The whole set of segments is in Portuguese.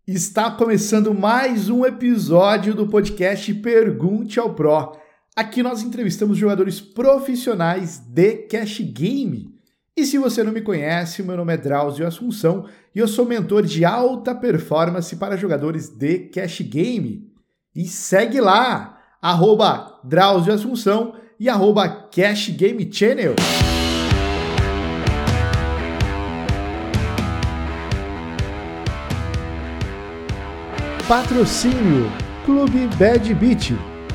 Está começando mais um episódio do podcast Pergunte ao Pro. Aqui nós entrevistamos jogadores profissionais de cash game. E se você não me conhece, meu nome é Drauzio Assunção e eu sou mentor de alta performance para jogadores de cash game. E segue lá, @Drauzio Assunção e @Cash Game Channel. Patrocínio Clube Bad Beat.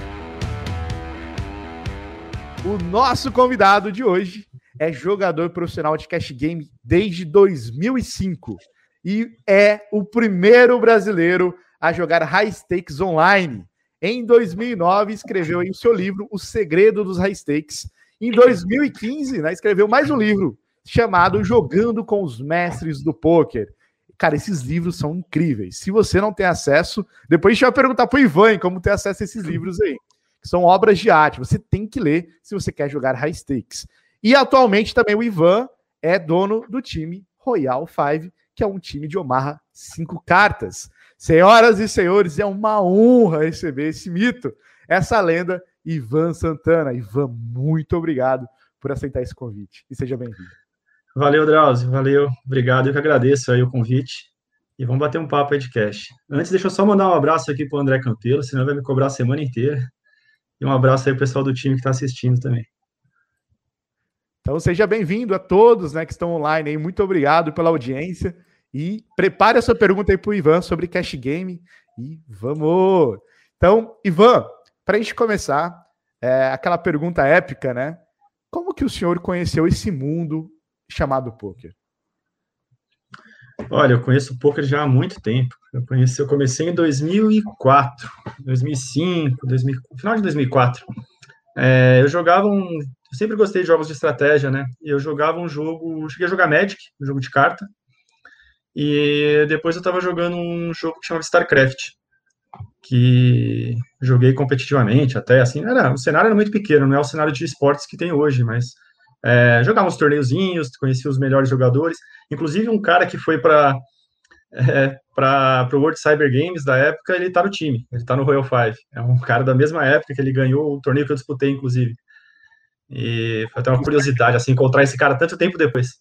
O nosso convidado de hoje é jogador profissional de cash game desde 2005 e é o primeiro brasileiro a jogar high stakes online. Em 2009 escreveu aí o seu livro O Segredo dos High Stakes. Em 2015, escreveu mais um livro chamado Jogando com os Mestres do Pôquer. Cara, esses livros são incríveis. Se você não tem acesso, depois a gente vai perguntar pro Ivan como ter acesso a esses livros aí. Que são obras de arte. Você tem que ler se você quer jogar high stakes. E atualmente também o Ivan é dono do time Royal 5, que é um time de Omaha 5 cartas. Senhoras e senhores, é uma honra receber esse mito, essa lenda, Ivan Santana. Ivan, muito obrigado por aceitar esse convite. E seja bem-vindo. Valeu, Drauzio, valeu, obrigado, eu que agradeço aí o convite e vamos bater um papo aí de cash. Antes, deixa eu só mandar um abraço aqui para o André Campelo, senão vai me cobrar a semana inteira, e um abraço aí pro pessoal do time que está assistindo também. Então seja bem-vindo a todos, que estão online aí, muito obrigado pela audiência e prepare a sua pergunta aí para o Ivan sobre cash game e vamos! Então, Ivan, para a gente começar, aquela pergunta épica, como que o senhor conheceu esse mundo chamado pôquer? Olha, eu conheço o pôquer já há muito tempo. Eu comecei em 2004, 2005, final de 2004. Eu sempre gostei de jogos de estratégia, né? E eu jogava um jogo, cheguei a jogar Magic, um jogo de carta, e depois eu estava jogando um jogo que chamava StarCraft, que joguei competitivamente até, assim, o cenário era muito pequeno, não é o cenário de esportes que tem hoje, mas jogava uns torneiozinhos, conhecia os melhores jogadores, inclusive um cara que foi para o World Cyber Games da época, ele tá no time, ele tá no Royal 5, é um cara da mesma época que ele ganhou o torneio que eu disputei, inclusive, e foi até uma curiosidade, assim, encontrar esse cara tanto tempo depois.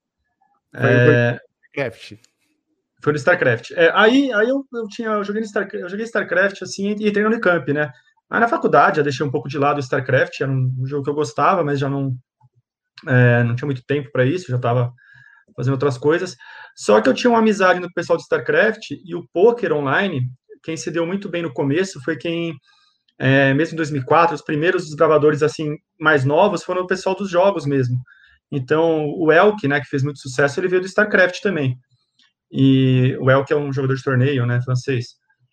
Foi no StarCraft. Aí eu joguei StarCraft, assim, e entrei no Unicamp, né? Aí na faculdade, eu deixei um pouco de lado o StarCraft, era um jogo que eu gostava, mas já não tinha muito tempo para isso, já estava fazendo outras coisas. Só que eu tinha uma amizade no pessoal do StarCraft e o poker online, quem se deu muito bem no começo foi quem, mesmo em 2004, os primeiros desbravadores assim mais novos foram o pessoal dos jogos mesmo. Então, o Elk, que fez muito sucesso, ele veio do StarCraft também. E o Elk é um jogador de torneio, francês.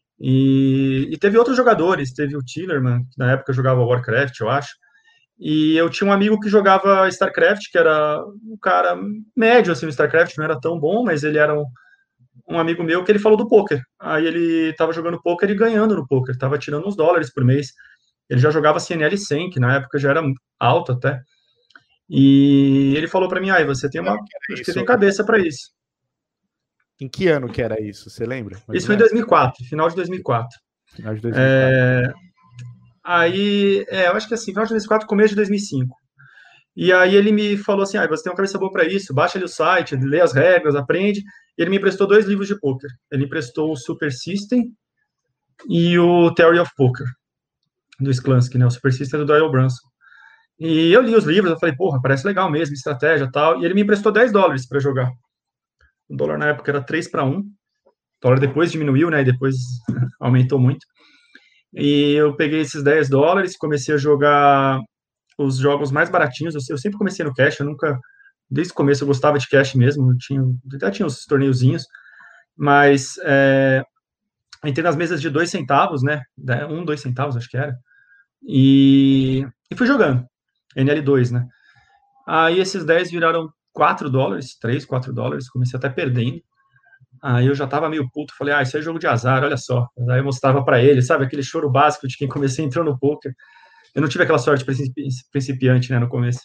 E teve outros jogadores, teve o Tillerman, que na época jogava Warcraft, eu acho. E eu tinha um amigo que jogava StarCraft, que era um cara médio, assim, no StarCraft, não era tão bom, mas ele era um amigo meu que ele falou do poker. Aí ele estava jogando poker e ganhando no poker, estava tirando uns dólares por mês. Ele já jogava CNL 100, que na época já era alto até. E ele falou para mim, você tem acho que tem cabeça para isso. Em que ano que era isso? Você lembra? Isso foi em 2004, final de 2004. Final de 2004. Aí, eu acho que assim, final de 2004, começo de 2005. E aí ele me falou assim, você tem uma cabeça boa para isso, baixa ali o site, lê as regras, aprende. E ele me emprestou 2 livros de poker. Ele emprestou o Super System e o Theory of Poker, do Sklansky, O Super System é do Doyle Brunson. E eu li os livros, eu falei, parece legal mesmo, estratégia e tal. E ele me emprestou $10 para jogar. O dólar na época era 3-1. O dólar depois diminuiu, e depois aumentou muito. E eu peguei esses $10, comecei a jogar os jogos mais baratinhos. Eu sempre comecei no cash, eu nunca, desde o começo eu gostava de cash mesmo, até tinha uns torneiozinhos, mas entrei nas mesas de 2 centavos, 2 centavos, acho que era, e fui jogando, NL2, Aí esses 10 viraram $4, 3, $4, comecei até perdendo. Aí eu já tava meio puto, falei, isso é jogo de azar, olha só. Aí eu mostrava para ele, sabe, aquele choro básico de quem entrou no poker. Eu não tive aquela sorte principiante, no começo.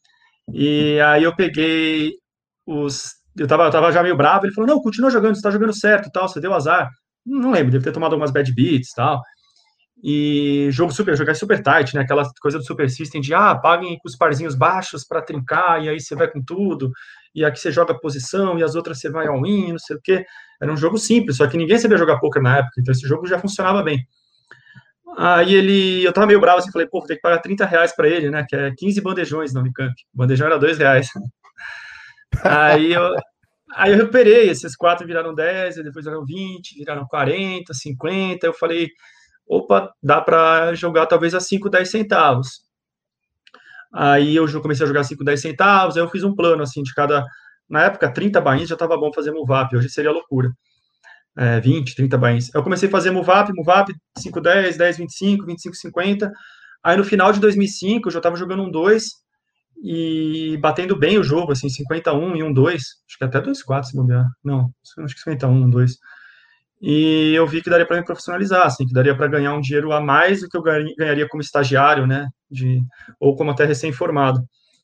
E aí eu peguei eu tava já meio bravo, ele falou, não, continua jogando, você tá jogando certo e tal, você deu azar. não lembro, deve ter tomado algumas bad beats e tal. E jogar super tight, né? Aquela coisa do Super System de, paguem com os parzinhos baixos para trincar, e aí você vai com tudo, e aqui você joga posição, e as outras você vai all-in, não sei o quê. Era um jogo simples, só que ninguém sabia jogar poker na época, então esse jogo já funcionava bem. Aí eu tava meio bravo, assim, falei, pô, vou ter que pagar R$ 30 para ele, né? Que é 15 bandejões na Unicamp. O bandejão era R$ 2. Aí eu, aí eu recuperei, esses 4 viraram 10, aí depois viraram 20, viraram 40, 50. Eu falei, opa, dá para jogar talvez a 5, 10 centavos. Aí eu comecei a jogar 5, 10 centavos, aí eu fiz um plano, assim, de cada... Na época, 30 bains já estava bom fazer move up, hoje seria loucura. 20, 30 bains. Eu comecei a fazer move up, 5, 10, 10, 25, 25, 50. Aí no final de 2005, eu já estava jogando um 2 e batendo bem o jogo, assim, 51 e um 2. Acho que até 2,4 se bobear. Não, acho que 51, um 2. E eu vi que daria para me profissionalizar, assim, que daria para ganhar um dinheiro a mais do que eu ganharia como estagiário, né, ou como até recém-formado.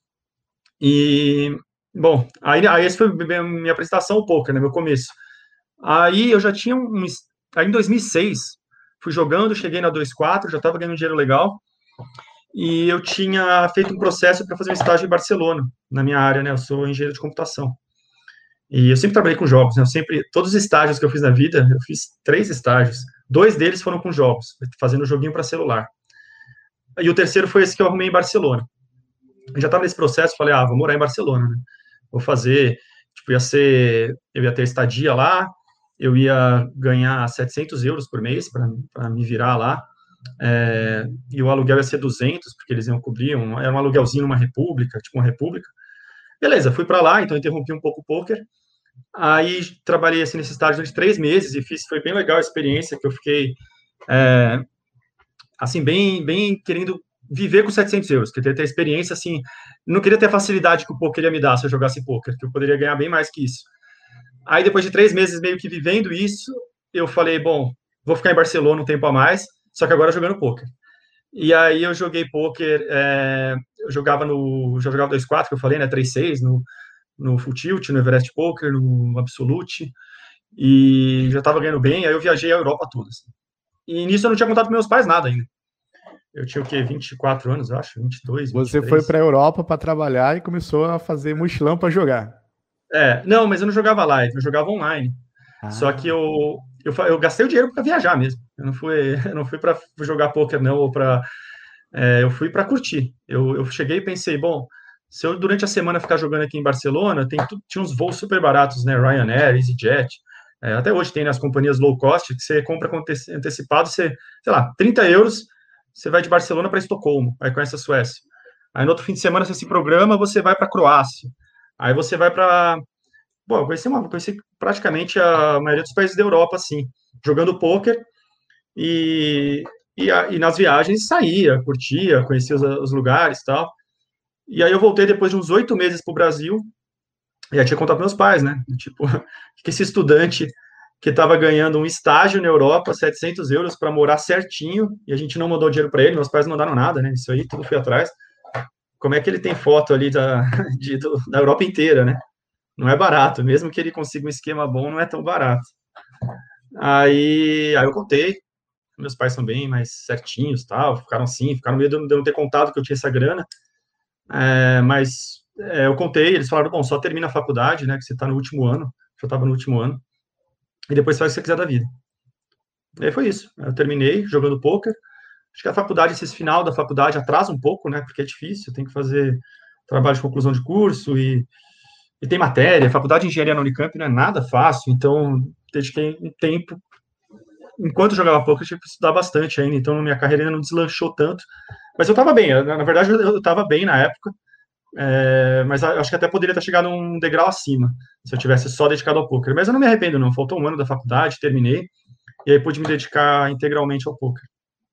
E, bom, aí essa foi minha apresentação ao poker, né, meu começo. Aí eu já tinha aí em 2006, fui jogando, cheguei na 2,4, já estava ganhando um dinheiro legal, e eu tinha feito um processo para fazer um estágio em Barcelona, na minha área, né, eu sou engenheiro de computação. E eu sempre trabalhei com jogos, né? Todos os estágios que eu fiz na vida, eu fiz 3 estágios. 2 deles foram com jogos, fazendo joguinho para celular. E o terceiro foi esse que eu arrumei em Barcelona. Eu já estava nesse processo, falei, vou morar em Barcelona, né? Vou fazer, tipo, eu ia ter estadia lá, eu ia ganhar 700 euros por mês para me virar lá, e o aluguel ia ser 200, porque eles iam cobrir, era um aluguelzinho numa república, tipo uma república. Beleza, fui para lá, então interrompi um pouco o poker. Aí trabalhei assim nesse estágio durante 3 meses e foi bem legal a experiência, que eu fiquei assim bem querendo viver com 700 euros, queria ter a experiência assim, não queria ter a facilidade que o poker ia me dar se eu jogasse poker, que eu poderia ganhar bem mais que isso. Aí depois de 3 meses meio que vivendo isso, eu falei, bom, vou ficar em Barcelona um tempo a mais, só que agora jogando poker. E aí eu joguei poker, eu já jogava 2,4, que eu falei, né, 3,6 no Full Tilt, no Everest Poker, no Absolute, e já estava ganhando bem, aí eu viajei a Europa toda. Assim. E nisso eu não tinha contado com meus pais nada ainda. Eu tinha o quê? 24 anos, acho, 22, Você 23. foi para a Europa para trabalhar e começou a fazer mochilão para jogar. Não, mas eu não jogava live, eu jogava online. Só que Ah, eu gastei o dinheiro para viajar mesmo. Eu não fui para jogar poker, não, eu fui para curtir. Eu cheguei e pensei, bom, se eu durante a semana ficar jogando aqui em Barcelona, tinha uns voos super baratos, né? Ryanair, EasyJet. Até hoje tem, né, as companhias low cost, que você compra com antecipado, sei lá, 30 euros, você vai de Barcelona para Estocolmo, aí conhece a Suécia. Aí no outro fim de semana você se programa, você vai para Croácia. Aí você vai para... Bom, eu conheci praticamente a maioria dos países da Europa, assim, jogando pôquer e nas viagens saía, curtia, conhecia os lugares e tal. E aí eu voltei depois de uns 8 meses para o Brasil, e aí tinha que contar para meus pais, né? Tipo, que esse estudante que estava ganhando um estágio na Europa, 700 euros para morar certinho, e a gente não mandou dinheiro para ele, meus pais não mandaram nada, né? Isso aí tudo fui atrás. Como é que ele tem foto ali da Europa inteira, né? Não é barato, mesmo que ele consiga um esquema bom, não é tão barato. Aí eu contei, meus pais são bem mais certinhos, tal, ficaram meio de eu não ter contado que eu tinha essa grana, mas eu contei, eles falaram, bom, só termina a faculdade, né, que você está no último ano, já estava no último ano, e depois faz o que você quiser da vida. E aí foi isso, eu terminei jogando poker, acho que a faculdade, esse final da faculdade atrasa um pouco, né, porque é difícil, tem que fazer trabalho de conclusão de curso e tem matéria, a faculdade de engenharia na Unicamp não é nada fácil, então dediquei um tempo, enquanto eu jogava poker, eu tive que estudar bastante ainda, então minha carreira ainda não deslanchou tanto, mas eu estava bem, na verdade eu estava bem na época, mas acho que até poderia ter chegado um degrau acima, se eu tivesse só dedicado ao poker, mas eu não me arrependo não, faltou um ano da faculdade, terminei, e aí pude me dedicar integralmente ao poker.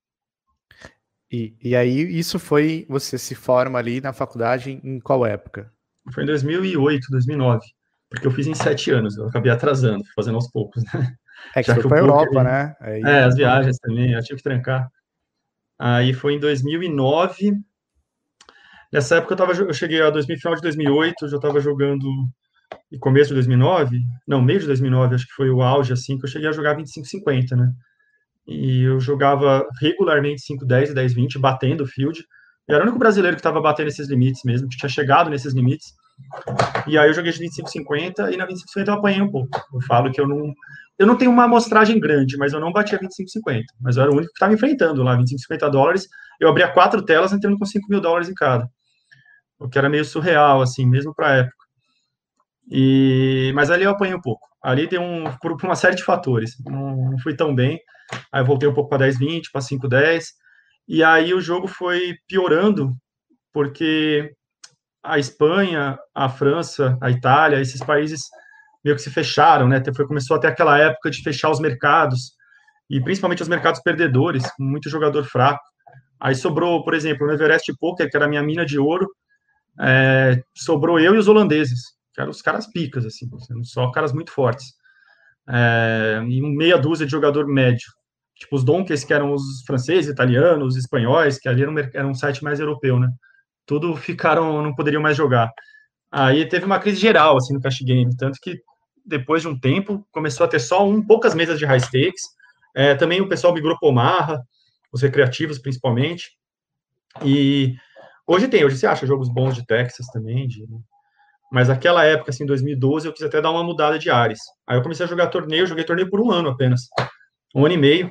e aí isso foi, você se forma ali na faculdade em qual época? Foi em 2008, 2009, porque eu fiz em 7 anos, eu acabei atrasando, fazendo aos poucos, né? É que Já foi que o para a poker, Europa, né? Aí as viagens também, eu tive que trancar. Aí foi em 2009. Nessa época eu cheguei a final de 2008, eu já estava jogando e começo de 2009, não, meio de 2009, acho que foi o auge, assim, que eu cheguei a jogar 25-50, né? E eu jogava regularmente 5-10 e 10-20, batendo o field. Eu era o único brasileiro que estava batendo esses limites mesmo, que tinha chegado nesses limites. E aí eu joguei de 25-50 e na 25-50 eu apanhei um pouco. Eu falo que eu não tenho uma amostragem grande, mas eu não batia 25-50. Mas eu era o único que estava enfrentando lá, 25-50 dólares. Eu abria 4 telas entrando com $5.000 em cada. O que era meio surreal, assim, mesmo para a época. Mas ali eu apanhei um pouco. Ali deu por uma série de fatores. Não fui tão bem. Aí eu voltei um pouco para 10-20, para 5-10. E aí o jogo foi piorando, porque a Espanha, a França, a Itália, esses países meio que se fecharam, né? Começou até aquela época de fechar os mercados, e principalmente os mercados perdedores, com muito jogador fraco. Aí sobrou, por exemplo, no Everest Poker, que era a minha mina de ouro, sobrou eu e os holandeses, que eram os caras picas, assim, só caras muito fortes. E meia dúzia de jogador médio. Tipo, os donkeys, que eram os franceses, italianos, espanhóis, que ali era um site mais europeu, né? Tudo ficaram, não poderiam mais jogar. Aí teve uma crise geral, assim, no cash game, tanto que depois de um tempo começou a ter só poucas mesas de high stakes. Também o pessoal migrou para Omaha, os recreativos principalmente. E hoje você acha jogos bons de Texas também, mas naquela época, assim, 2012, eu quis até dar uma mudada de ares. Aí eu comecei a jogar torneio, joguei torneio por um ano apenas, um ano e meio,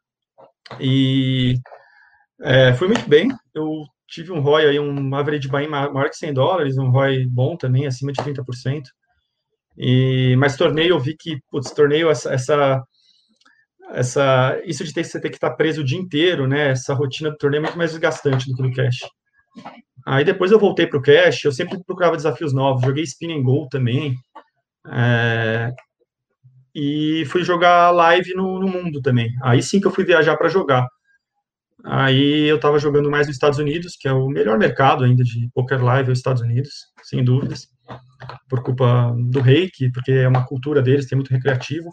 e fui muito bem. Eu tive um ROI aí, um average buy maior que $100, um ROI bom também, acima de 30%. Mas torneio, eu vi que, putz, torneio, isso de você ter que estar preso o dia inteiro, né? Essa rotina do torneio é muito mais desgastante do que no cash. Aí depois eu voltei para o cash, eu sempre procurava desafios novos, joguei Spin and Go também, e fui jogar live no mundo também. Aí sim que eu fui viajar para jogar. Aí eu estava jogando mais nos Estados Unidos, que é o melhor mercado ainda de poker live, é os Estados Unidos, sem dúvidas, por culpa do reiki, porque é uma cultura deles, tem muito recreativo.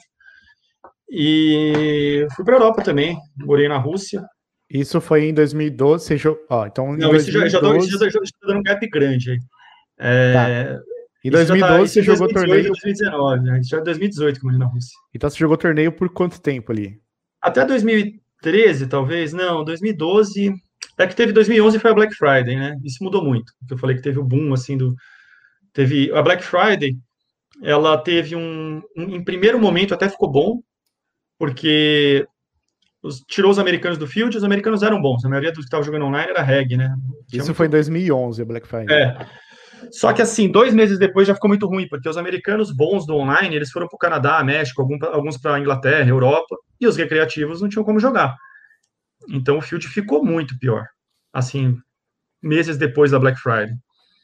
E fui para a Europa também, morei na Rússia. Isso foi em 2012, você jogou... então Não, em esse já estou 2012... dando um gap grande aí. Tá. Em Isso já 2012 isso você em jogou 2018, torneio... 2019, né? Isso já é 2018 que eu morei na Rússia. Então você jogou torneio por quanto tempo ali? Até 2013, talvez, não, 2012... É que teve 2011 foi a Black Friday, né? Isso mudou muito. Eu falei que teve o boom, assim, teve a Black Friday, ela teve em primeiro momento até ficou bom, porque tirou os americanos do field, os americanos eram bons, a maioria dos que estavam jogando online era reg, né? Isso foi em 2011, a Black Friday. Só que assim, 2 meses depois já ficou muito ruim, porque os americanos bons do online, eles foram para o Canadá, México, alguns para a Inglaterra, Europa, e os recreativos não tinham como jogar. Então o field ficou muito pior, assim, meses depois da Black Friday.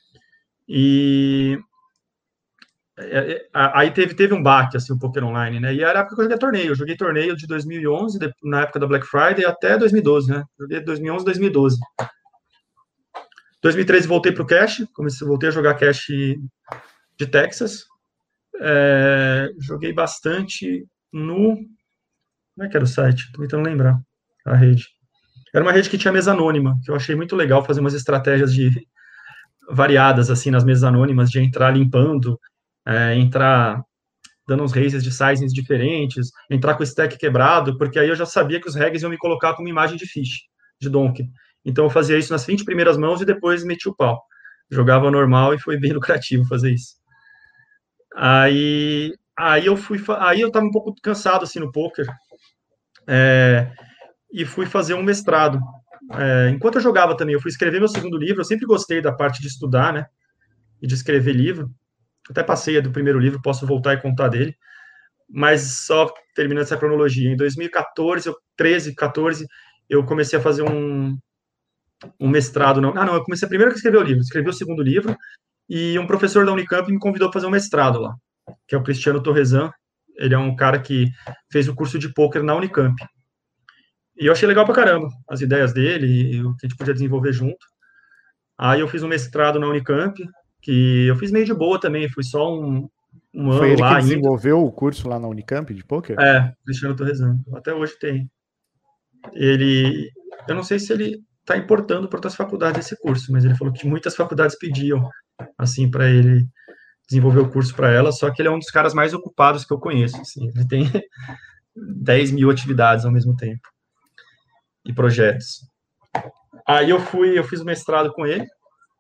E aí teve um baque, assim, o poker online, né? E era a época que eu joguei torneio de 2011, na época da Black Friday, até 2012, né? Joguei 2011, 2012. 2013 voltei para o cash, voltei a jogar cash de Texas. Joguei bastante no... Como é que era o site? Estou tentando lembrar a rede. Era uma rede que tinha mesa anônima, que eu achei muito legal fazer umas estratégias variadas, assim, nas mesas anônimas, de entrar limpando, entrar dando uns raises de sizings diferentes, entrar com o stack quebrado, porque aí eu já sabia que os regs iam me colocar como imagem de fish, de donkey. Então eu fazia isso nas 20 primeiras mãos e depois metia o pau. Jogava normal e foi bem lucrativo fazer isso. Aí eu estava um pouco cansado assim no poker, e fui fazer um mestrado. Enquanto eu jogava também, eu fui escrever meu segundo livro. Eu sempre gostei da parte de estudar, né, e de escrever livro. Até passei do primeiro livro, posso voltar e contar dele. Mas só terminando essa cronologia, em 2014, 13, 14, eu comecei a fazer um mestrado. Não, eu comecei primeiro que escrever o livro, escrevi o segundo livro, e um professor da Unicamp me convidou para fazer um mestrado lá, que é o Cristiano Torresan. Ele é um cara que fez o curso de pôquer na Unicamp. E eu achei legal pra caramba as ideias dele e o que a gente podia desenvolver junto. Aí eu fiz um mestrado na Unicamp, que eu fiz meio de boa também, fui só um Foi ano ele lá que desenvolveu o curso lá na Unicamp de poker? Cristiano Torresan. Até hoje tem. Eu não sei se ele está importando para outras faculdades esse curso, mas ele falou que muitas faculdades pediam, assim, para ele desenvolver o curso para ela, só que ele é um dos caras mais ocupados que eu conheço, assim, ele tem 10 mil atividades ao mesmo tempo, e projetos. Aí eu fiz o mestrado com ele,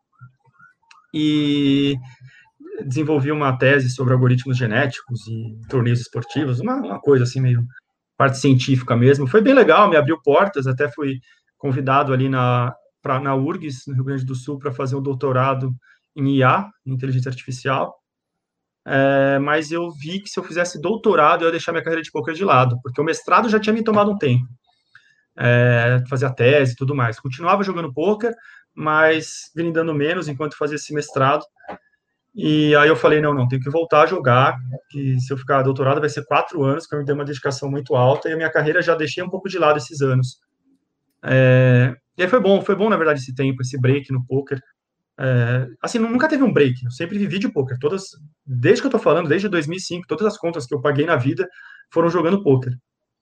e desenvolvi uma tese sobre algoritmos genéticos e torneios esportivos, uma coisa assim, meio parte científica mesmo. Foi bem legal, me abriu portas, até fui convidado ali na URGS, no Rio Grande do Sul, para fazer um doutorado em IA, em inteligência artificial. Mas eu vi que se eu fizesse doutorado, eu ia deixar minha carreira de poker de lado, porque o mestrado já tinha me tomado um tempo. Fazer a tese e tudo mais. Continuava jogando poker, mas grindando menos enquanto fazia esse mestrado. E aí eu falei, não, tenho que voltar a jogar, que se eu ficar doutorado vai ser 4 anos, que eu me dei uma dedicação muito alta, e a minha carreira já deixei um pouco de lado esses anos. E aí foi bom, na verdade, esse tempo, esse break no poker. Assim, nunca teve um break, eu sempre vivi de poker, desde que eu tô falando, desde 2005, todas as contas que eu paguei na vida foram jogando poker.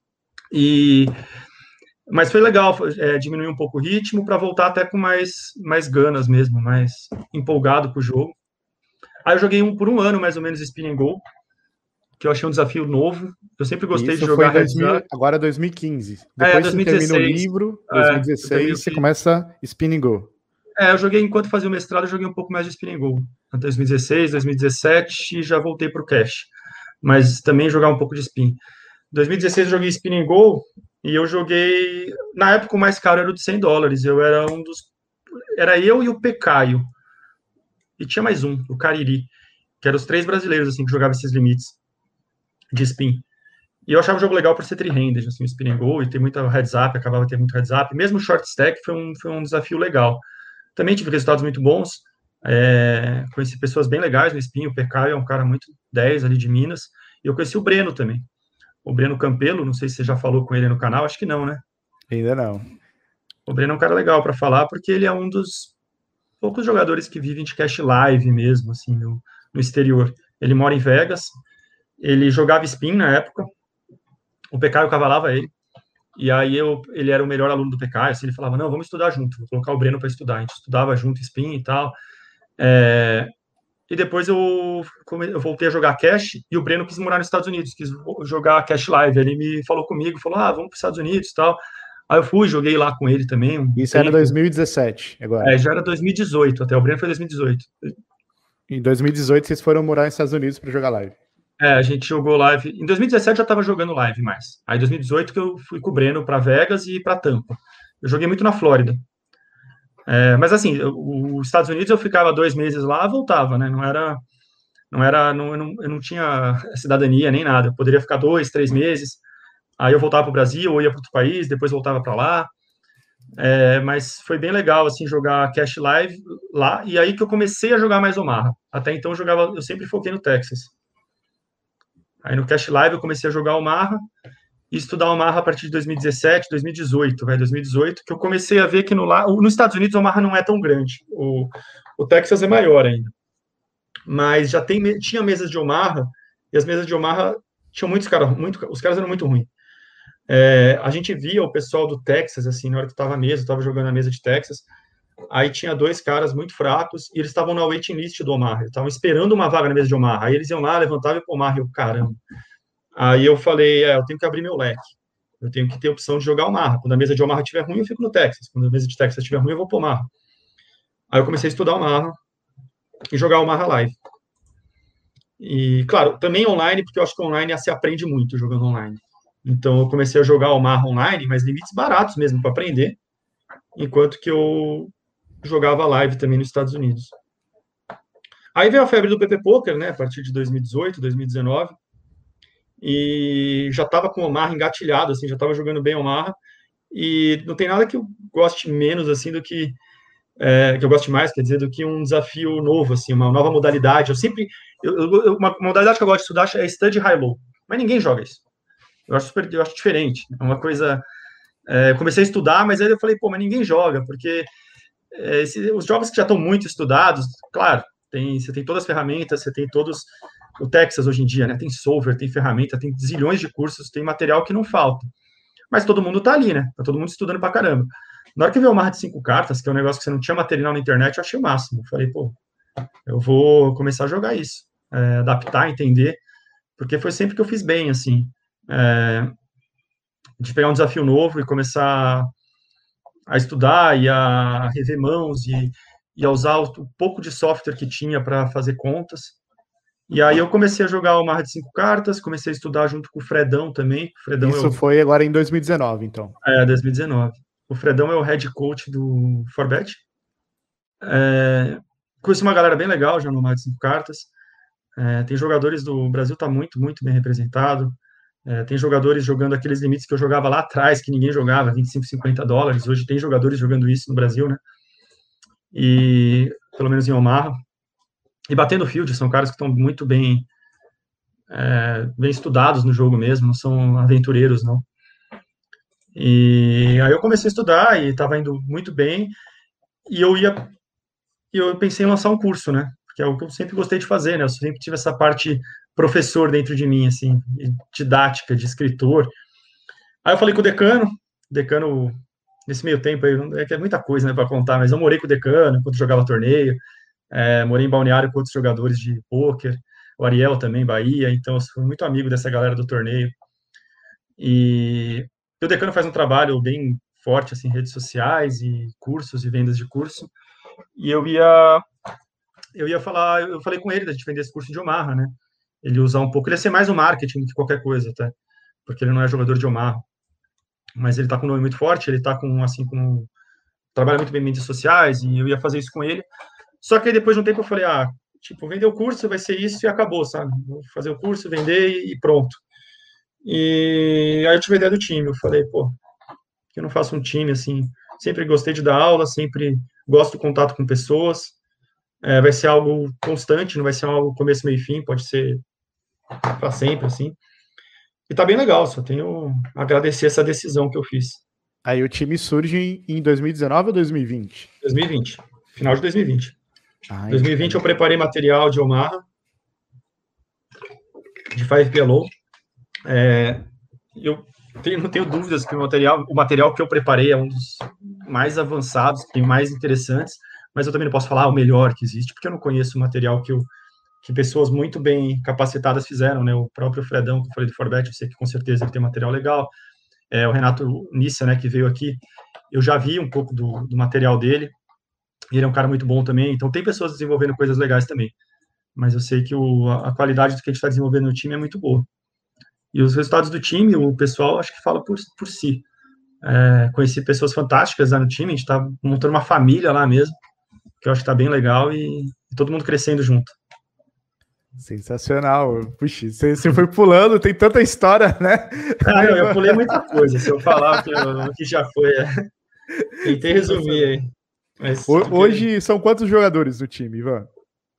Mas foi legal diminuir um pouco o ritmo para voltar até com mais ganas mesmo, mais empolgado com o jogo. Aí eu joguei por um ano, mais ou menos, Spin and Go, que eu achei um desafio novo. Eu sempre gostei de jogar agora é 2015. Depois 2016, você termina o livro, 2016 você começa Spin and Go. Eu joguei, enquanto fazia o mestrado, eu joguei um pouco mais de Spin and Go. Até 2016, 2017, já voltei para o cash. Mas também jogar um pouco de Spin. Em 2016 eu joguei Spin and Go, e eu joguei... Na época o mais caro era o de $100. Era eu e o Pecaio. E tinha mais um, o Cariri, que eram os 3 brasileiros, assim, que jogavam esses limites de spin. E eu achava o jogo legal por ser three-handed, assim, o spin and go, e ter muita heads-up, acabava tendo muito heads-up. Mesmo o short stack foi um desafio legal. Também tive resultados muito bons, conheci pessoas bem legais no spin, o Pecaio é um cara muito 10 ali de Minas, e eu conheci o Breno também. O Breno Campelo, não sei se você já falou com ele no canal, acho que não, né? Ainda não. O Breno é um cara legal para falar, porque ele é um dos poucos jogadores que vivem de cash live mesmo, assim, no exterior. Ele mora em Vegas, ele jogava spin na época, o Pecaio cavalava ele, e aí ele era o melhor aluno do Pecaio, assim, ele falava, não, vamos estudar junto, vou colocar o Breno para estudar. A gente estudava junto spin e tal. E depois eu voltei a jogar cash, e o Breno quis morar nos Estados Unidos, quis jogar cash live. Ele me falou comigo, falou, vamos para os Estados Unidos e tal. Aí eu fui, joguei lá com ele também. Isso era 2017, agora. Já era 2018, até o Breno foi 2018. Em 2018 vocês foram morar nos Estados Unidos para jogar live. A gente jogou live. Em 2017 já estava jogando live mais. Aí em 2018 que eu fui com o Breno para Vegas e para Tampa. Eu joguei muito na Flórida. Mas assim, os Estados Unidos eu ficava 2 meses lá, voltava, né? Eu não tinha cidadania nem nada. Eu poderia ficar 2, 3 meses. Aí eu voltava para o Brasil, ou ia para outro país, depois voltava para lá. Mas foi bem legal, assim, jogar cash live lá. E aí que eu comecei a jogar mais Omaha. Até então eu sempre foquei no Texas. Aí no cash live eu comecei a jogar Omaha e estudar Omaha a partir de 2017, 2018, 2018, que eu comecei a ver que nos Estados Unidos o Omaha não é tão grande. O Texas é maior ainda. Mas já tinha mesas de Omaha, e as mesas de Omaha tinham muitos caras, os caras eram muito ruins. A gente via o pessoal do Texas, assim, na hora que eu estava jogando a mesa de Texas, aí tinha 2 caras muito fracos, e eles estavam na waiting list do Omaha, eles estavam esperando uma vaga na mesa de Omaha, aí eles iam lá, levantavam e pro Omaha, eu, caramba. Aí eu falei, eu tenho que abrir meu leque, eu tenho que ter opção de jogar Omaha, quando a mesa de Omaha estiver ruim, eu fico no Texas, quando a mesa de Texas estiver ruim, eu vou pro Omaha. Aí eu comecei a estudar Omaha, e jogar Omaha live. E, claro, também online, porque eu acho que online se aprende muito jogando online. Então, eu comecei a jogar Omaha online, mas limites baratos mesmo para aprender, enquanto que eu jogava live também nos Estados Unidos. Aí veio a febre do PP Poker, né, a partir de 2018, 2019, e já estava com o Omaha engatilhado, assim, já estava jogando bem Omaha, e não tem nada que eu goste menos, assim, do que eu goste mais, quer dizer, do que um desafio novo, assim, uma nova modalidade. Uma modalidade que eu gosto de estudar é Study High-Low, mas ninguém joga isso. Eu acho diferente. É uma coisa... eu comecei a estudar, mas aí eu falei, mas ninguém joga, porque os jogos que já estão muito estudados, claro, você tem todas as ferramentas, você tem todos... O Texas, hoje em dia, né, tem solver, tem ferramenta, tem zilhões de cursos, tem material que não falta. Mas todo mundo tá ali, né? Tá todo mundo estudando pra caramba. Na hora que veio o Omaha de 5 cartas, que é um negócio que você não tinha material na internet, eu achei o máximo. Eu falei, eu vou começar a jogar isso. adaptar, entender, porque foi sempre que eu fiz bem, assim, de pegar um desafio novo e começar a estudar e a rever mãos e a usar o pouco de software que tinha para fazer contas. E aí eu comecei a jogar o Marra de 5 cartas, comecei a estudar junto com o Fredão também. O Fredão Isso foi agora em 2019, então. 2019. O Fredão é o head coach do Forbet. Conheci uma galera bem legal já no Marra de 5 cartas. Tem jogadores do Brasil, tá muito, muito bem representado. Tem jogadores jogando aqueles limites que eu jogava lá atrás, que ninguém jogava, 25, 50 dólares. Hoje tem jogadores jogando isso no Brasil, né? E pelo menos em Omaha. E batendo field, são caras que estão muito bem estudados no jogo mesmo, não são aventureiros, não. E aí eu comecei a estudar e estava indo muito bem, e eu pensei em lançar um curso, né? Que é o que eu sempre gostei de fazer, né? Eu sempre tive essa parte professor dentro de mim, assim, didática, de escritor. Aí eu falei com o decano, nesse meio tempo aí, é muita coisa, né, para contar, mas eu morei com o decano enquanto jogava torneio, morei em Balneário com outros jogadores de pôquer, o Ariel também, Bahia, então eu fui muito amigo dessa galera do torneio. E o decano faz um trabalho bem forte, assim, em redes sociais e cursos e vendas de curso, e eu falei com ele da gente vender esse curso de Omaha, né? Ele usar um pouco, ele ia ser mais o marketing do que qualquer coisa, até, porque ele não é jogador de Omaha, mas ele tá com um nome muito forte, ele tá trabalha muito bem em mídias sociais, e eu ia fazer isso com ele. Só que aí, depois de um tempo, eu falei, vender o curso vai ser isso e acabou, sabe? Vou fazer o curso, vender e pronto. E aí eu tive a ideia do time, eu falei, pô, que eu não faço um time, assim, sempre gostei de dar aula, sempre gosto do contato com pessoas, vai ser algo constante, não vai ser algo começo, meio e fim, pode ser para sempre, assim. E tá bem legal, só tenho a agradecer essa decisão que eu fiz. Aí o time surge em 2019 ou 2020? 2020, final de 2020. Em 2020 eu preparei material de Omaha, de 5PLO. Eu não tenho dúvidas que o material que eu preparei é um dos mais avançados, que tem mais interessantes, mas eu também não posso falar o melhor que existe, porque eu não conheço o material que pessoas muito bem capacitadas fizeram, né? O próprio Fredão, que eu falei do Forbet, eu sei que com certeza ele tem material legal. O Renato Nissa, né, que veio aqui, eu já vi um pouco do material dele, ele é um cara muito bom também, então tem pessoas desenvolvendo coisas legais também, mas eu sei que a qualidade do que a gente está desenvolvendo no time é muito boa. E os resultados do time, o pessoal acho que fala por si. Conheci pessoas fantásticas lá no time, a gente está montando uma família lá mesmo, que eu acho que está bem legal, e todo mundo crescendo junto. Sensacional. Puxa, você foi pulando, tem tanta história, né? Eu pulei muita coisa, se eu falar o que já foi. Tentei resumir aí. Mas, hoje são quantos jogadores do time, Ivan?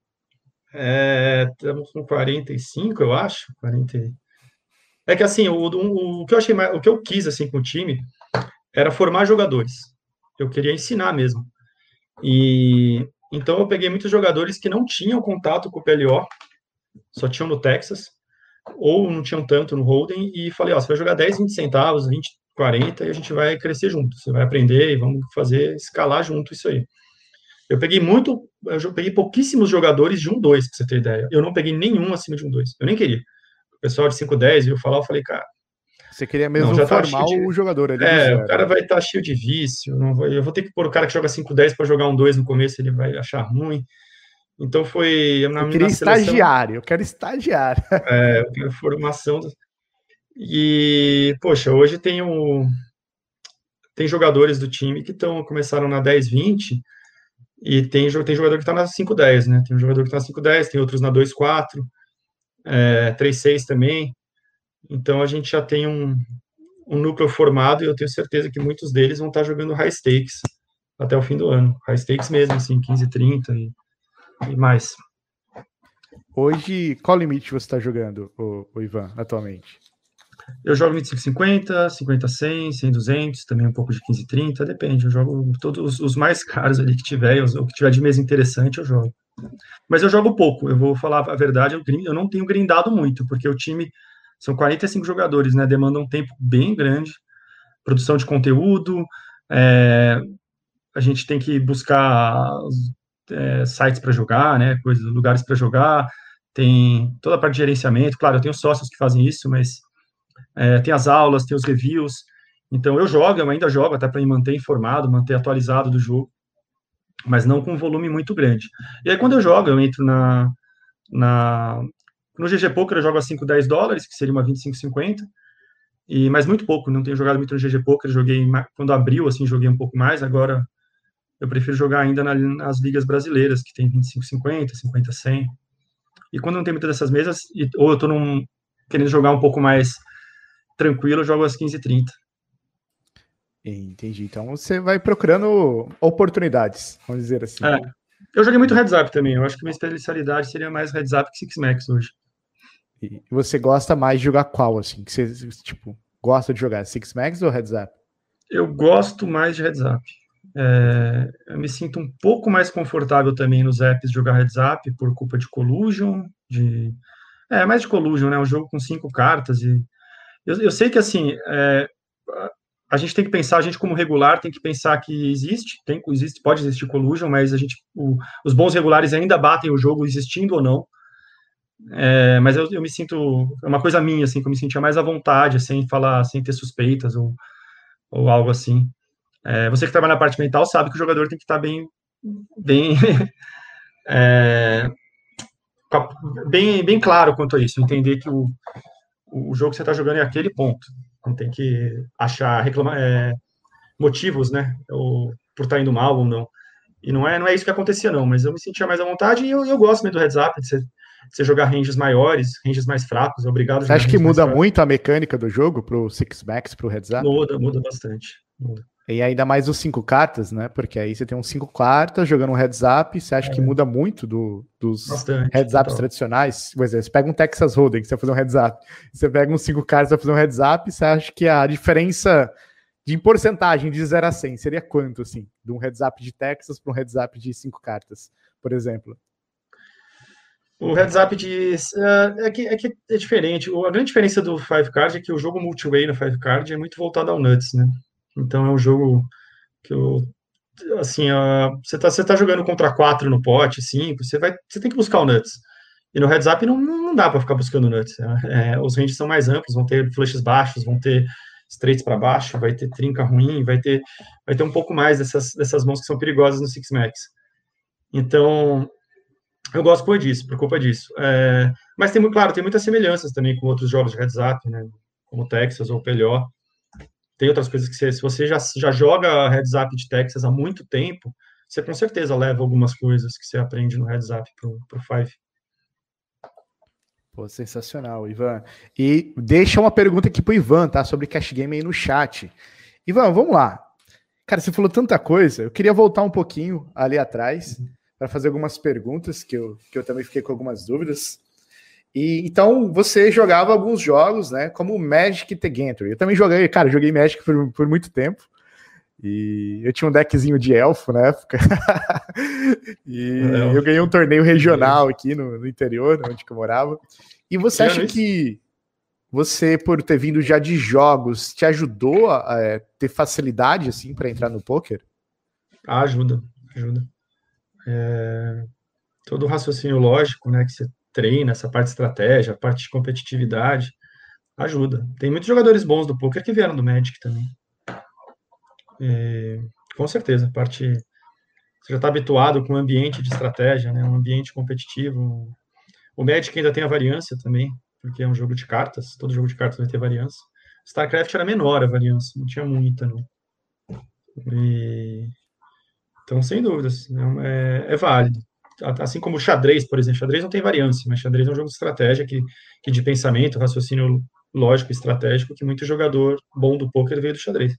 Estamos com 45, eu acho. 40. É que assim, o que eu achei o que eu quis assim com o time era formar jogadores. Eu queria ensinar mesmo. E então eu peguei muitos jogadores que não tinham contato com o PLO, só tinham no Texas, ou não tinham tanto no Hold'em, e falei, você vai jogar 10, 20 centavos, 20, 40, e a gente vai crescer junto. Você vai aprender e vamos fazer, escalar junto isso aí. Eu peguei pouquíssimos jogadores de 1-2, pra você ter ideia. Eu não peguei nenhum acima de 1-2. Eu nem queria. O pessoal de 5-10 viu falar, eu falei, cara... Você queria mesmo formar o jogador ali. O cara vai estar cheio de vício. Eu vou ter que pôr o cara que joga 5-10 para jogar 1-2 no começo, ele vai achar ruim. Então foi... Eu queria estagiário, eu quero estagiário. Eu quero formação. E, poxa, hoje tem jogadores do time que começaram na 10-20, e tem jogador que está na 5-10, né? Tem um jogador que está na 5-10, tem outros na 2-4, 3-6 também. Então a gente já tem um núcleo formado, e eu tenho certeza que muitos deles vão estar jogando high stakes até o fim do ano. High stakes mesmo, assim, 15, 30 e mais. Hoje, qual limite você está jogando, o Ivan, atualmente? Eu jogo 25-50, 50-100, 100-200, também um pouco de 15-30, depende. Eu jogo todos os mais caros ali que tiver, o que tiver de mesa interessante, eu jogo. Mas eu jogo pouco, eu vou falar a verdade, eu não tenho grindado muito, porque o time são 45 jogadores, né? Demanda um tempo bem grande, produção de conteúdo, a gente tem que buscar sites para jogar, né? Lugares para jogar, tem toda a parte de gerenciamento. Claro, eu tenho sócios que fazem isso, mas tem as aulas, tem os reviews. Então, eu ainda jogo, até para me manter informado, manter atualizado do jogo, mas não com um volume muito grande. E aí, quando eu jogo, eu entro no GG Poker, eu jogo a 5, $10, que seria uma 25,50, mas muito pouco, não tenho jogado muito no GG Poker, joguei, quando abriu, assim, joguei um pouco mais, agora eu prefiro jogar ainda nas ligas brasileiras, que tem 25,50, 50, 100. E quando não tem muitas dessas mesas, ou eu estou querendo jogar um pouco mais tranquilo, eu jogo às 15h30. Entendi. Então você vai procurando oportunidades, vamos dizer assim. Eu joguei muito Heads Up também. Eu acho que minha especialidade seria mais Heads Up que Six Max hoje. E você gosta mais de jogar qual, assim? Que você, tipo, gosta de jogar Six Max ou Heads Up? Eu gosto mais de Heads Up. Eu me sinto um pouco mais confortável também nos apps de jogar Heads Up por culpa de Collusion, mais de Collusion, né? Um jogo com 5 cartas. E eu sei que, assim, a gente tem que pensar, a gente como regular tem que pensar que pode existir Collusion, mas os bons regulares ainda batem o jogo existindo ou não. Mas eu me sinto, é uma coisa minha, assim, que eu me sentia mais à vontade, sem falar, sem ter suspeitas ou algo assim. Você que trabalha na parte mental sabe que o jogador tem que estar bem, bem claro quanto a isso, entender que o jogo que você está jogando é aquele ponto. Não tem que reclamar motivos, né, por estar indo mal ou não. E não é isso que acontecia, não, mas eu me sentia mais à vontade e eu gosto mesmo do Heads Up, de você jogar ranges maiores, ranges mais fracos, obrigado. Você acha que muda muito a mecânica do jogo pro Six Max, pro Heads Up? Muda bastante. Muda. E ainda mais os 5 cartas, né? Porque aí você tem uns 5 cartas jogando um Heads Up, você acha que muda muito dos Heads Ups tradicionais? Por exemplo, você pega um Texas Hold'em, você vai fazer um Heads Up, você pega uns 5 cartas para fazer um Heads Up, você acha que a diferença de porcentagem de 0 a 100 seria quanto, assim? De um Heads Up de Texas para um Heads Up de 5 cartas, por exemplo? O Heads Up é diferente. A grande diferença do Five Card é que o jogo multiway no Five Card é muito voltado ao Nuts, né? Então é um jogo que você tá jogando contra 4 no pote, 5, você tem que buscar o Nuts. E no Heads Up não dá para ficar buscando Nuts. Os ranges são mais amplos, vão ter flushes baixos, vão ter straights para baixo, vai ter trinca ruim, vai ter um pouco mais dessas mãos que são perigosas no Six Max. Então, eu gosto por culpa disso. Mas tem muitas semelhanças também com outros jogos de Heads Up, né? Como Texas ou PLO. Tem outras coisas que se você já joga Heads Up de Texas há muito tempo, você com certeza leva algumas coisas que você aprende no Heads Up pro Five. Pô, sensacional, Ivan. E deixa uma pergunta aqui pro Ivan, tá? Sobre Cash Game aí no chat. Ivan, vamos lá. Cara, você falou tanta coisa, eu queria voltar um pouquinho ali atrás para fazer algumas perguntas que eu também fiquei com algumas dúvidas. E então você jogava alguns jogos, né? Como Magic The Gathering. Eu também joguei Magic por muito tempo. E eu tinha um deckzinho de elfo na época. E eu ganhei um torneio regional aqui no interior, onde eu morava. E você acha que você, por ter vindo já de jogos, te ajudou a ter facilidade assim para entrar no poker? Ajuda. Todo o raciocínio lógico, né, que você treina, essa parte de estratégia, a parte de competitividade, ajuda. Tem muitos jogadores bons do poker que vieram do Magic também. Com certeza, você já está habituado com um ambiente de estratégia, né, um ambiente competitivo. O Magic ainda tem a variância também, porque é um jogo de cartas, todo jogo de cartas vai ter variância. StarCraft era menor a variância, não tinha muita, não. Então, sem dúvidas, é válido. Assim como o xadrez, por exemplo. Xadrez não tem variância, mas xadrez é um jogo de estratégia que de pensamento, raciocínio lógico e estratégico, que muito jogador bom do poker veio do xadrez.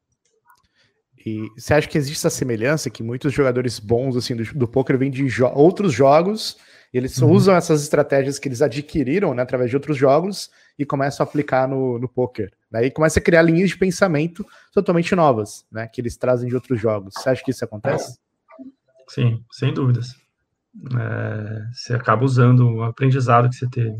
E você acha que existe essa semelhança, que muitos jogadores bons assim, do poker vêm de outros jogos, e eles usam essas estratégias que eles adquiriram, né, através de outros jogos e começam a aplicar no poker. Daí começa a criar linhas de pensamento totalmente novas, né, que eles trazem de outros jogos. Você acha que isso acontece? Sim, sem dúvidas. Você acaba usando o aprendizado que você teve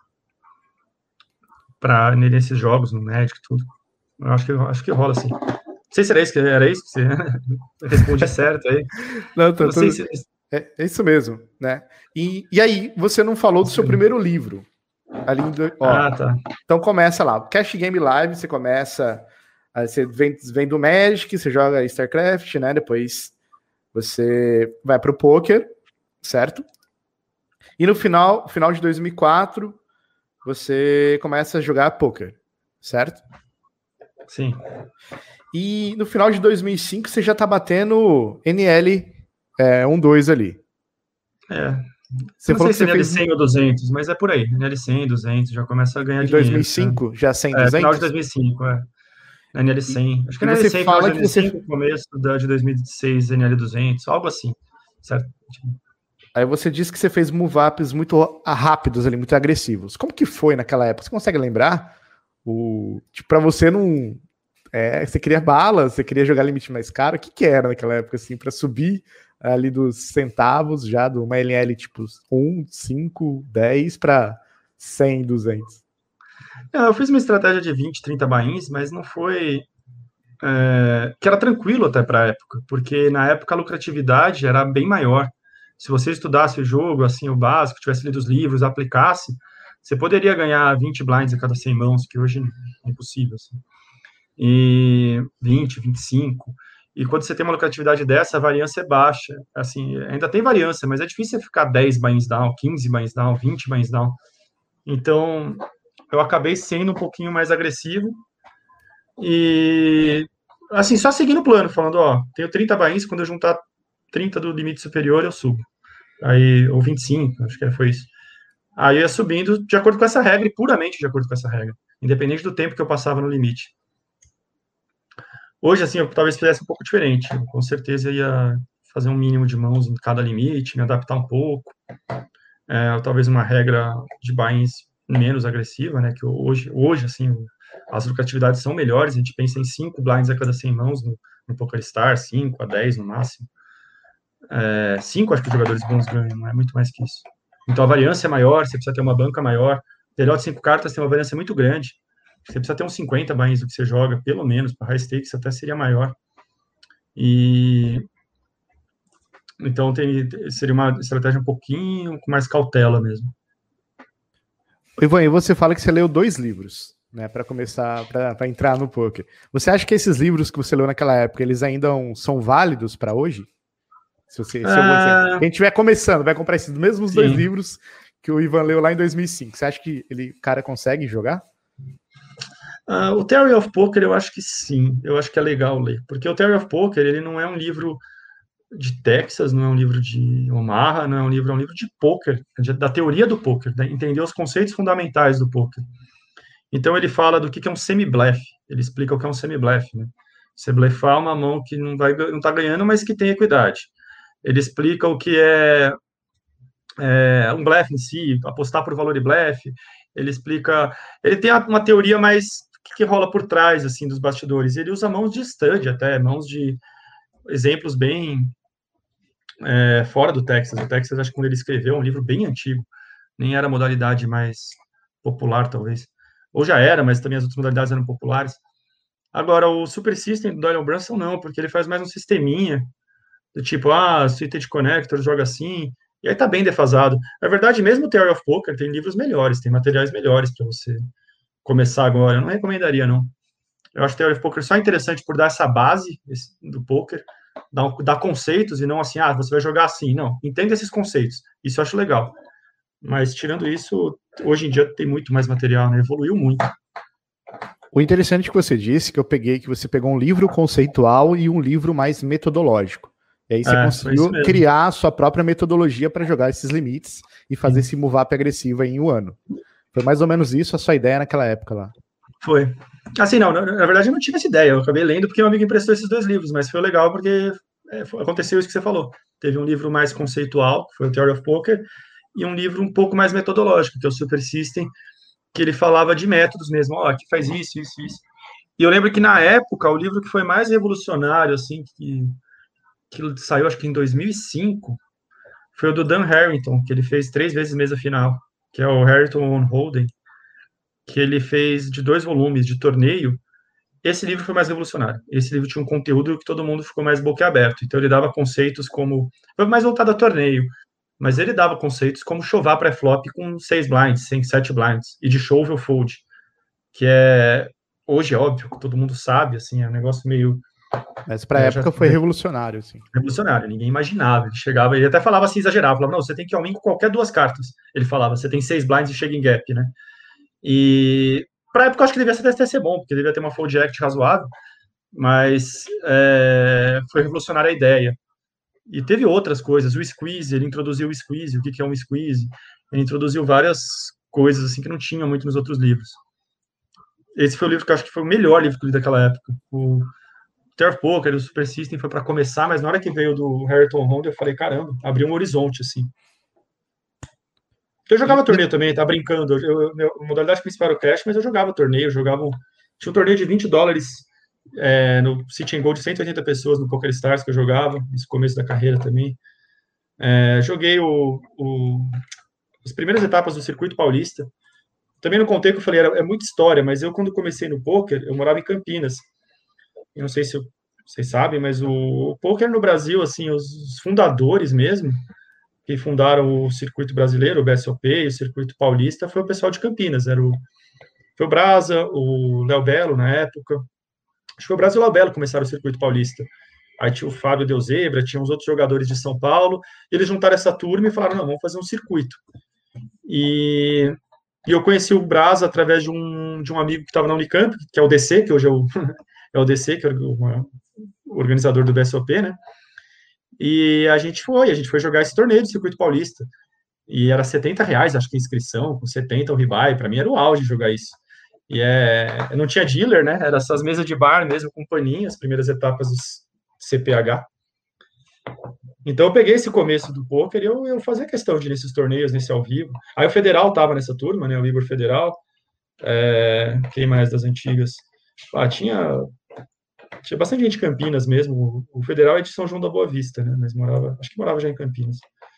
nesses jogos, no Magic, tudo. Eu acho que rola assim. Não sei se era isso que você respondia certo aí. Não, sei se É isso mesmo, né? E aí, você não falou do seu primeiro livro. Ali, ó. Tá. Então começa lá. Cash Game Live, você começa. Você vem do Magic, você joga StarCraft, né? Depois você vai pro poker, certo? E no final de 2004, você começa a jogar poker, certo? Sim. E no final de 2005, você já tá batendo NL 1-2 ali. Você não sei se é NL 100 ou 200, mas é por aí. NL 100, 200, já começa a ganhar dinheiro. Em 2005, já 100, 200? Final de 2005, NL 100. Acho que NL 100, final de 2005, começo de 2016, NL 200, algo assim, certo? Aí você disse que você fez move-ups muito rápidos ali, muito agressivos. Como que foi naquela época? Você consegue lembrar? Tipo, pra você não... você queria bala, você queria jogar limite mais caro? O que era naquela época, assim, pra subir ali dos centavos já, de uma LL tipo 1, 5, 10 para 100, 200? Eu fiz uma estratégia de 20, 30 buy-ins, mas não foi... que era tranquilo até para a época, porque na época a lucratividade era bem maior. Se você estudasse o jogo, assim, o básico, tivesse lido os livros, aplicasse, você poderia ganhar 20 blinds a cada 100 mãos, que hoje é impossível, assim. E 20, 25. E quando você tem uma lucratividade dessa, a variância é baixa. Assim, ainda tem variância, mas é difícil você ficar 10 buy-ins down, 15 buy-ins down, 20 buy-ins down. Então, eu acabei sendo um pouquinho mais agressivo e, assim, só seguindo o plano, falando, ó, tenho 30 buy-ins, quando eu juntar 30 do limite superior, eu subo. Aí, ou 25, acho que foi isso. Aí eu ia subindo de acordo com essa regra e puramente de acordo com essa regra, independente do tempo que eu passava no limite. Hoje, assim, eu talvez fizesse um pouco diferente. Eu, com certeza ia fazer um mínimo de mãos em cada limite, me adaptar um pouco. Talvez uma regra de buy-ins menos agressiva, né? Que hoje assim, as lucratividades são melhores. A gente pensa em 5 blinds a cada 100 mãos no PokerStar, 5 a 10 no máximo. 5 acho que os jogadores bons ganham, não é muito mais que isso. Então a variância é maior, você precisa ter uma banca maior. Melhor de 5 cartas tem uma variância muito grande. Você precisa ter uns 50 buy-ins do que você joga, pelo menos, para high stakes até seria maior. Então seria uma estratégia um pouquinho com mais cautela mesmo. Ivan, e você fala que você leu 2 livros, né, para começar, para entrar no poker. Você acha que esses livros que você leu naquela época, eles ainda são válidos para hoje? Se quem estiver começando, vai comprar esses mesmos 2 livros que o Ivan leu lá em 2005. Você acha que o cara consegue jogar? O Theory of Poker, eu acho que sim. Eu acho que é legal ler. Porque o Theory of Poker, ele não é um livro de Texas, não é um livro de Omaha, não é um livro de poker, da teoria do poker, né? Entender os conceitos fundamentais do poker. Então ele fala do que é um semi-bluff, ele explica o que é um semi-bluff, né? Você blefar uma mão que não está ganhando, mas que tem equidade. Ele explica o que é um blefe em si, apostar por valor e blefe. Ele explica, ele tem uma teoria mais que rola por trás assim dos bastidores. Ele usa mãos de stud até, mãos de exemplos bem fora do Texas. O Texas, acho que quando ele escreveu, é um livro bem antigo, nem era a modalidade mais popular, talvez. Ou já era, mas também as outras modalidades eram populares. Agora, o Super System do Doyle Brunson, não, porque ele faz mais um sisteminha, do tipo, Suited Connector joga assim, e aí tá bem defasado. Na verdade, mesmo o Theory of Poker tem livros melhores, tem materiais melhores para você começar agora. Eu não recomendaria, não. Eu acho o Theory of Poker só interessante por dar essa base do poker, dar conceitos e não assim, você vai jogar assim. Não, entenda esses conceitos. Isso eu acho legal. Mas, tirando isso, hoje em dia tem muito mais material, né? Evoluiu muito. O interessante que você disse, que você pegou um livro conceitual e um livro mais metodológico. E aí você conseguiu criar a sua própria metodologia para jogar esses limites e fazer esse move-up agressivo aí em um ano. Foi mais ou menos isso a sua ideia naquela época lá. Foi. Assim, não, na verdade eu não tive essa ideia, eu acabei lendo porque meu amigo emprestou esses 2 livros, mas foi legal porque aconteceu isso que você falou. Teve um livro mais conceitual, que foi o Theory of Poker, e um livro um pouco mais metodológico, que é o Super System, que ele falava de métodos mesmo, que faz isso, isso, isso. E eu lembro que na época, o livro que foi mais revolucionário, assim, que saiu acho que em 2005, foi o do Dan Harrington, que ele fez 3 vezes mesa final, que é o Harrington on Hold'em, que ele fez de 2 volumes de torneio, esse livro foi mais revolucionário. Esse livro tinha um conteúdo que todo mundo ficou mais boquiaberto. Então, ele dava conceitos como... Foi mais voltado a torneio, mas ele dava conceitos como chovar pré-flop com 6 blinds, 7 blinds, e de shovel fold, que é... Hoje é óbvio, que todo mundo sabe, assim, é um negócio meio... Mas pra época foi revolucionário, assim. Revolucionário, ninguém imaginava. Ele chegava, ele até falava assim, exagerava, falava, não, você tem que all-in com qualquer 2 cartas. Ele falava, você tem 6 blinds e chega em gap, né? E pra época eu acho que devia até ser bom, porque devia ter uma fold act razoável, mas foi revolucionária a ideia. E teve outras coisas, o squeeze, ele introduziu o squeeze, o que é um squeeze, ele introduziu várias coisas assim que não tinha muito nos outros livros. Esse foi o livro que eu acho que foi o melhor livro que eu li daquela época. O Turf Poker, o Super System foi para começar, mas na hora que veio do Harrington Honda, eu falei, caramba, abriu um horizonte, assim. Eu jogava torneio também, tá brincando. Minha modalidade principal era o cash, mas eu jogava torneio, tinha um torneio de $20 no City and Gold de 180 pessoas no Poker Stars que eu jogava, nesse começo da carreira também. Joguei as primeiras etapas do Circuito Paulista. Também não contei que eu falei, é muita história, mas eu, quando comecei no poker, eu morava em Campinas. Eu não sei se vocês sabem, mas o poker no Brasil, assim, os fundadores mesmo, que fundaram o circuito brasileiro, o BSOP e o circuito paulista, foi o pessoal de Campinas. Foi o Brasa, o Léo Belo, na época. Acho que foi o Brasa e o Léo Belo que começaram o circuito paulista. Aí tinha o Fábio Deuzebra, tinha uns outros jogadores de São Paulo, e eles juntaram essa turma e falaram, não, vamos fazer um circuito. E eu conheci o Brasa através de um amigo que estava na Unicamp, que é o DC, que hoje é o DC, que é o organizador do BSOP, né? E a gente foi jogar esse torneio do Circuito Paulista. E era R$ 70, acho que a inscrição, com 70 o ribai. Para mim era o auge jogar isso. E não tinha dealer, né? Era essas mesas de bar mesmo, com paninho, as primeiras etapas do CPH. Então eu peguei esse começo do poker e eu fazia questão de ir nesses torneios, nesse ao vivo. Aí o Federal tava nessa turma, né? O Igor Federal. Quem mais das antigas? Tinha bastante gente em Campinas mesmo. O Federal é de São João da Boa Vista, né? Mas acho que morava já em Campinas.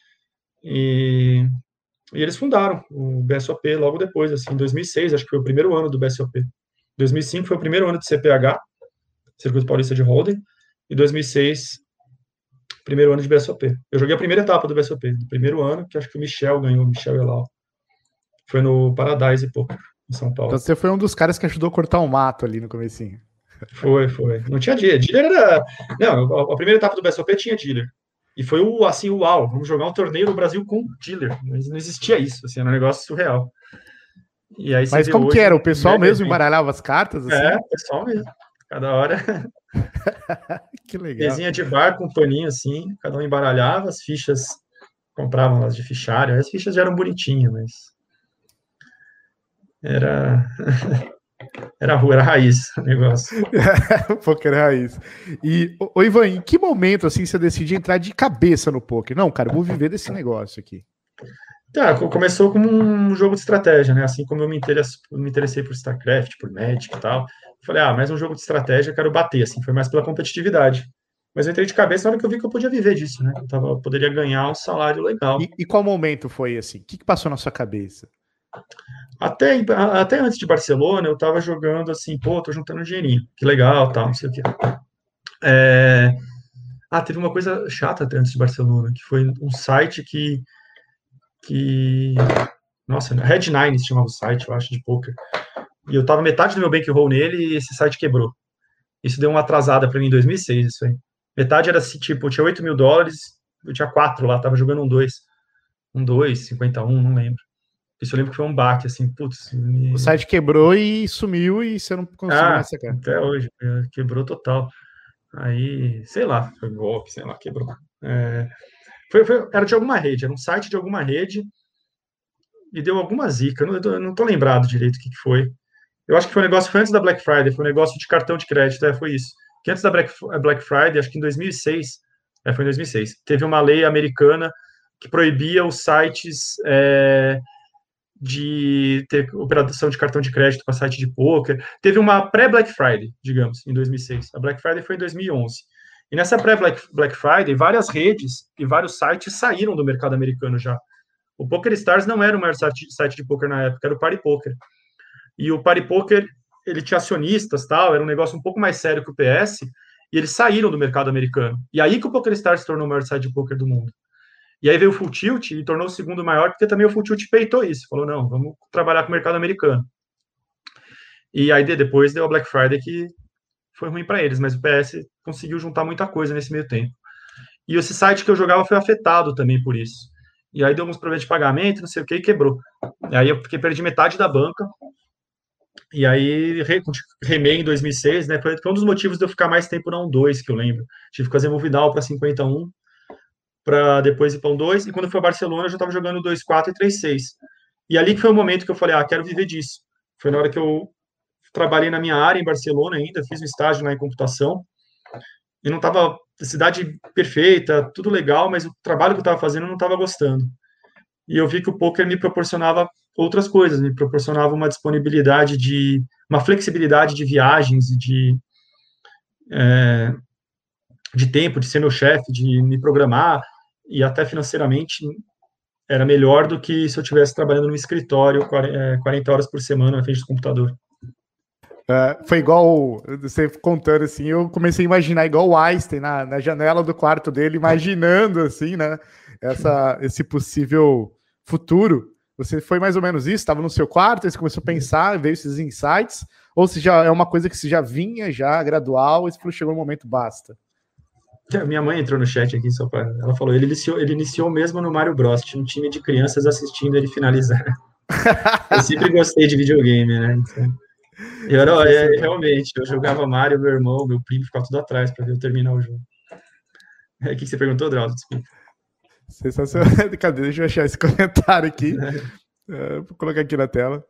E eles fundaram o BSOP logo depois, assim, em 2006, acho que foi o primeiro ano do BSOP. 2005 foi o primeiro ano de CPH, Circuito Paulista de Hold'em, e 2006, primeiro ano de BSOP. Eu joguei a primeira etapa do BSOP, no primeiro ano, que acho que o Michel ganhou, o Michel Elal. Foi no Paradise Poker, em São Paulo. Então você foi um dos caras que ajudou a cortar o mato ali no comecinho. Foi. Não tinha dealer. Dealer era... Não, a primeira etapa do BSOP tinha dealer. E foi uau, vamos jogar um torneio no Brasil com dealer. Mas não existia isso, assim, era um negócio surreal. E aí mas como hoje, que era? O pessoal mesmo embaralhava as cartas? Assim? O pessoal mesmo. Cada hora. Que legal. Mesinha de bar com paninho, assim, cada um embaralhava, as fichas compravam as de fichário. As fichas já eram bonitinhas, mas era raiz o negócio. Poker raiz. E, Ivan, em que momento assim você decide entrar de cabeça no poker? Não, cara, eu vou viver desse negócio aqui. Começou como um jogo de estratégia, né? Assim como eu me interessei por StarCraft, por Magic e tal. Eu falei, mais um jogo de estratégia, eu quero bater, assim, foi mais pela competitividade. Mas eu entrei de cabeça na hora que eu vi que eu podia viver disso, né? Eu poderia ganhar um salário legal. E qual momento foi assim? O que passou na sua cabeça? Até antes de Barcelona, eu tava jogando assim, tô juntando um dinheirinho, que legal, tal, não sei o quê. Teve uma coisa chata até antes de Barcelona, que foi um site que nossa, Red Nine se chamava o site, eu acho, de poker. E eu tava metade do meu bankroll nele e esse site quebrou. Isso deu uma atrasada para mim em 2006, isso aí. Metade era assim, tipo, eu tinha $8 mil, eu tinha 4 lá, tava jogando um 2, 51, não lembro. Isso eu lembro que foi um baque, assim, putz. O site quebrou e sumiu e você não conseguiu mais sacar. Até hoje, quebrou total. Aí, sei lá, foi golpe, sei lá, quebrou. Era de alguma rede, era um site de alguma rede e deu alguma zica, eu não tô lembrado direito o que foi. Eu acho que foi antes da Black Friday, foi um negócio de cartão de crédito, foi isso. Que antes da Black Friday, acho que em 2006, foi em 2006, teve uma lei americana que proibia os sites de ter operação de cartão de crédito para site de poker. Teve uma pré-Black Friday, digamos, em 2006. A Black Friday foi em 2011. E nessa pré-Black Friday, várias redes e vários sites saíram do mercado americano já. O Poker Stars não era o maior site de poker na época, era o Party Poker. E o Party Poker ele tinha acionistas, tal, era um negócio um pouco mais sério que o PS, e eles saíram do mercado americano. E aí que o PokerStars se tornou o maior site de poker do mundo. E aí veio o Full Tilt e tornou o segundo maior, porque também o Full Tilt peitou isso. Falou, não, vamos trabalhar com o mercado americano. E aí depois deu a Black Friday, que foi ruim para eles, mas o PS conseguiu juntar muita coisa nesse meio tempo. E esse site que eu jogava foi afetado também por isso. E aí deu uns problemas de pagamento, não sei o que, e quebrou. E aí eu perdi metade da banca. E aí remei em 2006, né? Foi um dos motivos de eu ficar mais tempo na 1-2, que eu lembro. Tive que fazer Movidal para 51, para depois ir para 1-2. E quando foi a Barcelona, eu já estava jogando 2-4 e 3-6. E ali que foi o momento que eu falei, quero viver disso. Foi na hora que eu trabalhei na minha área em Barcelona ainda, fiz um estágio lá em computação. E não estava cidade perfeita, tudo legal, mas o trabalho que eu estava fazendo eu não estava gostando. E eu vi que o poker me proporcionava outras coisas, me proporcionava uma disponibilidade uma flexibilidade de viagens e de tempo, de ser meu chefe, de me programar, e até financeiramente era melhor do que se eu estivesse trabalhando no escritório 40 horas por semana na frente do computador. Foi igual você contando assim, eu comecei a imaginar igual o Einstein na janela do quarto dele, imaginando assim, né, esse possível futuro. Você foi mais ou menos isso? Estava no seu quarto, você começou a pensar, veio esses insights, ou se já é uma coisa que você já vinha, já gradual, e você chegou no momento basta? Minha mãe entrou no chat aqui, ela falou, ele iniciou mesmo no Mario Bros, tinha um time de crianças assistindo ele finalizar. Eu sempre gostei de videogame, né, então... realmente, eu jogava Mario, meu irmão, meu primo ficava tudo atrás para ver eu terminar o jogo. O que você perguntou, Drauzio? Desculpa. Sensacional. Cadê? Deixa eu achar esse comentário aqui. Vou colocar aqui na tela.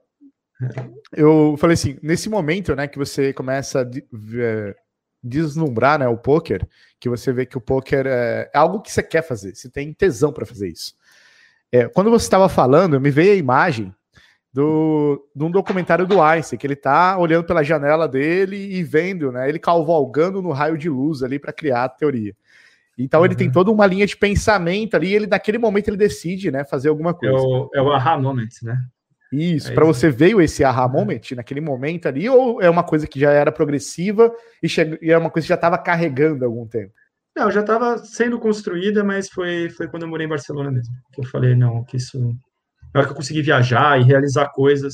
Eu falei assim, nesse momento, né, que você começa a deslumbrar, né, o poker, que você vê que o poker é algo que você quer fazer, você tem tesão para fazer isso. Quando você estava falando, me veio a imagem de um documentário do Einstein, que ele tá olhando pela janela dele e vendo, né, ele cavalgando no raio de luz ali para criar a teoria. Então ele tem toda uma linha de pensamento ali, e ele naquele momento ele decide, né, fazer alguma coisa. É o aha moment, né? Isso, para você veio esse aha moment naquele momento ali, ou é uma coisa que já era progressiva e é uma coisa que já estava carregando há algum tempo? Não, já estava sendo construída, mas foi quando eu morei em Barcelona mesmo, que eu falei, não, que isso... Na hora que eu consegui viajar e realizar coisas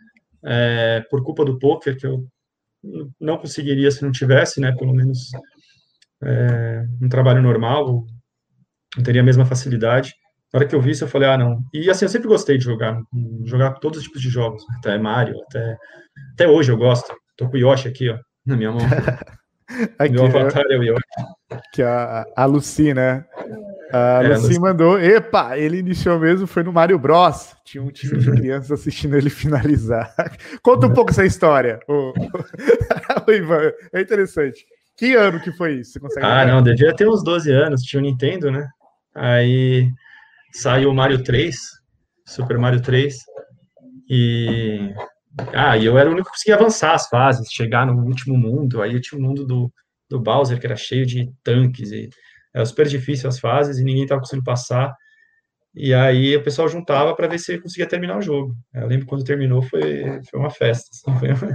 por culpa do poker, que eu não conseguiria se não tivesse, né, pelo menos um trabalho normal, não teria a mesma facilidade. Na hora que eu vi isso, eu falei, não. E assim, eu sempre gostei de jogar todos os tipos de jogos, até Mario, até hoje eu gosto. Tô com o Yoshi aqui, ó, na minha mão. Aqui, meu avatar é o Yoshi. Que a Lucy, né? A Lucy mandou, ele iniciou mesmo, foi no Mario Bros. Tinha um time de crianças assistindo ele finalizar. Conta um pouco essa história, o Ivan, é interessante. Que ano que foi isso? Você consegue lembrar? Não, devia ter uns 12 anos, tinha o Nintendo, né? Aí saiu o Mario 3, Super Mario 3, e eu era o único que conseguia avançar as fases, chegar no último mundo, aí eu tinha o mundo do Bowser, que era cheio de tanques, e era super difícil as fases, e ninguém estava conseguindo passar, e aí o pessoal juntava para ver se conseguia terminar o jogo. Eu lembro quando terminou, foi uma festa. Assim,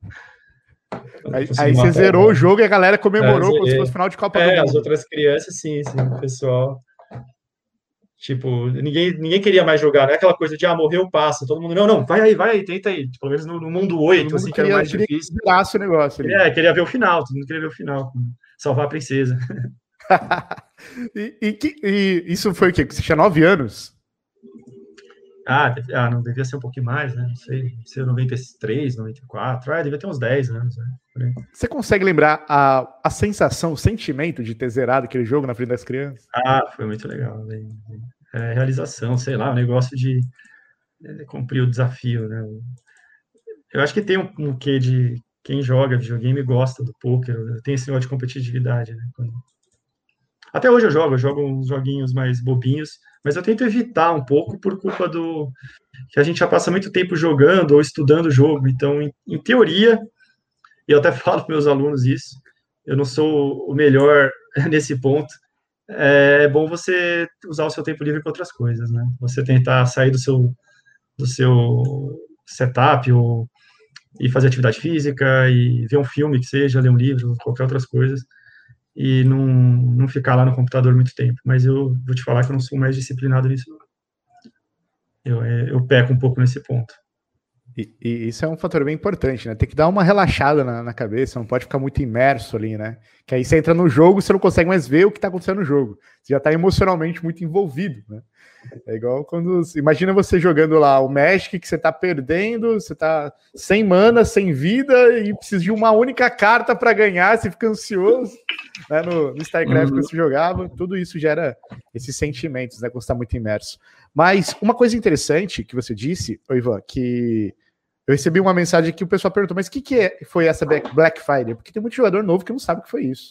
aí você zerou o jogo e a galera comemorou como se fosse final de Copa do Mundo. As outras crianças, sim, o pessoal... Tipo, ninguém queria mais jogar, não é aquela coisa de, morreu, passa, todo mundo, não, vai aí, tenta aí, pelo menos no mundo 8, assim, que era o mais difícil. Que o negócio ali. Queria ver o final, todo mundo queria ver o final, salvar a princesa. e isso foi o quê? Você tinha 9 anos? Não, devia ser um pouquinho mais, né, não sei, 93, 94, devia ter uns 10 anos, né. Você consegue lembrar a sensação, o sentimento de ter zerado aquele jogo na frente das crianças? Foi muito legal, realização, sei lá, o negócio de cumprir o desafio, né. Eu acho que tem um quê de quem joga videogame gosta do poker, tem esse negócio de competitividade, né. Até hoje eu jogo uns joguinhos mais bobinhos, mas eu tento evitar um pouco por culpa que a gente já passa muito tempo jogando ou estudando o jogo, então, em teoria, e eu até falo para meus alunos isso, eu não sou o melhor nesse ponto, é bom você usar o seu tempo livre para outras coisas, né? Você tentar sair do seu setup ou e fazer atividade física, e ver um filme que seja, ler um livro, qualquer outras coisas, e não ficar lá no computador muito tempo. Mas eu vou te falar que eu não sou mais disciplinado nisso. Eu peco um pouco nesse ponto. E isso é um fator bem importante, né? Tem que dar uma relaxada na cabeça, não pode ficar muito imerso ali, né? Que aí você entra no jogo, você não consegue mais ver o que tá acontecendo no jogo. Você já tá emocionalmente muito envolvido, né? É igual quando... Imagina você jogando lá o Magic, que você tá perdendo, você tá sem mana, sem vida, e precisa de uma única carta para ganhar, você fica ansioso. Né? No StarCraft, quando você jogava, tudo isso gera esses sentimentos, né? Quando você tá muito imerso. Mas uma coisa interessante que você disse, Ivan, que eu recebi uma mensagem que o pessoal perguntou, mas o que foi essa Black Friday? Porque tem muito jogador novo que não sabe o que foi isso.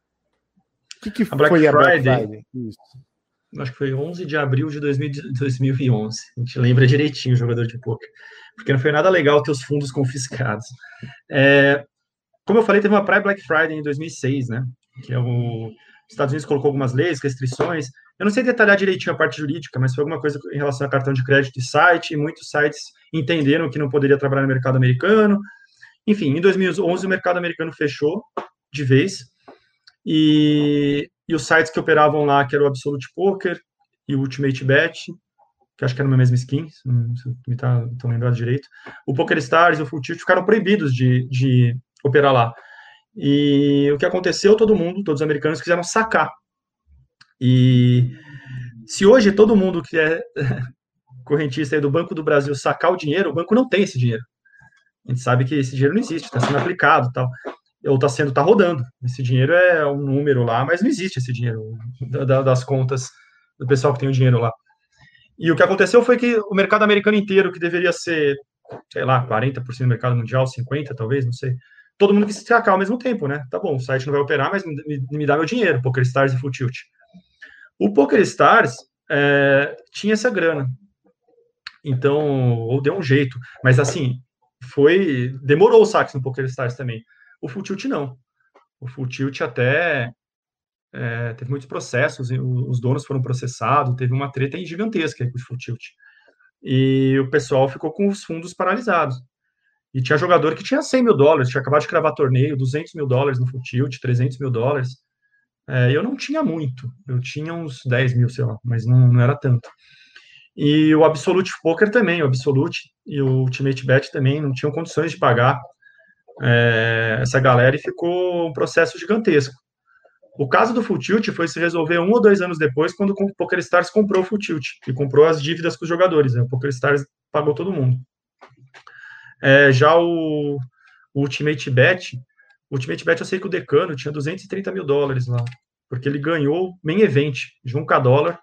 O que foi a Black Friday? Isso. Acho que foi 11 de abril de 2011. A gente lembra direitinho o jogador de poker. Porque não foi nada legal ter os fundos confiscados. Como eu falei, teve uma Black Friday em 2006, né? Que os Estados Unidos colocou algumas leis, restrições. Eu não sei detalhar direitinho a parte jurídica, mas foi alguma coisa em relação a cartão de crédito e site, e muitos sites entenderam que não poderia trabalhar no mercado americano. Enfim, em 2011 o mercado americano fechou de vez, e os sites que operavam lá, que era o Absolute Poker e o Ultimate Bet, que acho que era na mesma skin, se não me estão lembrado direito, o PokerStars e o Full Tilt ficaram proibidos de operar lá. E o que aconteceu, todos os americanos quiseram sacar. E se hoje todo mundo que é correntista aí do Banco do Brasil sacar o dinheiro, o banco não tem esse dinheiro. A gente sabe que esse dinheiro não existe, está sendo aplicado, tal, ou está rodando. Esse dinheiro é um número lá, mas não existe esse dinheiro das contas do pessoal que tem o dinheiro lá. E o que aconteceu foi que o mercado americano inteiro, que deveria ser, sei lá, 40% do mercado mundial, 50% talvez, não sei, todo mundo quis sacar ao mesmo tempo, né? Tá bom, o site não vai operar, mas me dá meu dinheiro, PokerStars e Full Tilt. O PokerStars tinha essa grana, então, ou deu um jeito, mas assim, demorou os saques no PokerStars também. O Full Tilt não. O Full Tilt até teve muitos processos, os donos foram processados, teve uma treta gigantesca aí com o Full Tilt. E o pessoal ficou com os fundos paralisados. E tinha jogador que tinha $100 mil, tinha acabado de cravar torneio, $200 mil no Full Tilt, $300 mil. Eu não tinha muito, eu tinha uns 10 mil, sei lá, mas não era tanto. E o Absolute Poker também, o Absolute e o Ultimate Bet também não tinham condições de pagar essa galera, e ficou um processo gigantesco. O caso do Full Tilt foi se resolver 1 ou 2 anos depois, quando o PokerStars comprou o Full Tilt, e comprou as dívidas com os jogadores, né? O PokerStars pagou todo mundo. Já o Ultimate Bet eu sei que o Decano tinha $230 mil lá, porque ele ganhou main event de 1K dólar,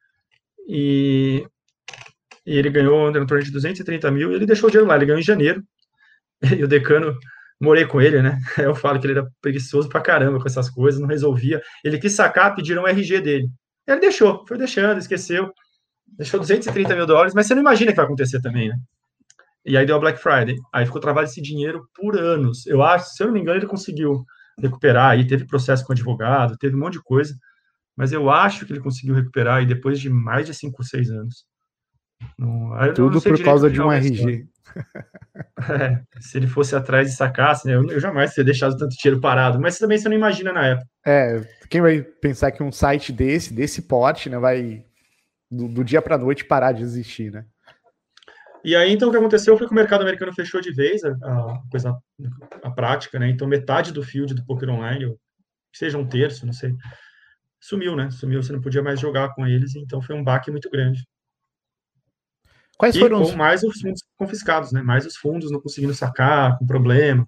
e ele ganhou no torneio de 230 mil, e ele deixou o dinheiro lá, ele ganhou em janeiro, e o Decano, morei com ele, né, eu falo que ele era preguiçoso pra caramba com essas coisas, não resolvia, ele quis sacar, pediram o RG dele, ele deixou, foi deixando, esqueceu, deixou $230 mil, mas você não imagina o que vai acontecer também, né. E aí deu a Black Friday. Aí ficou travado esse dinheiro por anos. Eu acho, se eu não me engano, ele conseguiu recuperar. Aí teve processo com advogado, teve um monte de coisa. Mas eu acho que ele conseguiu recuperar aí depois de mais de 5 ou 6 anos. Tudo por causa de um RG. Se ele fosse atrás e sacasse, né, eu jamais teria deixado tanto dinheiro parado. Mas também você não imagina na época. Quem vai pensar que um site desse porte, né, vai do dia para noite parar de existir, né? E aí, então, o que aconteceu foi que o mercado americano fechou de vez a prática, né? Então, metade do field do poker online, seja um terço, não sei, sumiu, né? Sumiu, você não podia mais jogar com eles, então foi um baque muito grande. Quais foram com mais os fundos confiscados, né? Mais os fundos não conseguindo sacar, com problema.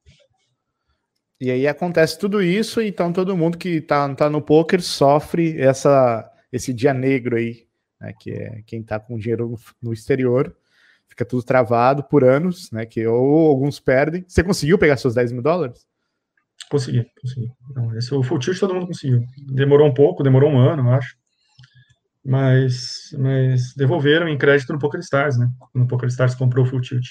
E aí acontece tudo isso, então todo mundo que tá no poker sofre esse dia negro aí, né? Que é quem tá com dinheiro no exterior. Fica tudo travado por anos, né? Que ou alguns perdem. Você conseguiu pegar seus $10 mil? Consegui. Não, esse o Full Tilt todo mundo conseguiu. Demorou um pouco, demorou um ano, eu acho. Mas devolveram em crédito no PokerStars, né? No PokerStars comprou o Full Tilt.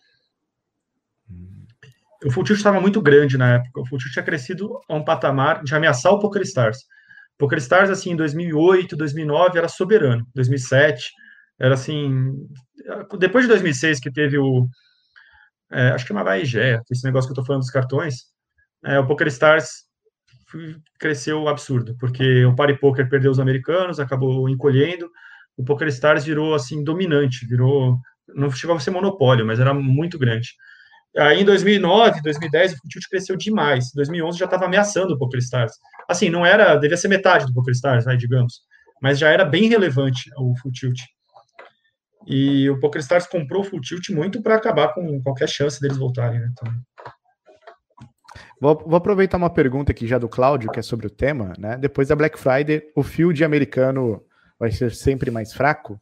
O Full Tilt estava muito grande na época. O Full Tilt tinha crescido a um patamar de ameaçar o PokerStars. O PokerStars, assim, em 2008, 2009, era soberano. 2007, era assim... Depois de 2006, que teve acho que chamava IGEA, esse negócio que eu estou falando dos cartões, o PokerStars cresceu absurdo, porque o Party Poker perdeu os americanos, acabou encolhendo, o PokerStars virou, assim, dominante, não chegou a ser monopólio, mas era muito grande. Aí, em 2009, 2010, o Futilt cresceu demais. Em 2011 já estava ameaçando o PokerStars. Assim, não era, devia ser metade do PokerStars, vai, digamos, mas já era bem relevante o Futilt. E o PokerStars comprou o Futilt muito para acabar com qualquer chance deles voltarem, né? Então... Vou aproveitar uma pergunta aqui já do Cláudio, que é sobre o tema, né? Depois da Black Friday, o field americano vai ser sempre mais fraco?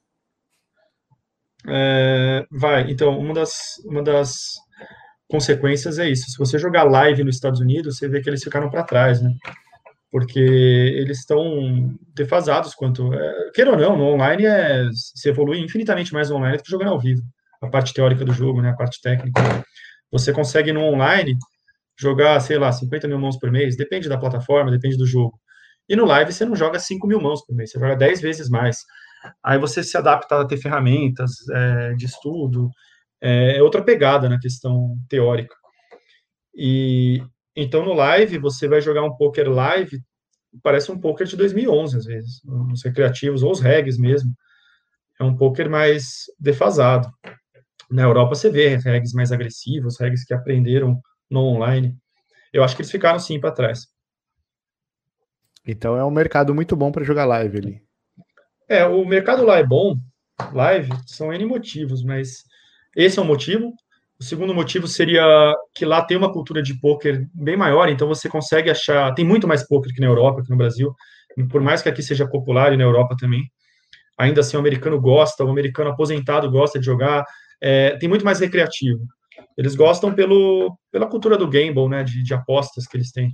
Vai. Então, uma das consequências é isso. Se você jogar live nos Estados Unidos, você vê que eles ficaram para trás, né? Porque eles estão defasados quanto... queira ou não, no online se evolui infinitamente mais no online do que jogando ao vivo. A parte teórica do jogo, né? A parte técnica. Você consegue no online jogar, sei lá, 50 mil mãos por mês, depende da plataforma, depende do jogo. E no live você não joga 5 mil mãos por mês, você joga 10 vezes mais. Aí você se adapta a ter ferramentas de estudo, outra pegada na questão teórica. E então no live você vai jogar um poker live, parece um poker de 2011 às vezes, os recreativos ou os regs mesmo. É um poker mais defasado. Na Europa você vê regs mais agressivos, regs que aprenderam no online. Eu acho que eles ficaram sim para trás. Então é um mercado muito bom para jogar live ali. O mercado lá é bom, live, são N motivos, mas esse é um motivo. O segundo motivo seria que lá tem uma cultura de pôquer bem maior, então você consegue achar. Tem muito mais pôquer que na Europa, que no Brasil, por mais que aqui seja popular e na Europa também. Ainda assim, o americano gosta, o americano aposentado gosta de jogar, tem muito mais recreativo. Eles gostam pela cultura do gamble, né, de apostas que eles têm.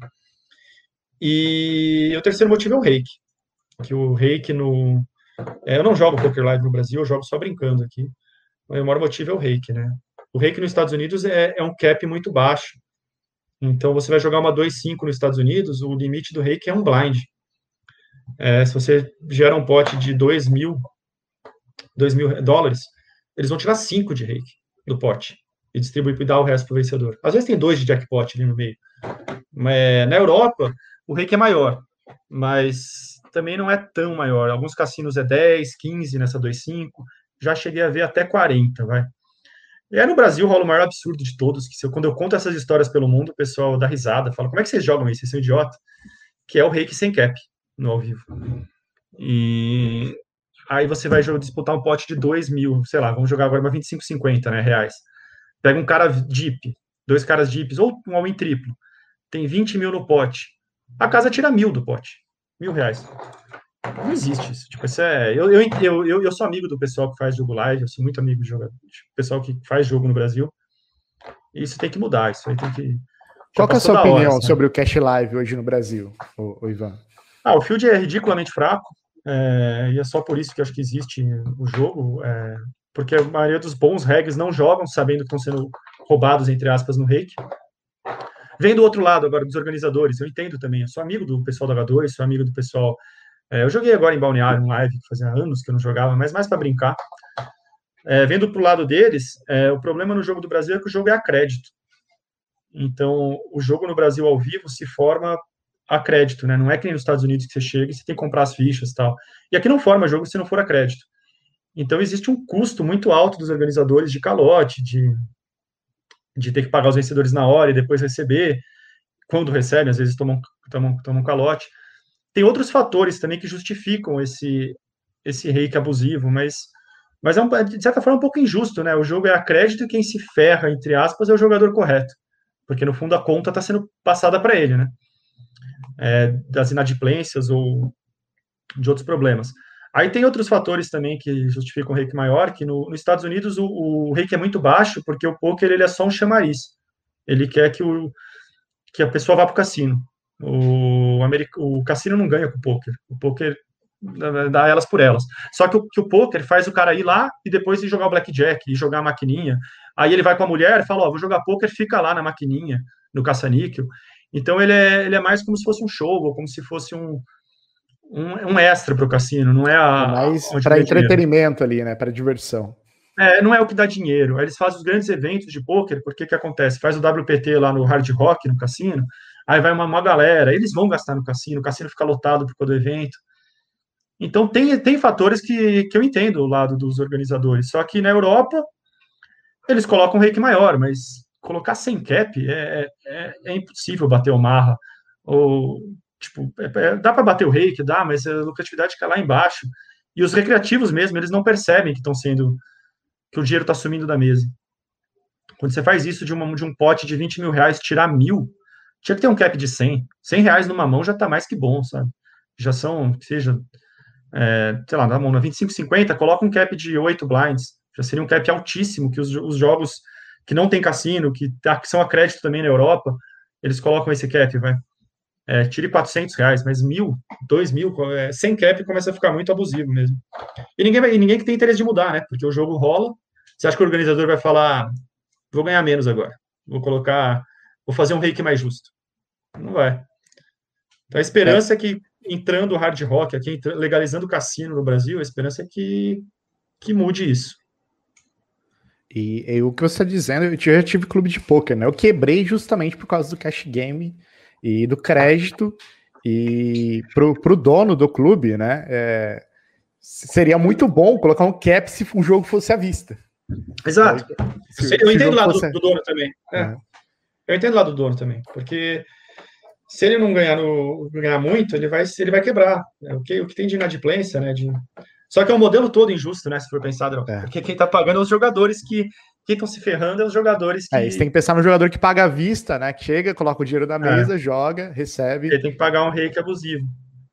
E o terceiro motivo é o reiki, que o reiki eu não jogo poker live no Brasil, eu jogo só brincando aqui. O maior motivo é o reiki, né? O reiki nos Estados Unidos é um cap muito baixo. Então, você vai jogar uma 2-5 nos Estados Unidos, o limite do reiki é um blind. Se você gera um pote de $2.000, eles vão tirar 5 de reiki do pote e distribuir e dar o resto para o vencedor. Às vezes tem 2 de jackpot ali no meio. Na Europa, o reiki é maior, mas também não é tão maior. Alguns cassinos é 10, 15 nessa 2.5. Já cheguei a ver até 40, vai. E aí no Brasil rola o maior absurdo de todos, que quando eu conto essas histórias pelo mundo, o pessoal dá risada, fala, como é que vocês jogam isso? Vocês são idiota? Que é o reiki sem cap, no ao vivo. E aí você vai disputar um pote de 2.000, sei lá, vamos jogar agora uma 25,50, né, reais. Pega um cara deep, 2 caras deeps, ou um all-in triplo, tem 20 mil no pote. A casa tira 1.000 do pote. R$1.000. Não existe isso. Tipo, eu sou amigo do pessoal que faz jogo live, eu sou muito amigo do pessoal que faz jogo no Brasil. E isso tem que mudar, isso aí tem que. Qual que é a sua opinião sobre o Cash Live hoje no Brasil, o Ivan? O field é ridiculamente fraco, e é só por isso que eu acho que existe o jogo, porque a maioria dos bons regs não jogam sabendo que estão sendo roubados, entre aspas, no reiki. Vem do outro lado agora, dos organizadores, eu entendo também, eu sou amigo do pessoal do H2, sou amigo do pessoal... eu joguei agora em Balneário, um live, que fazia anos que eu não jogava, mas mais para brincar. Vendo para o lado deles, o problema no jogo do Brasil é que o jogo é a crédito. Então, o jogo no Brasil ao vivo se forma a crédito, né? Não é que nem nos Estados Unidos que você chega e você tem que comprar as fichas e tal. E aqui não forma jogo se não for a crédito. Então, existe um custo muito alto dos organizadores de calote, de ter que pagar os vencedores na hora e depois receber. Quando recebem, às vezes tomam calote. Tem outros fatores também que justificam esse reiki abusivo, mas de certa forma, um pouco injusto, né? O jogo é a crédito e quem se ferra, entre aspas, é o jogador correto. Porque, no fundo, a conta está sendo passada para ele, né? Das inadimplências ou de outros problemas. Aí tem outros fatores também que justificam o reiki maior, que nos Estados Unidos o reiki é muito baixo, porque o poker ele é só um chamariz. Ele quer que a pessoa vá para o cassino. O cassino não ganha com o poker. O poker dá elas por elas. Só que o poker faz o cara ir lá e depois ir jogar o blackjack, e jogar a maquininha. Aí ele vai com a mulher e fala, vou jogar poker, fica lá na maquininha, no caça-níquel. Então ele é mais como se fosse um show, ou como se fosse um extra para o cassino, não é mais para entretenimento ali, né? Para diversão. Não é o que dá dinheiro. Eles fazem os grandes eventos de pôquer, porque que acontece? Faz o WPT lá no Hard Rock, no cassino, aí vai uma galera, eles vão gastar no cassino, o cassino fica lotado por todo evento. Então, tem fatores que eu entendo o lado dos organizadores. Só que na Europa, eles colocam um rake maior, mas colocar sem cap é impossível bater o Marra. Ou, tipo, dá para bater o rake, dá, mas a lucratividade fica lá embaixo. E os recreativos mesmo, eles não percebem que estão sendo que o dinheiro está sumindo da mesa. Quando você faz isso de um pote de 20 mil reais, tirar 1.000, tinha que ter um cap de 100. 100 reais numa mão já está mais que bom, sabe? Já são, que seja, sei lá, na mão, na 25, 50, coloca um cap de 8 blinds. Já seria um cap altíssimo, que os jogos que não tem cassino, que são a crédito também na Europa, eles colocam esse cap, vai. Tire 400 reais, mas 1.000, 2.000, sem cap começa a ficar muito abusivo mesmo. E ninguém que tem interesse de mudar, né? Porque o jogo rola. Você acha que o organizador vai falar, vou ganhar menos agora, vou fazer um rake mais justo? Não vai. Então a esperança é que, entrando o hard rock aqui, legalizando o cassino no Brasil, a esperança é que mude isso. E o que você está dizendo, eu já tive clube de poker, né? Eu quebrei justamente por causa do cash game e do crédito, e pro dono do clube, né? Seria muito bom colocar um cap se um jogo fosse à vista. Exato. Eu entendo lá do dono também. Eu entendo lá do dono também, porque se ele não ganhar muito, ele vai quebrar. O que tem de inadimplência, né? Só que é um modelo todo injusto, né? Se for pensado, porque quem está pagando é os jogadores quem estão se ferrando é os jogadores que. Você tem que pensar no jogador que paga à vista, né? Que chega, coloca o dinheiro na mesa, joga, recebe. Ele tem que pagar um rake abusivo.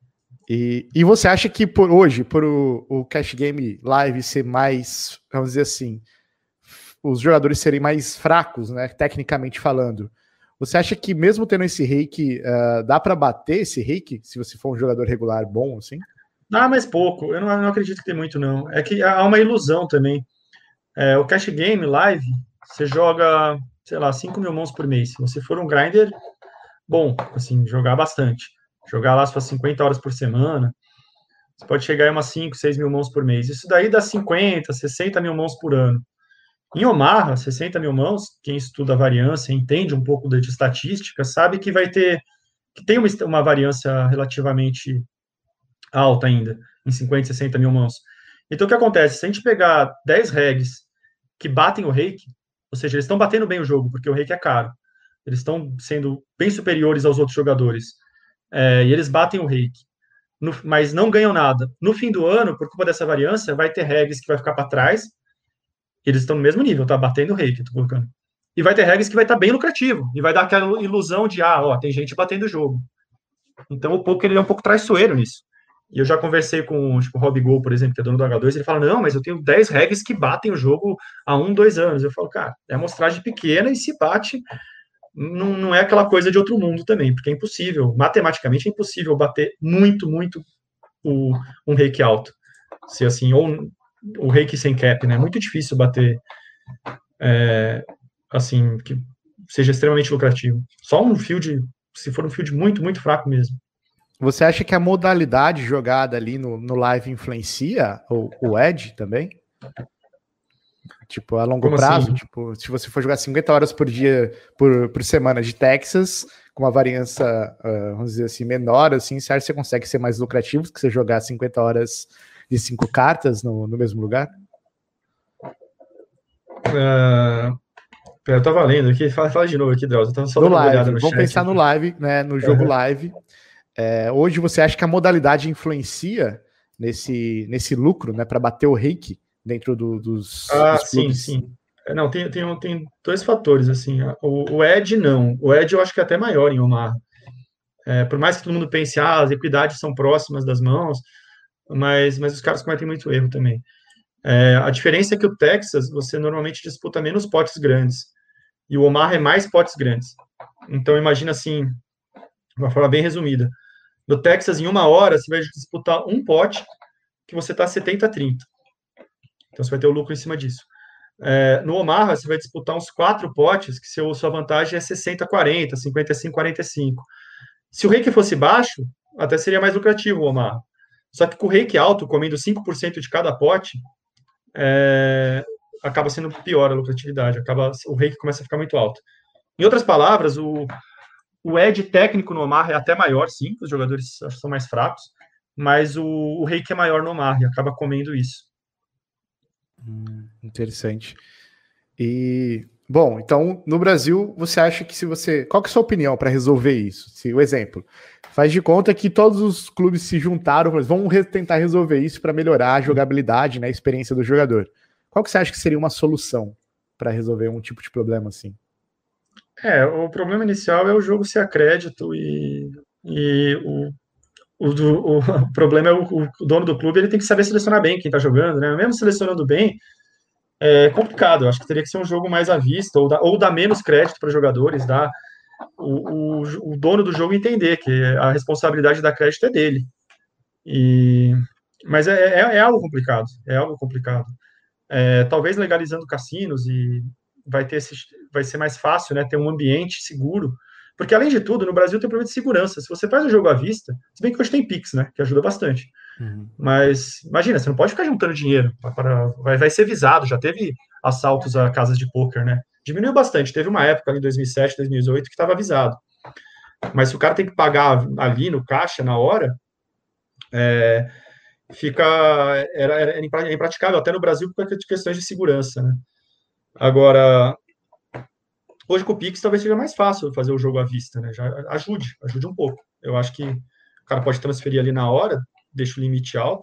E você acha que por o Cash Game Live ser mais, vamos dizer assim, os jogadores serem mais fracos, né? Tecnicamente falando, você acha que mesmo tendo esse rake, dá para bater esse rake, se você for um jogador regular bom, assim? Dá, mas pouco. Eu não acredito que tem muito, não. É que há uma ilusão também. O Cash Game Live, você joga, sei lá, 5.000 mãos por mês. Se você for um grinder, bom, assim, jogar bastante. Jogar lá suas 50 horas por semana, você pode chegar a umas 5, 6 mil mãos por mês. Isso daí dá 50, 60 mil mãos por ano. Em Omaha, 60 mil mãos, quem estuda a variância, entende um pouco de estatística, sabe que tem uma variância relativamente alta ainda, em 50, 60 mil mãos. Então, o que acontece? Se a gente pegar 10 regs que batem o rake, ou seja, eles estão batendo bem o jogo, porque o rake é caro, eles estão sendo bem superiores aos outros jogadores, e eles batem o rake, mas não ganham nada. No fim do ano, por culpa dessa variância, vai ter regs que vai ficar para trás, eles estão no mesmo nível, tá batendo o rake, tô colocando. E vai ter regs que vai estar bem lucrativo, e vai dar aquela ilusão de, tem gente batendo o jogo. Então, o poker ele é um pouco traiçoeiro nisso. E eu já conversei com o Rob Gol, por exemplo, que é dono do H2, ele fala, não, mas eu tenho 10 regs que batem o jogo há 1, 2 anos. Eu falo, cara, é amostragem pequena e se bate, não é aquela coisa de outro mundo também, porque é impossível, matematicamente é impossível bater muito um rake alto. Se assim, ou o rake sem cap, né? É muito difícil bater, assim, que seja extremamente lucrativo. Só um field, se for um field muito fraco mesmo. Você acha que a modalidade jogada ali no live influencia o edge também? Tipo, a longo prazo? Assim? Tipo, se você for jogar 50 horas por dia, por semana de Texas, com uma variância, vamos dizer assim, menor, assim, você acha que você consegue ser mais lucrativo que você jogar 50 horas de 5 cartas no mesmo lugar? Eu tava lendo aqui, fala de novo aqui, Drauzio. Eu tava só dando uma olhada no chat. Vamos pensar no live, né, no jogo live. Hoje você acha que a modalidade influencia nesse lucro, né, para bater o rake dentro dos clubes? Sim. Não, tem 2 fatores, assim. O Edge, não. O Edge eu acho que é até maior em Omaha. Por mais que todo mundo pense, as equidades são próximas das mãos, mas os caras cometem muito erro também. A diferença é que o Texas, você normalmente disputa menos potes grandes. E o Omaha é mais potes grandes. Então, imagina assim, de uma forma bem resumida. No Texas, em 1 hora, você vai disputar um pote que você está 70-30. Então, você vai ter o lucro em cima disso. No Omaha, você vai disputar uns 4 potes que sua vantagem é 60-40, 55-45. Se o rake fosse baixo, até seria mais lucrativo o Omaha. Só que com o rake alto, comendo 5% de cada pote, acaba sendo pior a lucratividade, o rake começa a ficar muito alto. Em outras palavras, o edge técnico no Omar é até maior, sim, os jogadores são mais fracos, mas o rake é maior no Omar e acaba comendo isso. Interessante. E, bom, então, no Brasil, você acha que qual que é a sua opinião para resolver isso? O exemplo, faz de conta que todos os clubes se juntaram, vamos tentar resolver isso para melhorar a jogabilidade, né, a experiência do jogador. Qual que você acha que seria uma solução para resolver um tipo de problema assim? O problema inicial é o jogo ser a crédito e o problema é o dono do clube, ele tem que saber selecionar bem quem está jogando, né? Mesmo selecionando bem, é complicado. Eu acho que teria que ser um jogo mais à vista, ou dar menos crédito para jogadores, o dono do jogo entender que a responsabilidade da crédito é dele. Mas é algo complicado, talvez legalizando cassinos e vai ser mais fácil, né, ter um ambiente seguro, porque além de tudo, no Brasil tem um problema de segurança. Se você faz o jogo à vista, se bem que hoje tem Pix, né, que ajuda bastante. Mas imagina, você não pode ficar juntando dinheiro, vai ser visado, já teve assaltos a casas de pôquer, né? Diminuiu bastante, teve uma época ali em 2007, 2018 que estava avisado. Mas se o cara tem que pagar ali no caixa, na hora, era impraticável, até no Brasil, por questões de segurança, né? Agora, hoje com o Pix talvez seja mais fácil fazer o jogo à vista, né? Já ajude um pouco. Eu acho que o cara pode transferir ali na hora, deixa o limite alto,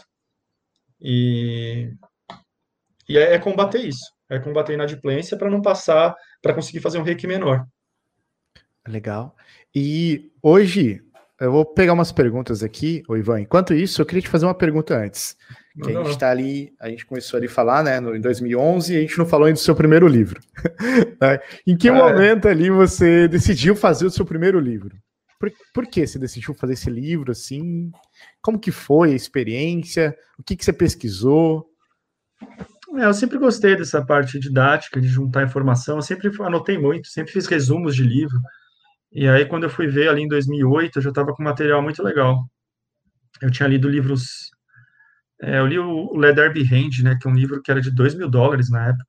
e combater isso. É combater a inadimplência para não passar, para conseguir fazer um rake menor. Legal. E hoje, eu vou pegar umas perguntas aqui, ô Ivan. Enquanto isso, eu queria te fazer uma pergunta antes. Que a gente está ali, a gente começou ali a falar, né, em 2011, e a gente não falou ainda do seu primeiro livro. Em que momento ali você decidiu fazer o seu primeiro livro? Por que você decidiu fazer esse livro, assim? Como que foi a experiência? O que você pesquisou? Eu sempre gostei dessa parte didática, de juntar informação, eu sempre anotei muito, sempre fiz resumos de livro, e aí quando eu fui ver ali em 2008, eu já estava com material muito legal. Eu tinha lido livros, eu li o Let There Be Hand, né, que é um livro que era de $2.000 na época,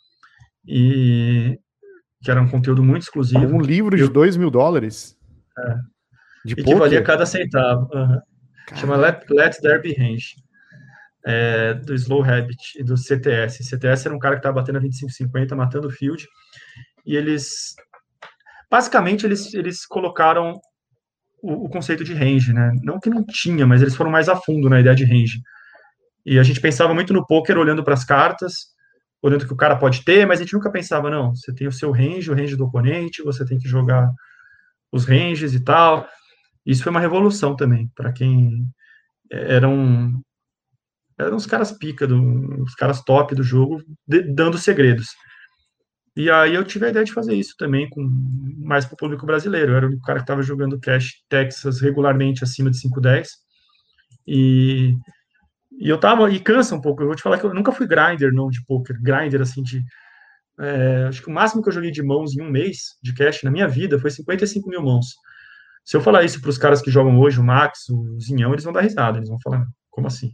e que era um conteúdo muito exclusivo. Um livro de $2.000? De e poker? Que valia cada centavo. Chama Let There Be Hand. Do Slow Habit e do CTS. CTS era um cara que estava batendo a 25,50, matando o field, e basicamente eles colocaram o conceito de range, né? Não que não tinha, mas eles foram mais a fundo na ideia de range. E a gente pensava muito no poker olhando para as cartas, olhando o que o cara pode ter, mas a gente nunca pensava, não, você tem o seu range, o range do oponente, você tem que jogar os ranges e tal. Isso foi uma revolução também, para quem eram os caras pica, os caras top do jogo, dando segredos. E aí eu tive a ideia de fazer isso também, mais para o público brasileiro. Eu era o cara que estava jogando Cash Texas regularmente acima de 5-10. E eu tava, e cansa um pouco, eu vou te falar que eu nunca fui grinder, não, de poker. Grinder, assim, acho que o máximo que eu joguei de mãos em um mês de cash na minha vida foi 55 mil mãos. Se eu falar isso para os caras que jogam hoje, o Max, o Zinhão, eles vão dar risada, eles vão falar, como assim?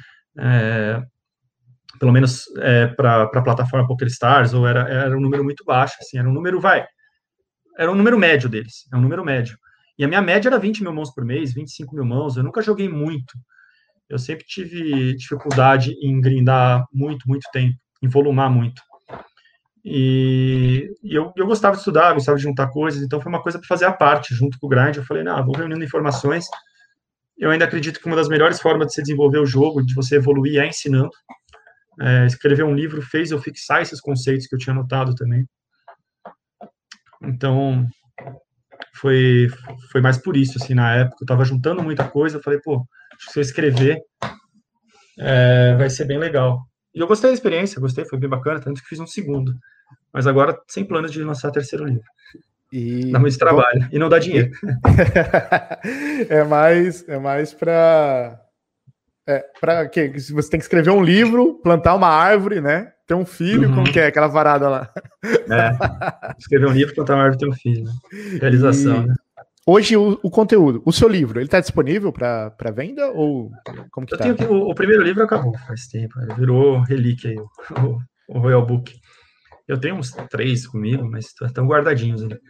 Pelo menos para a plataforma PokerStars, ou era um número muito baixo, assim, era um número médio deles, é um número médio. E a minha média era 20 mil mãos por mês, 25 mil mãos, eu nunca joguei muito. Eu sempre tive dificuldade em grindar muito tempo, em volumar muito. E eu gostava de estudar, gostava de juntar coisas, então foi uma coisa para fazer à parte, junto com o grind. Eu falei, vou reunindo informações. Eu ainda acredito que uma das melhores formas de se desenvolver o jogo, de você evoluir, é ensinando. Escrever um livro fez eu fixar esses conceitos que eu tinha anotado também. Então, foi mais por isso, assim, na época. Eu estava juntando muita coisa, eu falei, acho que se eu escrever, vai ser bem legal. E eu gostei da experiência, foi bem bacana, tanto que fiz um segundo. Mas agora, sem planos de lançar terceiro livro. Dá muito trabalho, e não dá dinheiro. É mais para que você tem que escrever um livro, plantar uma árvore, né? Ter um filho, como que é aquela parada lá? Escrever um livro, plantar uma árvore, ter um filho. Né? Realização, né? Hoje, o conteúdo, o seu livro, ele está disponível para venda? Ou como que tá? O primeiro livro acabou faz tempo, ele virou relíquia aí. o Royal Book. Eu tenho uns 3 comigo, mas estão guardadinhos ali.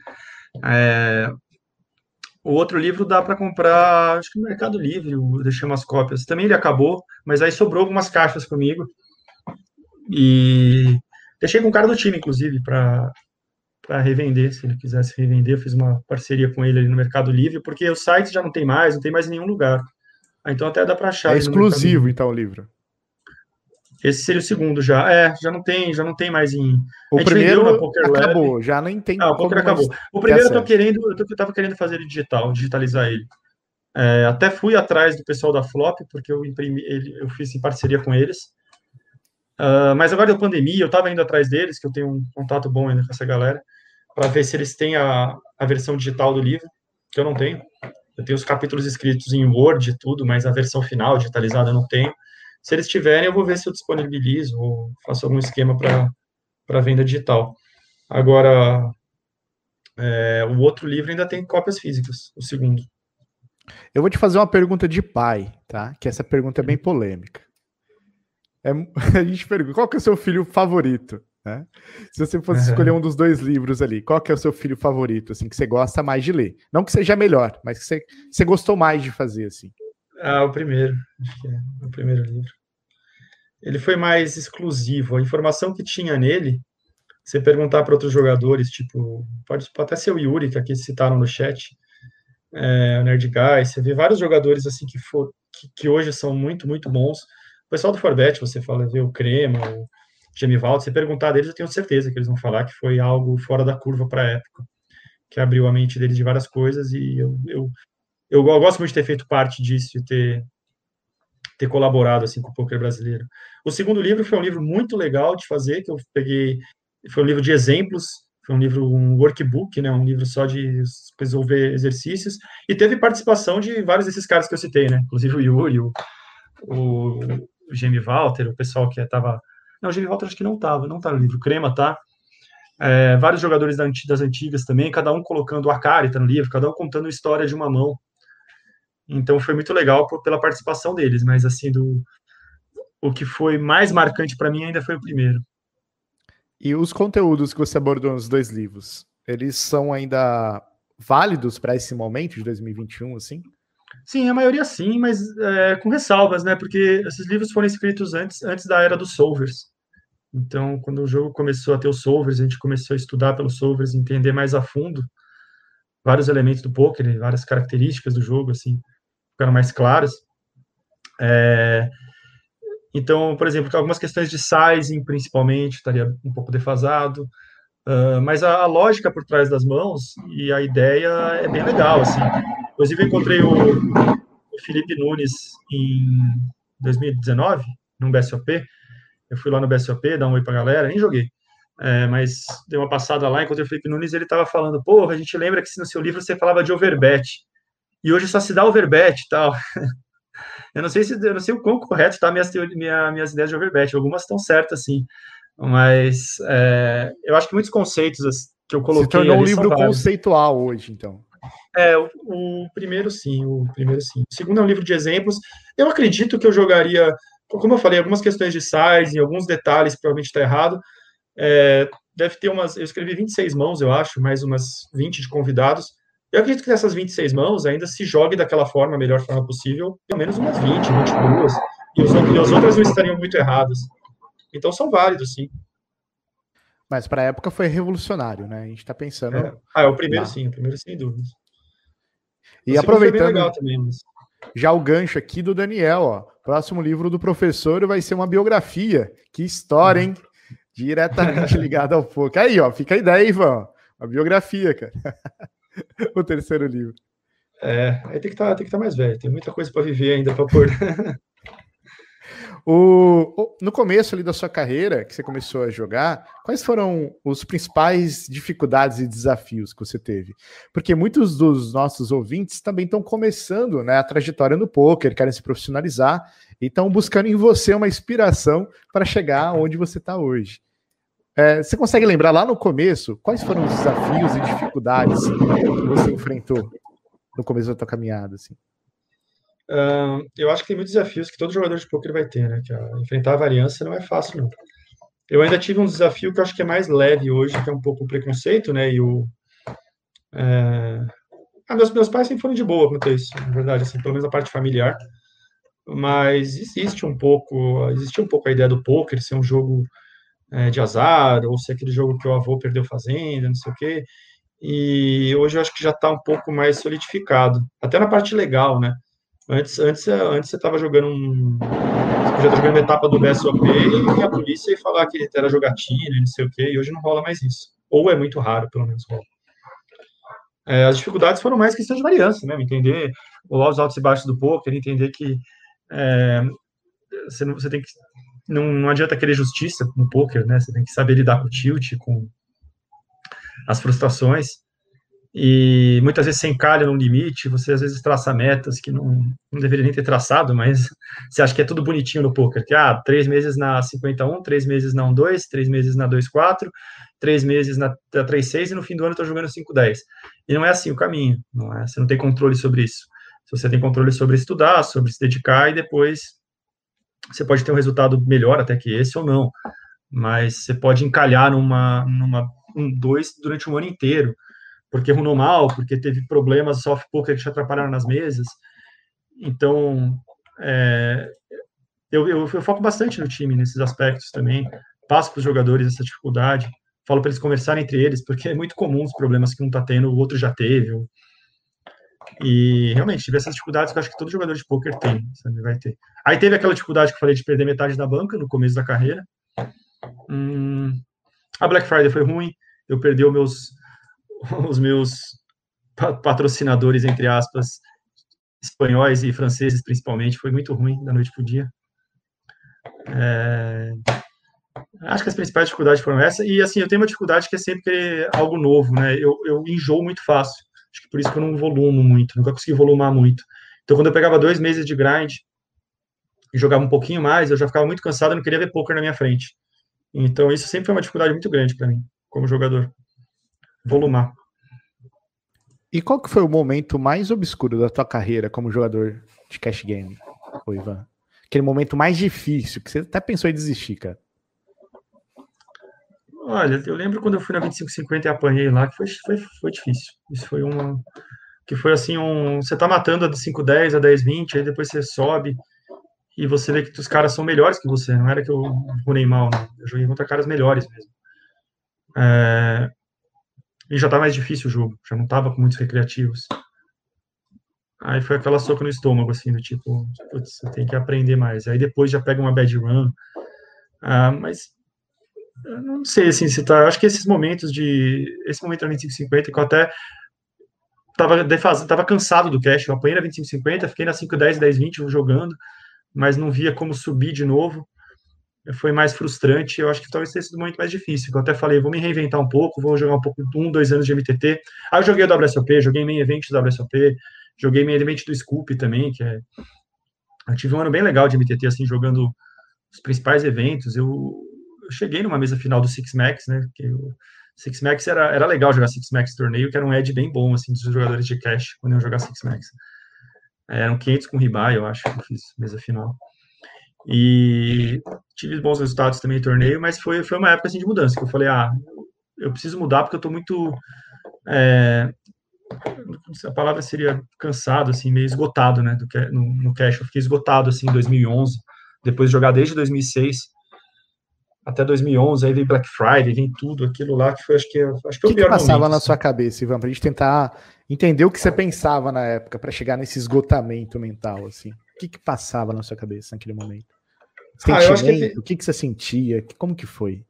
O outro livro dá para comprar, acho que no Mercado Livre, eu deixei umas cópias. Também ele acabou, mas aí sobrou algumas caixas comigo. E deixei com o cara do time, inclusive, para revender, se ele quisesse revender. Eu fiz uma parceria com ele ali no Mercado Livre, porque o site já não tem mais em nenhum lugar. Então até dá para achar É ali no Mercado exclusivo, Livre. então, o livro. Esse seria o segundo já. Já não tem mais em. A O gente vendeu na primeiro Poker Lab. acabou, já nem tem Ah, o Poker como mais acabou. O ter primeiro acesso. eu tava querendo fazer ele digital, digitalizar ele. Até fui atrás do pessoal da Flop, porque eu imprimi ele, eu fiz em parceria com eles. Mas agora deu pandemia, eu estava indo atrás deles, que eu tenho um contato bom ainda com essa galera, para ver se eles têm a versão digital do livro, que eu não tenho. Eu tenho os capítulos escritos em Word e tudo, mas a versão final, digitalizada, eu não tenho. Se eles tiverem, eu vou ver se eu disponibilizo ou faço algum esquema para venda digital. Agora, o outro livro ainda tem cópias físicas, o segundo. Eu vou te fazer uma pergunta de pai, tá? Que essa pergunta é bem polêmica. A gente pergunta, qual que é o seu filho favorito? Né? Se você fosse escolher um dos 2 livros ali, qual que é o seu filho favorito, assim, que você gosta mais de ler? Não que seja melhor, mas que você gostou mais de fazer, assim. O primeiro, acho que é o primeiro livro. Ele foi mais exclusivo. A informação que tinha nele, você perguntar para outros jogadores, tipo, pode até ser o Yuri, que aqui citaram no chat, o Nerd Guy, você vê vários jogadores assim que hoje são muito, muito bons. O pessoal do Forbet, você fala, vê o Crema, o Gemivaldo, você perguntar deles, eu tenho certeza que eles vão falar que foi algo fora da curva para a época, que abriu a mente deles de várias coisas, e eu gosto muito de ter feito parte disso e ter colaborado assim com o poker brasileiro. O segundo livro foi um livro muito legal de fazer, que eu peguei, foi um livro de exemplos, foi um workbook, né, um livro só de resolver exercícios, e teve participação de vários desses caras que eu citei, né, inclusive o Yuri, o Jamie Walter, o pessoal que estava... Não, o Jamie Walter acho que não tá no livro, o Crema tá, vários jogadores das antigas também, cada um colocando a cara, tá no livro, cada um contando a história de uma mão. Então foi muito legal pela participação deles, mas assim, o que foi mais marcante para mim ainda foi o primeiro. E os conteúdos que você abordou nos 2 livros, eles são ainda válidos para esse momento de 2021, assim? Sim, a maioria sim, mas com ressalvas, né? Porque esses livros foram escritos antes da era dos solvers. Então, quando o jogo começou a ter os solvers, a gente começou a estudar pelos solvers, entender mais a fundo vários elementos do poker, várias características do jogo, assim, ficaram mais claras. Então, por exemplo, algumas questões de sizing, principalmente, estaria um pouco defasado, mas a lógica por trás das mãos e a ideia é bem legal, assim. Inclusive, eu encontrei o Felipe Nunes em 2019, num BSOP. Eu fui lá no BSOP, dar um oi pra galera, nem joguei. Mas dei uma passada lá, encontrei o Felipe Nunes, ele estava falando, porra, a gente lembra que no seu livro você falava de overbet, e hoje só se dá overbet e tal. Eu não sei o quão correto tá minhas ideias de overbet, algumas estão certas, sim, mas eu acho que muitos conceitos que eu coloquei se tornou ali um livro são válidos. conceitual hoje, então. O primeiro sim, o segundo é um livro de exemplos. Eu acredito que eu jogaria, como eu falei, algumas questões de size, alguns detalhes, provavelmente está errado. Deve ter eu escrevi 26 mãos, eu acho, mais umas 20 de convidados. Eu acredito que dessas 26 mãos ainda se jogue daquela forma, a melhor forma possível, pelo menos umas 22, e as outras não estariam muito erradas. Então são válidos, sim. Mas para a época foi revolucionário, né? A gente está pensando. O primeiro sim, o primeiro sem dúvida. E aproveitando também, mas... já o gancho aqui do Daniel, ó. Próximo livro do professor vai ser uma biografia. Que história, hein? Diretamente ligada ao poker. Aí, ó, fica a ideia, Ivan. Uma biografia, cara. O terceiro livro. Aí tem que estar mais velho. Tem muita coisa para viver ainda para pôr. No começo ali da sua carreira, que você começou a jogar, quais foram os principais dificuldades e desafios que você teve? Porque muitos dos nossos ouvintes também estão começando, né, a trajetória no poker, querem se profissionalizar e estão buscando em você uma inspiração para chegar onde você está hoje. Você consegue lembrar lá no começo quais foram os desafios e dificuldades que você enfrentou no começo da tua caminhada, assim? Eu acho que tem muitos desafios que todo jogador de poker vai ter, né? Que enfrentar a variância não é fácil, não. Eu ainda tive um desafio que eu acho que é mais leve hoje, que é um pouco o preconceito, né? E meus pais sempre foram de boa quanto a isso, na verdade, assim, pelo menos a parte familiar. Mas existe um pouco a ideia do poker ser um jogo de azar, ou ser aquele jogo que o avô perdeu fazendo, não sei o quê. E hoje eu acho que já está um pouco mais solidificado, até na parte legal, né? Antes você estava jogando você podia estar jogando uma etapa do BSOP e a polícia ia falar que era jogatina, e não sei o quê, e hoje não rola mais isso. Ou é muito raro, pelo menos rola. As dificuldades foram mais questão de variância, né? Entender os altos e baixos do poker, entender que é, você tem que não adianta querer justiça no poker, né? Você tem que saber lidar com o tilt, com as frustrações. E muitas vezes você encalha num limite, você às vezes traça metas que não deveria nem ter traçado, mas você acha que é tudo bonitinho no poker, que 3 meses na 51, 3 meses na 1-2, 3 meses na 2-4, 3 meses na 3-6 e no fim do ano eu tô jogando 5-10. E não é assim o caminho, não é? Você não tem controle sobre isso. Você tem controle sobre estudar, sobre se dedicar e depois você pode ter um resultado melhor até que esse ou não, mas você pode encalhar numa 2 durante um ano inteiro porque runou mal, porque teve problemas soft poker que te atrapalharam nas mesas. Então, eu foco bastante no time nesses aspectos também. Passo para os jogadores essa dificuldade. Falo para eles conversarem entre eles, porque é muito comum os problemas que um está tendo, o outro já teve. E realmente, tive essas dificuldades que eu acho que todo jogador de poker tem, sabe, vai ter. Aí teve aquela dificuldade que eu falei de perder metade da banca no começo da carreira. A Black Friday foi ruim, eu perdi os meus patrocinadores, entre aspas, espanhóis e franceses, principalmente, foi muito ruim da noite para o dia. Acho que as principais dificuldades foram essa, e assim, eu tenho uma dificuldade que é sempre algo novo, né? Eu enjoo muito fácil, acho que por isso que eu não volumo muito, nunca consegui volumar muito. Então, quando eu pegava 2 meses de grind e jogava um pouquinho mais, eu já ficava muito cansado, eu não queria ver poker na minha frente. Então, isso sempre foi uma dificuldade muito grande para mim, como jogador, volumar. E qual que foi o momento mais obscuro da tua carreira como jogador de cash game, Ivan? Aquele momento mais difícil, que você até pensou em desistir, cara. Olha, eu lembro quando eu fui na 2550 e apanhei lá, que foi difícil. Isso foi uma... Que foi assim, você tá matando a 5-10, a 10-20, aí depois você sobe e você vê que os caras são melhores que você. Não era que eu runei mal, não. Eu joguei contra caras melhores mesmo. E já tá mais difícil o jogo, já não tava com muitos recreativos. Aí foi aquela soca no estômago, assim, do tipo, putz, você tem que aprender mais. Aí depois já pega uma bad run. Mas eu não sei, assim, se tá... Acho que esse momento da 2550, que eu até tava cansado do cash, eu apanhei na 2550, fiquei na 5-10, 10-20 jogando, mas não via como subir de novo. Foi mais frustrante, eu acho que talvez tenha sido muito mais difícil. Eu até falei, vou me reinventar um pouco, vou jogar um pouco, 2 anos de MTT. Aí eu joguei o WSOP, joguei main event do WSOP, joguei main event do Scoop também, eu tive um ano bem legal de MTT, assim, jogando os principais eventos. Eu cheguei numa mesa final do Six Max, né, que o Six Max era legal jogar Six Max torneio, que era um edge bem bom, assim, dos jogadores de cash, quando eu jogar Six Max. Eram 500 com ribai, eu acho, que eu fiz mesa final. E tive bons resultados também em torneio, mas foi uma época assim de mudança, que eu falei, eu preciso mudar porque eu tô muito, a palavra seria cansado, assim, meio esgotado, né, no cash. Eu fiquei esgotado, assim, em 2011, depois de jogar desde 2006 até 2011, aí veio Black Friday, vem tudo aquilo lá, que foi, acho que é o pior momento. O que passava na assim. sua cabeça, Ivan, pra gente tentar entender o que você pensava na época, para chegar nesse esgotamento mental, assim? O que passava na sua cabeça naquele momento? Eu acho que o que você sentia? Como que foi?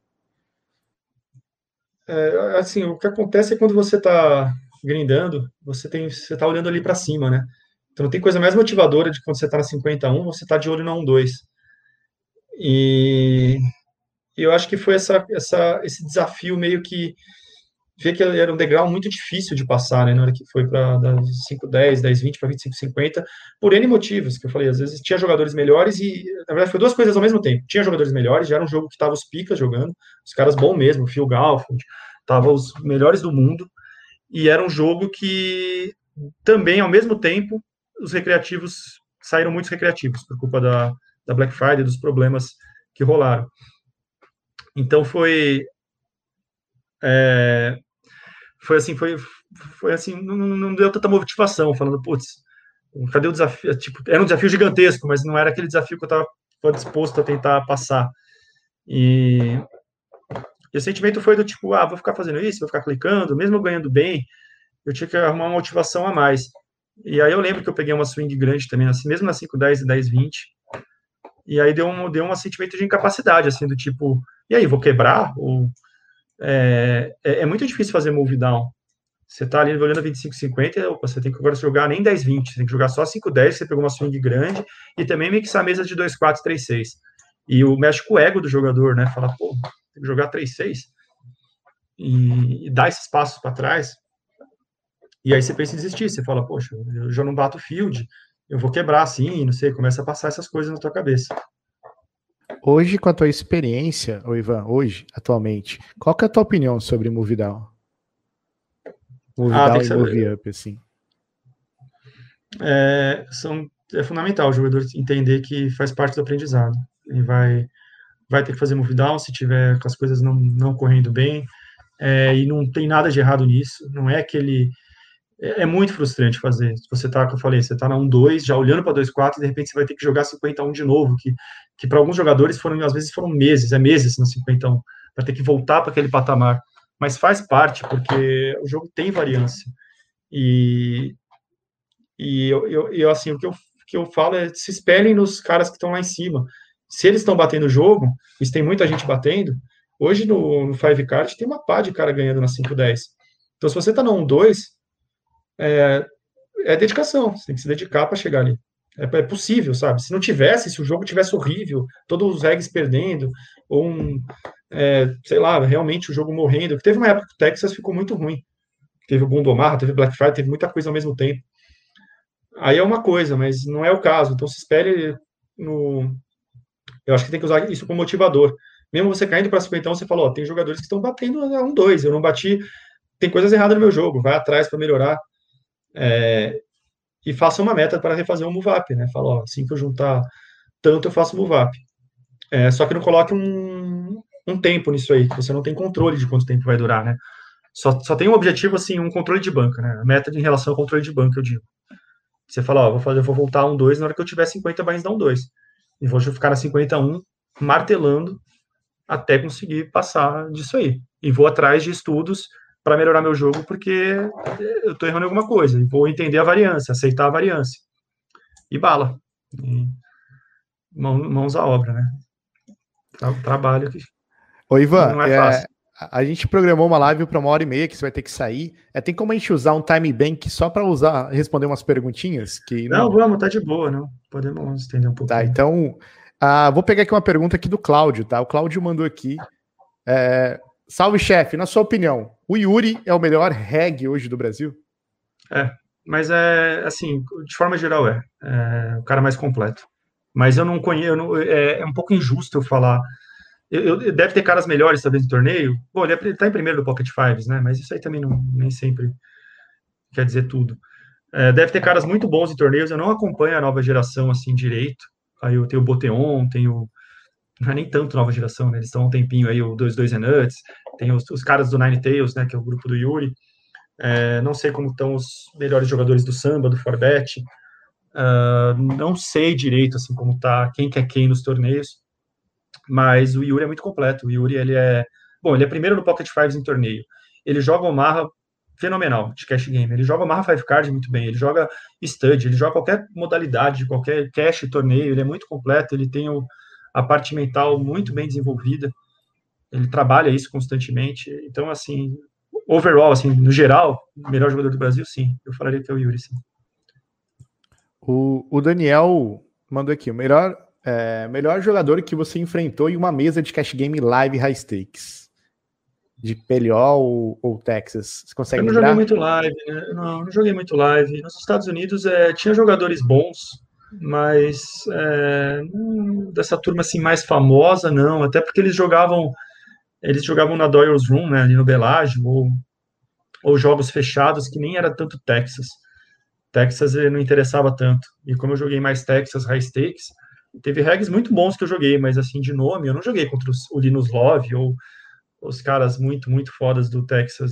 assim, o que acontece é quando você está grindando, você tá olhando ali para cima, né? Então não tem coisa mais motivadora de quando você está na 51, você tá de olho na 1-2. E eu acho que foi esse desafio meio que ver que era um degrau muito difícil de passar, né? Na hora que foi para 5-10, 10-20 para 25-50, por N motivos, que eu falei, às vezes tinha jogadores melhores e, na verdade, foi duas coisas ao mesmo tempo. Tinha jogadores melhores, já era um jogo que tava os picas jogando, os caras bons mesmo, o Phil Galfond, tava os melhores do mundo, e era um jogo que também, ao mesmo tempo, os recreativos, saíram muitos recreativos, por culpa da Black Friday, dos problemas que rolaram. Então foi assim, foi assim, não deu tanta motivação, falando, putz, cadê o desafio? Tipo, era um desafio gigantesco, mas não era aquele desafio que eu estava disposto a tentar passar. E o sentimento foi do tipo, vou ficar fazendo isso, vou ficar clicando, mesmo eu ganhando bem, eu tinha que arrumar uma motivação a mais. E aí eu lembro que eu peguei uma swing grande também, assim, mesmo na 5-10 e 10-20, e aí deu um sentimento de incapacidade, assim, do tipo, e aí, vou quebrar? Ou, é muito difícil fazer move down. Você tá ali olhando 25-50, você tem que agora jogar nem 10-20, você tem que jogar só 5-10, você pegou uma swing grande, e também mixar a mesa de 2-4, 3-6. E o mexe com o ego do jogador, né? Fala, pô, tem que jogar 3-6 e dar esses passos para trás. E aí você pensa em desistir, você fala, poxa, eu já não bato field, eu vou quebrar assim, não sei, começa a passar essas coisas na tua cabeça. Hoje, com a tua experiência, Ivan, hoje, atualmente, qual que é a tua opinião sobre Move Down? Move Down e Move Up, assim. É fundamental o jogador entender que faz parte do aprendizado. Ele vai ter que fazer move down se tiver com as coisas não correndo bem, e não tem nada de errado nisso. Não é que ele. É muito frustrante fazer. Você tá, como eu falei, você tá na 1-2, já olhando para 2-4, e de repente você vai ter que jogar 51 de novo, que para alguns jogadores às vezes foram meses no 51, para ter que voltar para aquele patamar. Mas faz parte, porque o jogo tem variância. E eu assim, o que eu falo é se espelhem nos caras que estão lá em cima. Se eles estão batendo o jogo, e tem muita gente batendo, hoje no Five Card tem uma pá de cara ganhando na 5-10. Então, se você está no 1-2, é dedicação, você tem que se dedicar para chegar ali. É possível, sabe? Se não tivesse, se o jogo tivesse horrível, todos os regs perdendo, ou sei lá, realmente o jogo morrendo, que teve uma época que o Texas ficou muito ruim. Teve o Bundomar, teve Black Friday, teve muita coisa ao mesmo tempo. Aí é uma coisa, mas não é o caso. Então se espere no. Eu acho que tem que usar isso como motivador. Mesmo você caindo para 50, você fala, tem jogadores que estão batendo a 1-2, eu não bati, tem coisas erradas no meu jogo, vai atrás para melhorar. E faça uma meta para refazer um move up, né? Fala, assim que eu juntar tanto, eu faço move up. Só que não coloque um tempo nisso aí, que você não tem controle de quanto tempo vai durar, né? Só tem um objetivo, assim, um controle de banca, né? A meta em relação ao controle de banca, eu digo. Você fala, eu vou voltar a 1-2, na hora que eu tiver 50 bains dá 1-2. E vou ficar na 51, martelando, até conseguir passar disso aí. E vou atrás de estudos para melhorar meu jogo, porque eu estou errando alguma coisa. E vou entender a variância, aceitar a variância. E bala. E mãos à obra, né? Trabalho que Ô, Ivan, não é fácil. A gente programou uma live para 1h30 que você vai ter que sair. Tem como a gente usar um time bank só para responder umas perguntinhas? Não, vamos, tá de boa, não. Podemos estender um pouquinho. Tá, então, vou pegar aqui uma pergunta aqui do Cláudio, tá? O Cláudio mandou aqui. Salve, chefe. Na sua opinião, o Yuri é o melhor reg hoje do Brasil? Mas assim, de forma geral é o cara mais completo. Mas eu não conheço, é um pouco injusto eu falar. Deve ter caras melhores, talvez, no torneio. Bom, ele tá em primeiro do Pocket Fives, né? Mas isso aí também nem sempre quer dizer tudo. Deve ter caras muito bons em torneios. Eu não acompanho a nova geração assim direito. Aí eu tenho o Boteon, não é nem tanto nova geração, né? Eles estão há um tempinho aí, o 22 Nuts, tem os caras do Nine Tails, né? Que é o grupo do Yuri. Não sei como estão os melhores jogadores do Samba, do Forbet. Não sei direito assim como tá, quem que é quem nos torneios. Mas o Yuri é muito completo. O Yuri, ele é primeiro no Pocket Fives em torneio. Ele joga Omaha fenomenal de cash game. Ele joga Omaha Five Card muito bem. Ele joga Stud, ele joga qualquer modalidade, qualquer cash torneio. Ele é muito completo. Ele tem a parte mental muito bem desenvolvida. Ele trabalha isso constantemente. Então, assim, overall, assim, no geral, o melhor jogador do Brasil, sim. Eu falaria que é o Yuri, sim. O Daniel mandou aqui, o melhor jogador que você enfrentou em uma mesa de cash game live high stakes. De PLO ou Texas? Você consegue lembrar? Eu não joguei muito live, né? Não joguei muito live. Nos Estados Unidos tinha jogadores bons, mas dessa turma assim mais famosa, não. Até porque eles jogavam na Doyle's Room, né? Ali no Bellagio, ou jogos fechados que nem era tanto Texas. Texas não interessava tanto. E como eu joguei mais Texas high stakes, Teve regs muito bons que eu joguei, mas assim, de nome, eu não joguei contra o Linus Love ou os caras muito, muito fodas do Texas,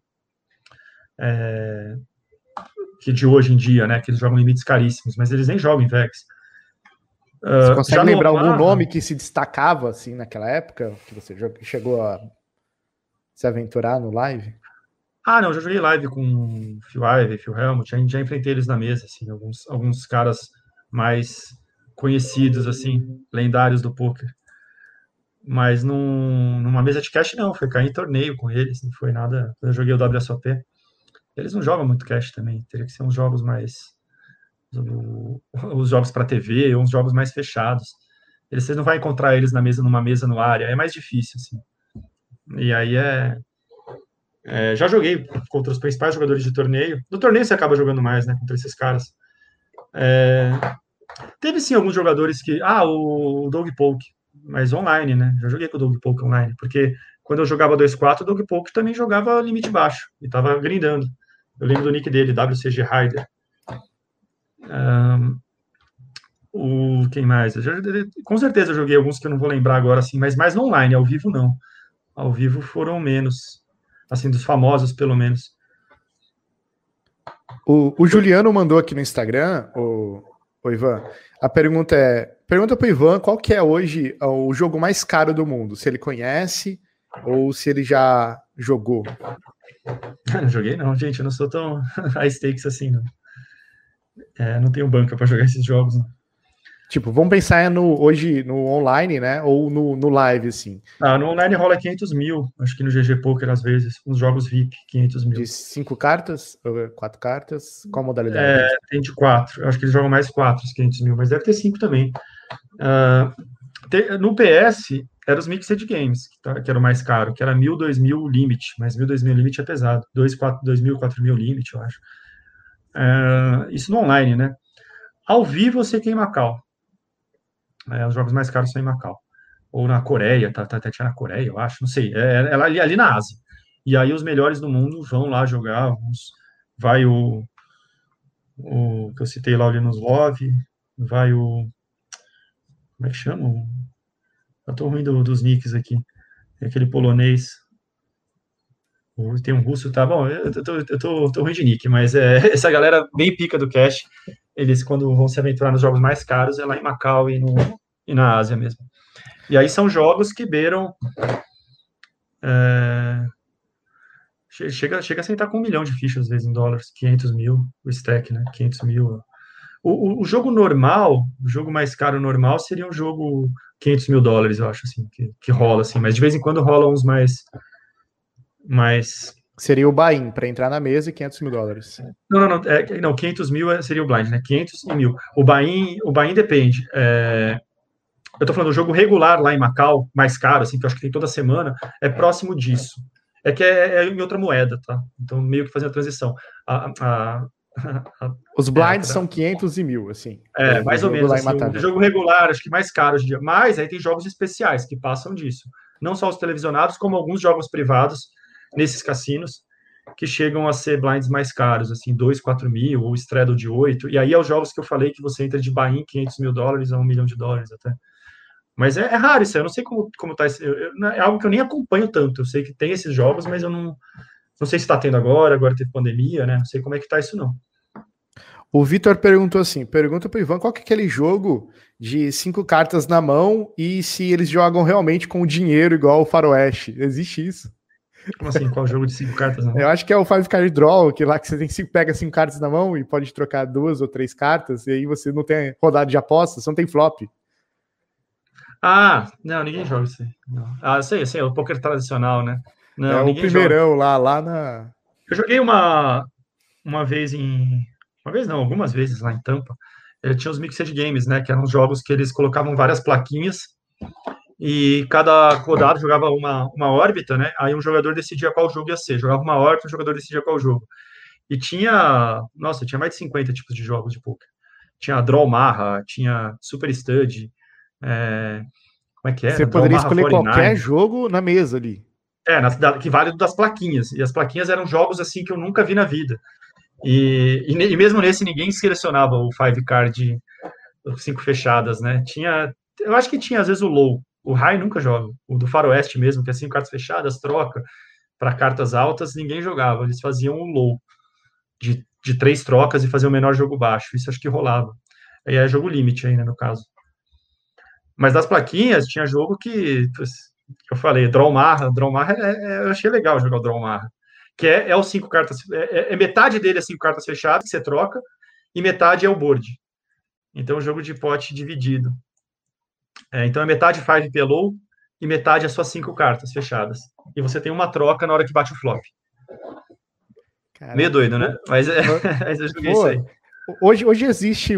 que de hoje em dia, né? Que eles jogam limites caríssimos, mas eles nem jogam em Vegas. Você consegue Já no lembrar algum Omaha, nome que se destacava, assim, naquela época? Que você chegou a se aventurar no live? não, já joguei live com Phil Ivey, Phil Hellmuth, já enfrentei eles na mesa, assim, alguns caras mais conhecidos, assim, lendários do poker. Mas numa mesa de cash, não, foi cair em torneio com eles, não foi nada. Quando eu joguei o WSOP, eles não jogam muito cash também, teria que ser uns jogos mais. Os jogos para TV, uns jogos mais fechados. Você não vai encontrar eles numa mesa no área, é mais difícil, assim. E aí já joguei contra os principais jogadores de torneio. No torneio você acaba jogando mais, né, contra esses caras. Teve sim alguns jogadores que. O Doug Polk, mas online, né? Já joguei com o Doug Polk online, porque quando eu jogava 2-4, o Doug Polk também jogava limite baixo e tava grindando. Eu lembro do nick dele, WCG Rider. Quem mais? Com certeza eu joguei alguns que eu não vou lembrar agora, assim, mas mais no online, ao vivo não. Ao vivo foram menos, assim, dos famosos, pelo menos. O Juliano mandou aqui no Instagram, o Ivan, a pergunta pergunta pro Ivan qual que é hoje o jogo mais caro do mundo, se ele conhece ou se ele já jogou. Não joguei não, gente, eu não sou tão high stakes assim, não. Não tenho banca para jogar esses jogos, não. Tipo, vamos pensar hoje no online, né? Ou no live, assim. No online rola 500 mil, acho que no GG Poker às vezes, uns jogos VIP, 500 mil. De 5 cartas? Ou 4 cartas? Qual modalidade? Tem de 4, acho que eles jogam mais 4, os 500 mil, mas deve ter 5 também. No PS, eram os Mixed Games, que era o mais caro, que era 1.000, 2.000 limit, mas 1.000, 2.000 limit é pesado. 2.000, 4.000 limit, eu acho. Isso no online, né? Ao vivo, eu sei que é em Macau. Os jogos mais caros são em Macau. Ou na Coreia, até tinha na Coreia, eu acho, não sei. É ali na Ásia. E aí os melhores do mundo vão lá jogar. Vai o que eu citei lá, o Linus Love, vai o... Como é que chama? Eu tô ruim dos nicks aqui. É aquele polonês. Tem um russo, tá bom, eu tô ruim de nick, mas essa galera bem pica do cash, eles quando vão se aventurar nos jogos mais caros é lá em Macau e na Ásia mesmo. E aí são jogos que beiram chega a sentar com 1 milhão de fichas às vezes em dólares, 500 mil, o stack, né, 500 mil. O jogo normal, o jogo mais caro normal seria um jogo 500 mil dólares, eu acho, assim, que rola, assim, mas de vez em quando rola uns mais... Seria o buy-in para entrar na mesa e 500 mil dólares. Não, 500 mil seria o blind, né? 500 e 1.000. O buy-in depende. Eu tô falando, o jogo regular lá em Macau, mais caro, assim, que eu acho que tem toda semana, é próximo disso. É que é em outra moeda, tá? Então, meio que fazendo a transição. Os blinds são 500 e 1.000, assim. Mais ou menos. Assim, o jogo regular, acho que mais caro hoje em dia. Mas aí tem jogos especiais que passam disso. Não só os televisionados, como alguns jogos privados nesses cassinos, que chegam a ser blinds mais caros, assim, 2, 4 mil, ou straddle de 8. E aí é os jogos que eu falei que você entra de buy-in 500 mil dólares a 1 milhão de dólares até. Mas é raro isso aí, eu não sei como tá esse... É algo que eu nem acompanho tanto. Eu sei que tem esses jogos, mas eu não sei se está tendo agora teve pandemia, né? Não sei como é que tá isso, não. O Vitor perguntou assim, pergunta pro Ivan qual que é aquele jogo de 5 cartas na mão e se eles jogam realmente com dinheiro igual o Faroeste. Existe isso? Como assim? Qual jogo de 5 cartas na mão? Eu acho que é o 5 Card Draw, que lá que você pega 5 cartas na mão e pode trocar 2 ou 3 cartas, e aí você não tem rodada de apostas, você não tem flop. Não, ninguém joga isso aí. Não. Sei, é o poker tradicional, né? Não, é o primeirão joga. lá na... Eu joguei uma vez Uma vez não, algumas vezes lá em Tampa. Tinha os Mixed Games, né? Que eram jogos que eles colocavam várias plaquinhas e cada rodada jogava uma órbita, né? Aí um jogador decidia qual jogo ia ser. Jogava uma órbita, o jogador decidia qual jogo. E tinha mais de 50 tipos de jogos de poker. Tinha Draw Marra, tinha Super Stud, como é que era? Você poderia escolher qualquer jogo na mesa ali. Que vale das plaquinhas. E as plaquinhas eram jogos assim que eu nunca vi na vida. E mesmo nesse ninguém selecionava o 5 card cinco fechadas, né? Eu acho que tinha às vezes o low, o high nunca joga, o do faroeste mesmo, que é cinco cartas fechadas, troca para cartas altas, ninguém jogava, eles faziam o low de três trocas e faziam o menor jogo baixo, isso acho que rolava. Aí é jogo limite aí, né, no caso. Mas das plaquinhas, tinha jogo que eu falei, Draw Marra eu achei legal jogar o Draw Marra, que é os cinco cartas, metade dele é cinco cartas fechadas que você troca, e metade é o board. Então, jogo de pote dividido. Então, é metade 5 PLO e metade é só 5 cartas fechadas. E você tem uma troca na hora que bate o flop. Cara, Meio doido, né? Mas eu joguei isso aí. Hoje existe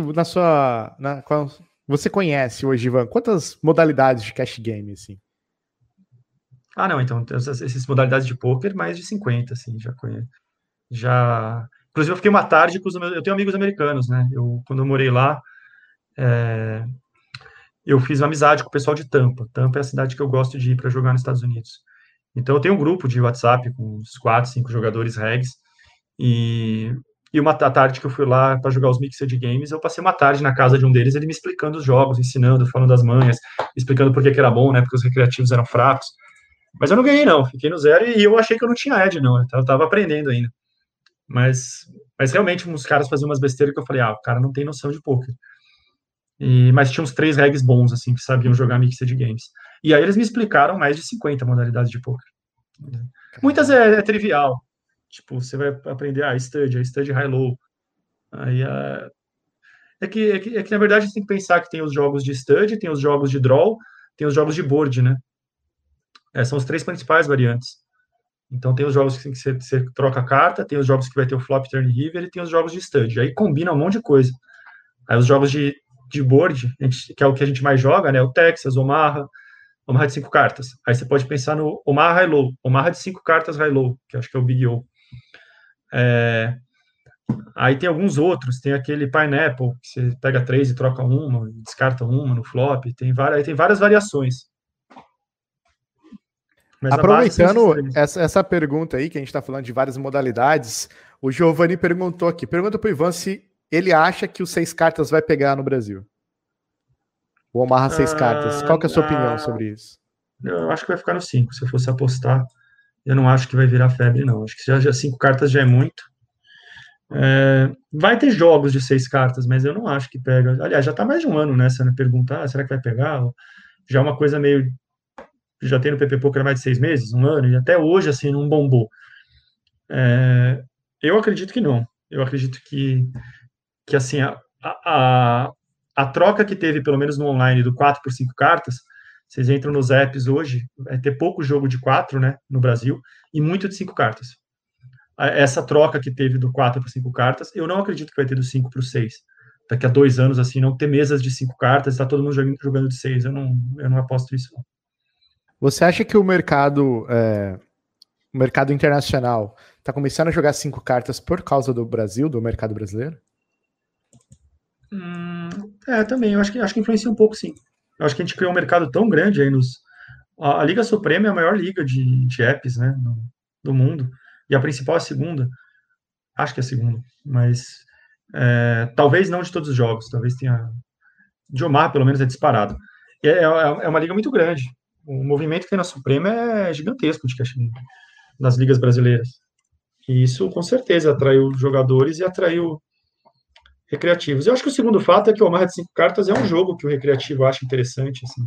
você conhece hoje, Ivan, quantas modalidades de cash game, assim? Ah, não, então, essas modalidades de poker, mais de 50, assim, já conheço. Inclusive, eu fiquei uma tarde com os meus... Eu tenho amigos americanos, né? Quando eu morei lá, eu fiz amizade com o pessoal de Tampa. Tampa é a cidade que eu gosto de ir para jogar nos Estados Unidos. Então, eu tenho um grupo de WhatsApp com uns 4, 5 jogadores regs. E uma tarde que eu fui lá para jogar os Mixed Games, eu passei uma tarde na casa de um deles, ele me explicando os jogos, ensinando, falando das manhas, explicando por que era bom, né? Porque os recreativos eram fracos. Mas eu não ganhei, não. Fiquei no zero e eu achei que eu não tinha edge, não. Eu tava aprendendo ainda. Mas realmente, uns caras faziam umas besteiras que eu falei, o cara não tem noção de poker. Mas tinha uns 3 regs bons, assim, que sabiam jogar Mixed Games. E aí eles me explicaram mais de 50 modalidades de poker. Muitas é trivial. Tipo, você vai aprender stud high-low. Aí na verdade, você tem que pensar que tem os jogos de stud, tem os jogos de draw, tem os jogos de board, né? São os 3 principais variantes. Então, tem os jogos que você troca a carta, tem os jogos que vai ter o flop, turn river, e tem os jogos de stud. Aí combina um monte de coisa. Aí os jogos de board, que é o que a gente mais joga, né? O Texas, Omaha de 5 cartas. Aí você pode pensar no Omaha High-Low, Omaha de 5 cartas High-Low, que acho que é o Big O. Aí tem alguns outros, tem aquele Pineapple, que você pega 3 e troca uma, descarta uma no flop, tem várias variações. Mas aproveitando essa pergunta aí, que a gente está falando de várias modalidades, o Giovanni perguntou aqui, pergunta para o Ivan se ele acha que o 6 cartas vai pegar no Brasil. O Omaha 6 cartas. Qual que é a sua opinião sobre isso? Eu acho que vai ficar no 5, se eu fosse apostar. Eu não acho que vai virar febre, não. Acho que já 5 cartas já é muito. Vai ter jogos de 6 cartas, mas eu não acho que pega. Aliás, já está mais de um ano, né? Você me perguntar, será que vai pegar? Já é uma coisa meio... Já tem no PP Poker há mais de 6 meses, um ano, e até hoje, assim, não bombou. Eu acredito que não. Eu acredito que assim, a troca que teve, pelo menos no online, do 4 por 5 cartas, vocês entram nos apps hoje, vai ter pouco jogo de 4, né, no Brasil, e muito de 5 cartas. Essa troca que teve do 4 por 5 cartas, eu não acredito que vai ter do 5 para o 6. Daqui a 2 anos, assim, não ter mesas de 5 cartas, está todo mundo jogando de 6. Eu não aposto nisso, não. Você acha que o mercado internacional está começando a jogar 5 cartas por causa do Brasil, do mercado brasileiro? Também. Eu acho que influencia um pouco, sim. Eu acho que a gente criou um mercado tão grande aí A Liga Suprema é a maior liga de apps, né, do mundo. E a principal é a segunda. Acho que é a segunda. Mas talvez não de todos os jogos. Talvez tenha... De Omar, pelo menos, é disparado. É uma liga muito grande. O movimento que tem na Suprema é gigantesco de cash game nas ligas brasileiras. E isso, com certeza, atraiu jogadores e atraiu recreativos. Eu acho que o segundo fato é que o Omar de 5 cartas é um jogo que o recreativo acha interessante, assim.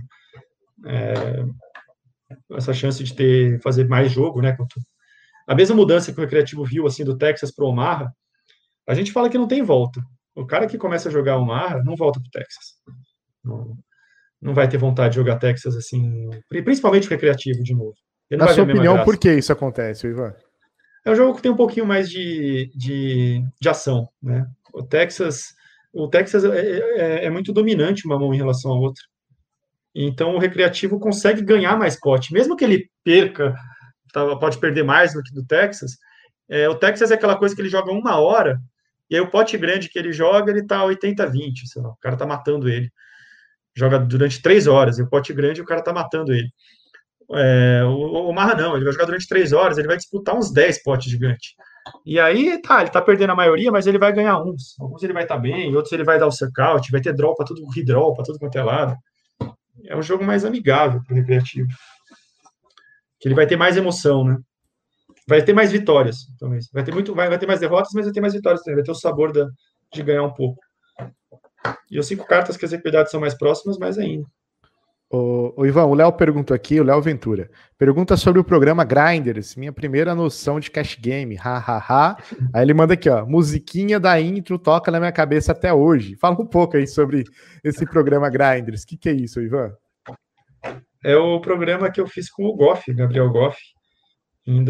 Essa chance de fazer mais jogo, né? A mesma mudança que o recreativo viu, assim, do Texas para o Omaha, a gente fala que não tem volta. O cara que começa a jogar Omaha não volta para o Texas. Não vai ter vontade de jogar Texas, assim, principalmente o recreativo, de novo. Na sua opinião, por que isso acontece, Ivan? É um jogo que tem um pouquinho mais de ação, né? O Texas é muito dominante uma mão em relação à outra. Então, o recreativo consegue ganhar mais pote. Mesmo que ele perca, pode perder mais do que do Texas, o Texas é aquela coisa que ele joga 1 hora, e aí o pote grande que ele joga, ele tá 80-20, sei lá, o cara tá matando ele. Joga durante 3 horas, e o pote grande, o cara tá matando ele. O Marra não, ele vai jogar durante 3 horas, ele vai disputar uns 10 potes gigantes. E aí, tá, ele tá perdendo a maioria, mas ele vai ganhar uns. Alguns ele vai estar bem, outros ele vai dar o suck-out, vai ter draw pra tudo, redraw pra tudo quanto é lado. É um jogo mais amigável pro recreativo. Que ele vai ter mais emoção, né? Vai ter mais vitórias, talvez. Vai ter mais derrotas, mas vai ter mais vitórias também. Vai ter o sabor de ganhar um pouco. E os 5 cartas que as equidades são mais próximas, mais ainda. O Ivan, o Léo perguntou aqui, o Léo Ventura, pergunta sobre o programa Grinders, minha primeira noção de cash game, hahaha. Aí ele manda aqui, ó, musiquinha da intro toca na minha cabeça até hoje. Fala um pouco aí sobre esse programa Grinders. O que é isso, Ivan? É o programa que eu fiz com o Goff, Gabriel Goff, em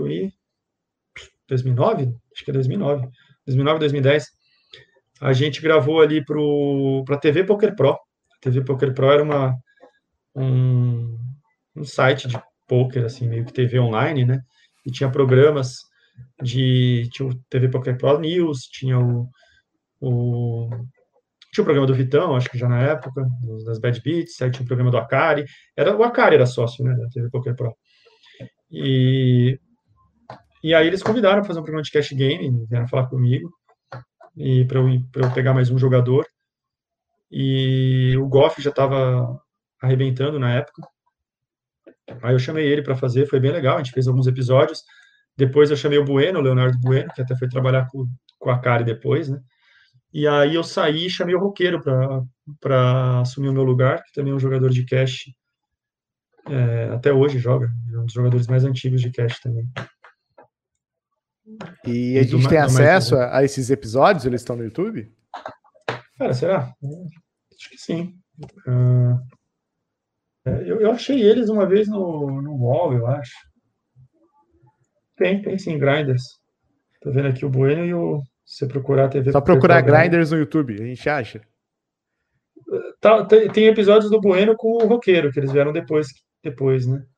2009? Acho que é 2009. 2009, 2010. A gente gravou ali para TV Poker Pro. A TV Poker Pro era um site de poker, assim, meio que TV online, né? E tinha programas tinha o TV Poker Pro News, tinha tinha o programa do Vitão, acho que já na época, das Bad Beats, aí tinha o programa do Akari. O Akari era sócio, né, da TV Poker Pro. E aí eles convidaram para fazer um programa de cash game, vieram falar comigo, e para eu pegar mais um jogador. E o Goff já estava arrebentando na época. Aí eu chamei ele para fazer, foi bem legal, a gente fez alguns episódios. Depois eu chamei o Bueno, o Leonardo Bueno, que até foi trabalhar com a Kari depois, né? E aí eu saí e chamei o Roqueiro para assumir o meu lugar, que também é um jogador de cash, até hoje joga, é um dos jogadores mais antigos de cash também. E a gente tem acesso a esses episódios? Eles estão no YouTube? Cara, será? Acho que sim. Eu achei eles uma vez no UOL, eu acho. Tem sim, Grinders. Tô vendo aqui o Bueno e se você procurar a TV... Só procurar Grinders no YouTube, a gente acha? Tá, tem episódios do Bueno com o Roqueiro, que eles vieram depois, né?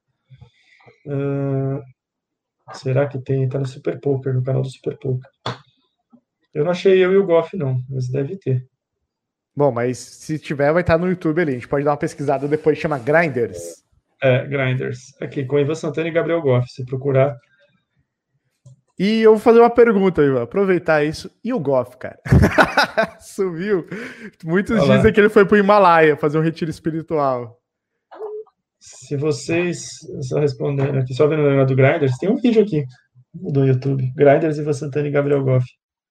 Será que tem? Tá no Super Poker, no canal do Super Poker. Eu não achei eu e o Goff, não, mas deve ter. Bom, mas se tiver, vai estar no YouTube ali. A gente pode dar uma pesquisada depois, chama Grinders. Grinders. Aqui, com Ivan Santana e Gabriel Goff, se procurar. E eu vou fazer uma pergunta, Ivan, aproveitar isso. E o Goff, cara? Sumiu. Muitos dizem que ele foi pro Himalaia fazer um retiro espiritual. Se vocês, só respondendo aqui, só vendo o negócio do Grinders, tem um vídeo aqui do YouTube. Grinders, Ivan Santana e Gabriel Goff.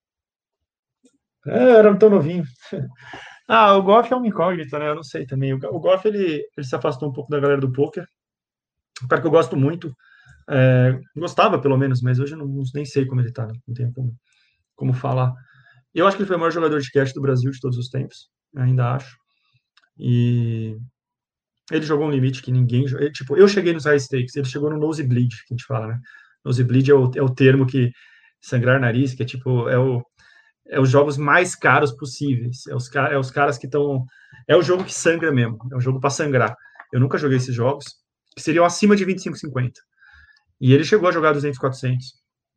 Era tão novinho. O Goff é uma incógnita, né? Eu não sei também. O Goff, ele se afastou um pouco da galera do poker. Um cara que eu gosto muito. Gostava, pelo menos, mas hoje nem sei como ele tá. Né? Não tenho como falar. Eu acho que ele foi o maior jogador de cash do Brasil de todos os tempos. Ainda acho. E ele jogou um limite que ninguém... Tipo, eu cheguei nos high stakes. Ele chegou no nosebleed, que a gente fala, né? Nosebleed é o termo que... Sangrar nariz, que é tipo... É os jogos mais caros possíveis. É os caras que estão... É o jogo que sangra mesmo. É um jogo para sangrar. Eu nunca joguei esses jogos, que seriam acima de 25,50. E ele chegou a jogar 200, 400.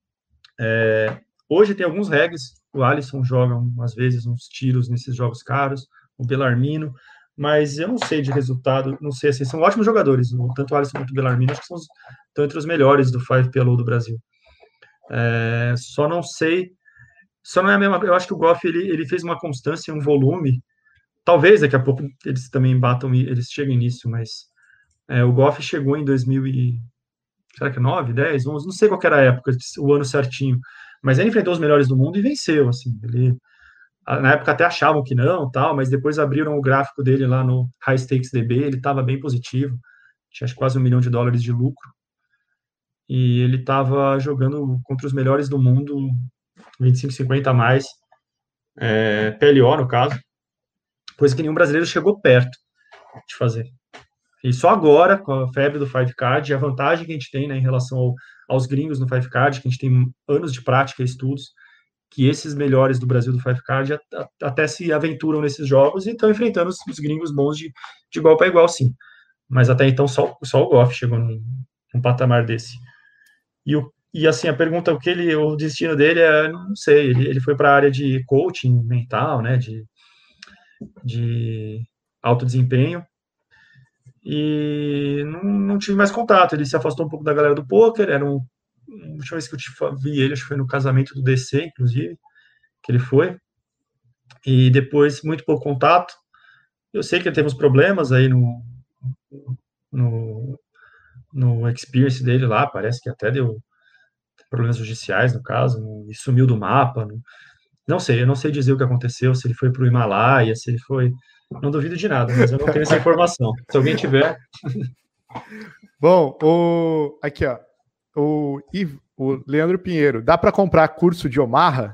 Hoje tem alguns regs. O Alisson joga, às vezes, uns tiros nesses jogos caros. O Belarmino. Mas eu não sei de resultado. Não sei, assim, são ótimos jogadores. Tanto o Alisson quanto o Belarmino, acho que estão entre os melhores do 5PLO do Brasil. Só não sei... Só não é a mesma. Eu acho que o Goff ele fez uma constância, um volume. Talvez daqui a pouco eles também eles cheguem nisso, mas o Goff chegou em 2000 será que 9, 10, 11, não sei qual era a época, o ano certinho, mas ele enfrentou os melhores do mundo e venceu, assim. Na época até achavam que não, tal, mas depois abriram o gráfico dele lá no High Stakes DB, ele estava bem positivo, tinha quase $1 milhão de lucro, e ele estava jogando contra os melhores do mundo. 25, 50 a mais, PLO no caso, coisa que nenhum brasileiro chegou perto de fazer. E só agora, com a febre do Five Card, a vantagem que a gente tem, né, em relação aos gringos no Five Card, que a gente tem anos de prática e estudos, que esses melhores do Brasil do Five Card até se aventuram nesses jogos e estão enfrentando os gringos bons de igual para igual, sim. Mas até então só o Goff chegou num patamar desse. E assim, a pergunta, o destino dele não sei, ele foi para a área de coaching mental, né, de alto desempenho, e não tive mais contato. Ele se afastou um pouco da galera do poker, era um A última vez que eu vi ele, acho que foi no casamento do DC, inclusive, que ele foi. E depois, muito pouco contato. Eu sei que ele teve uns problemas aí no, no experience dele lá, parece que até deu problemas judiciais, no caso, e sumiu do mapa. Não sei, eu não sei dizer o que aconteceu, se ele foi para o Himalaia, se ele foi. Não duvido de nada, mas eu não tenho essa informação. Se alguém tiver. Bom, aqui, ó. O Leandro Pinheiro, dá para comprar curso de Omaha?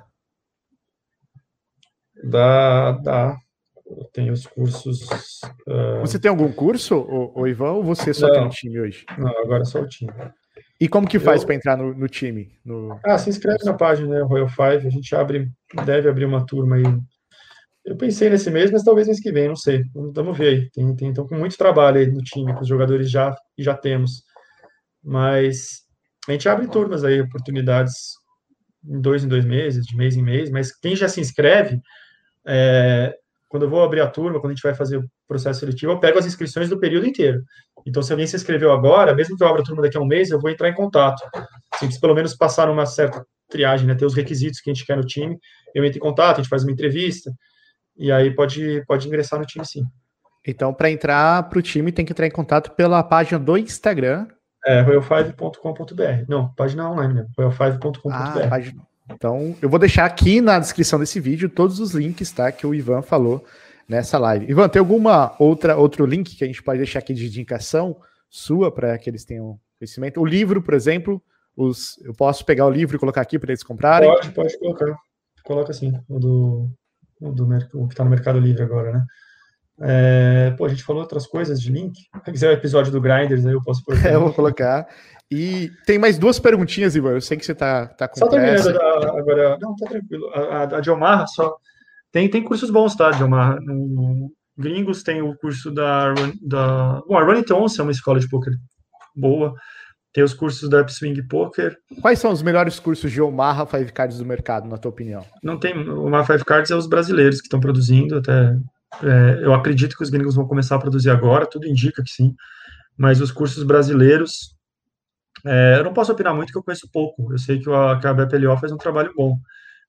Dá. Tem os cursos. Você tem algum curso, o Ivan, ou você só tem um time hoje? Não, agora é só o time. E como que faz para entrar no time? Se inscreve na página, né, Royal Five. A gente deve abrir uma turma aí. Eu pensei nesse mês, mas talvez mês que vem, não sei. Vamos ver aí. Então, com muito trabalho aí no time, com os jogadores já temos. Mas a gente abre turmas aí, oportunidades em 2 meses, de mês em mês, mas quem já se inscreve, quando eu vou abrir a turma, quando a gente vai fazer o processo seletivo, eu pego as inscrições do período inteiro. Então, se alguém se inscreveu agora, mesmo que eu abra a turma daqui a um mês, eu vou entrar em contato. Assim, se pelo menos passar uma certa triagem, né, ter os requisitos que a gente quer no time, eu entro em contato, a gente faz uma entrevista, e aí pode ingressar no time, sim. Então, para entrar para o time, tem que entrar em contato pela página do Instagram. royal5.com.br. Não, página online mesmo, royal5.com.br. Página. Então, eu vou deixar aqui na descrição desse vídeo todos os links, tá, que o Ivan falou nessa live. Ivan, tem alguma outro link que a gente pode deixar aqui de indicação sua para que eles tenham conhecimento? O livro, por exemplo, eu posso pegar o livro e colocar aqui para eles comprarem? Pode colocar. Coloca assim, o que está no Mercado Livre agora, né? A gente falou outras coisas de link. Se quiser o episódio do Grinders, aí eu posso pôr. Eu vou colocar. E tem mais 2 perguntinhas, Ivan. Eu sei que você tá com só pressa. Só terminando agora. Não, tá tranquilo. A de Omaha só. Tem cursos bons, tá, de Omaha. No Gringos tem o curso Bom, a Running Tones é uma escola de poker boa. Tem os cursos da Upswing Poker. Quais são os melhores cursos de Omaha Five Cards do mercado, na tua opinião? Não tem. O Omaha Five Cards é os brasileiros que estão produzindo. Até eu acredito que os gringos vão começar a produzir agora, tudo indica que sim. Mas os cursos brasileiros, eu não posso opinar muito, que eu conheço pouco. Eu sei que a BPLO faz um trabalho bom.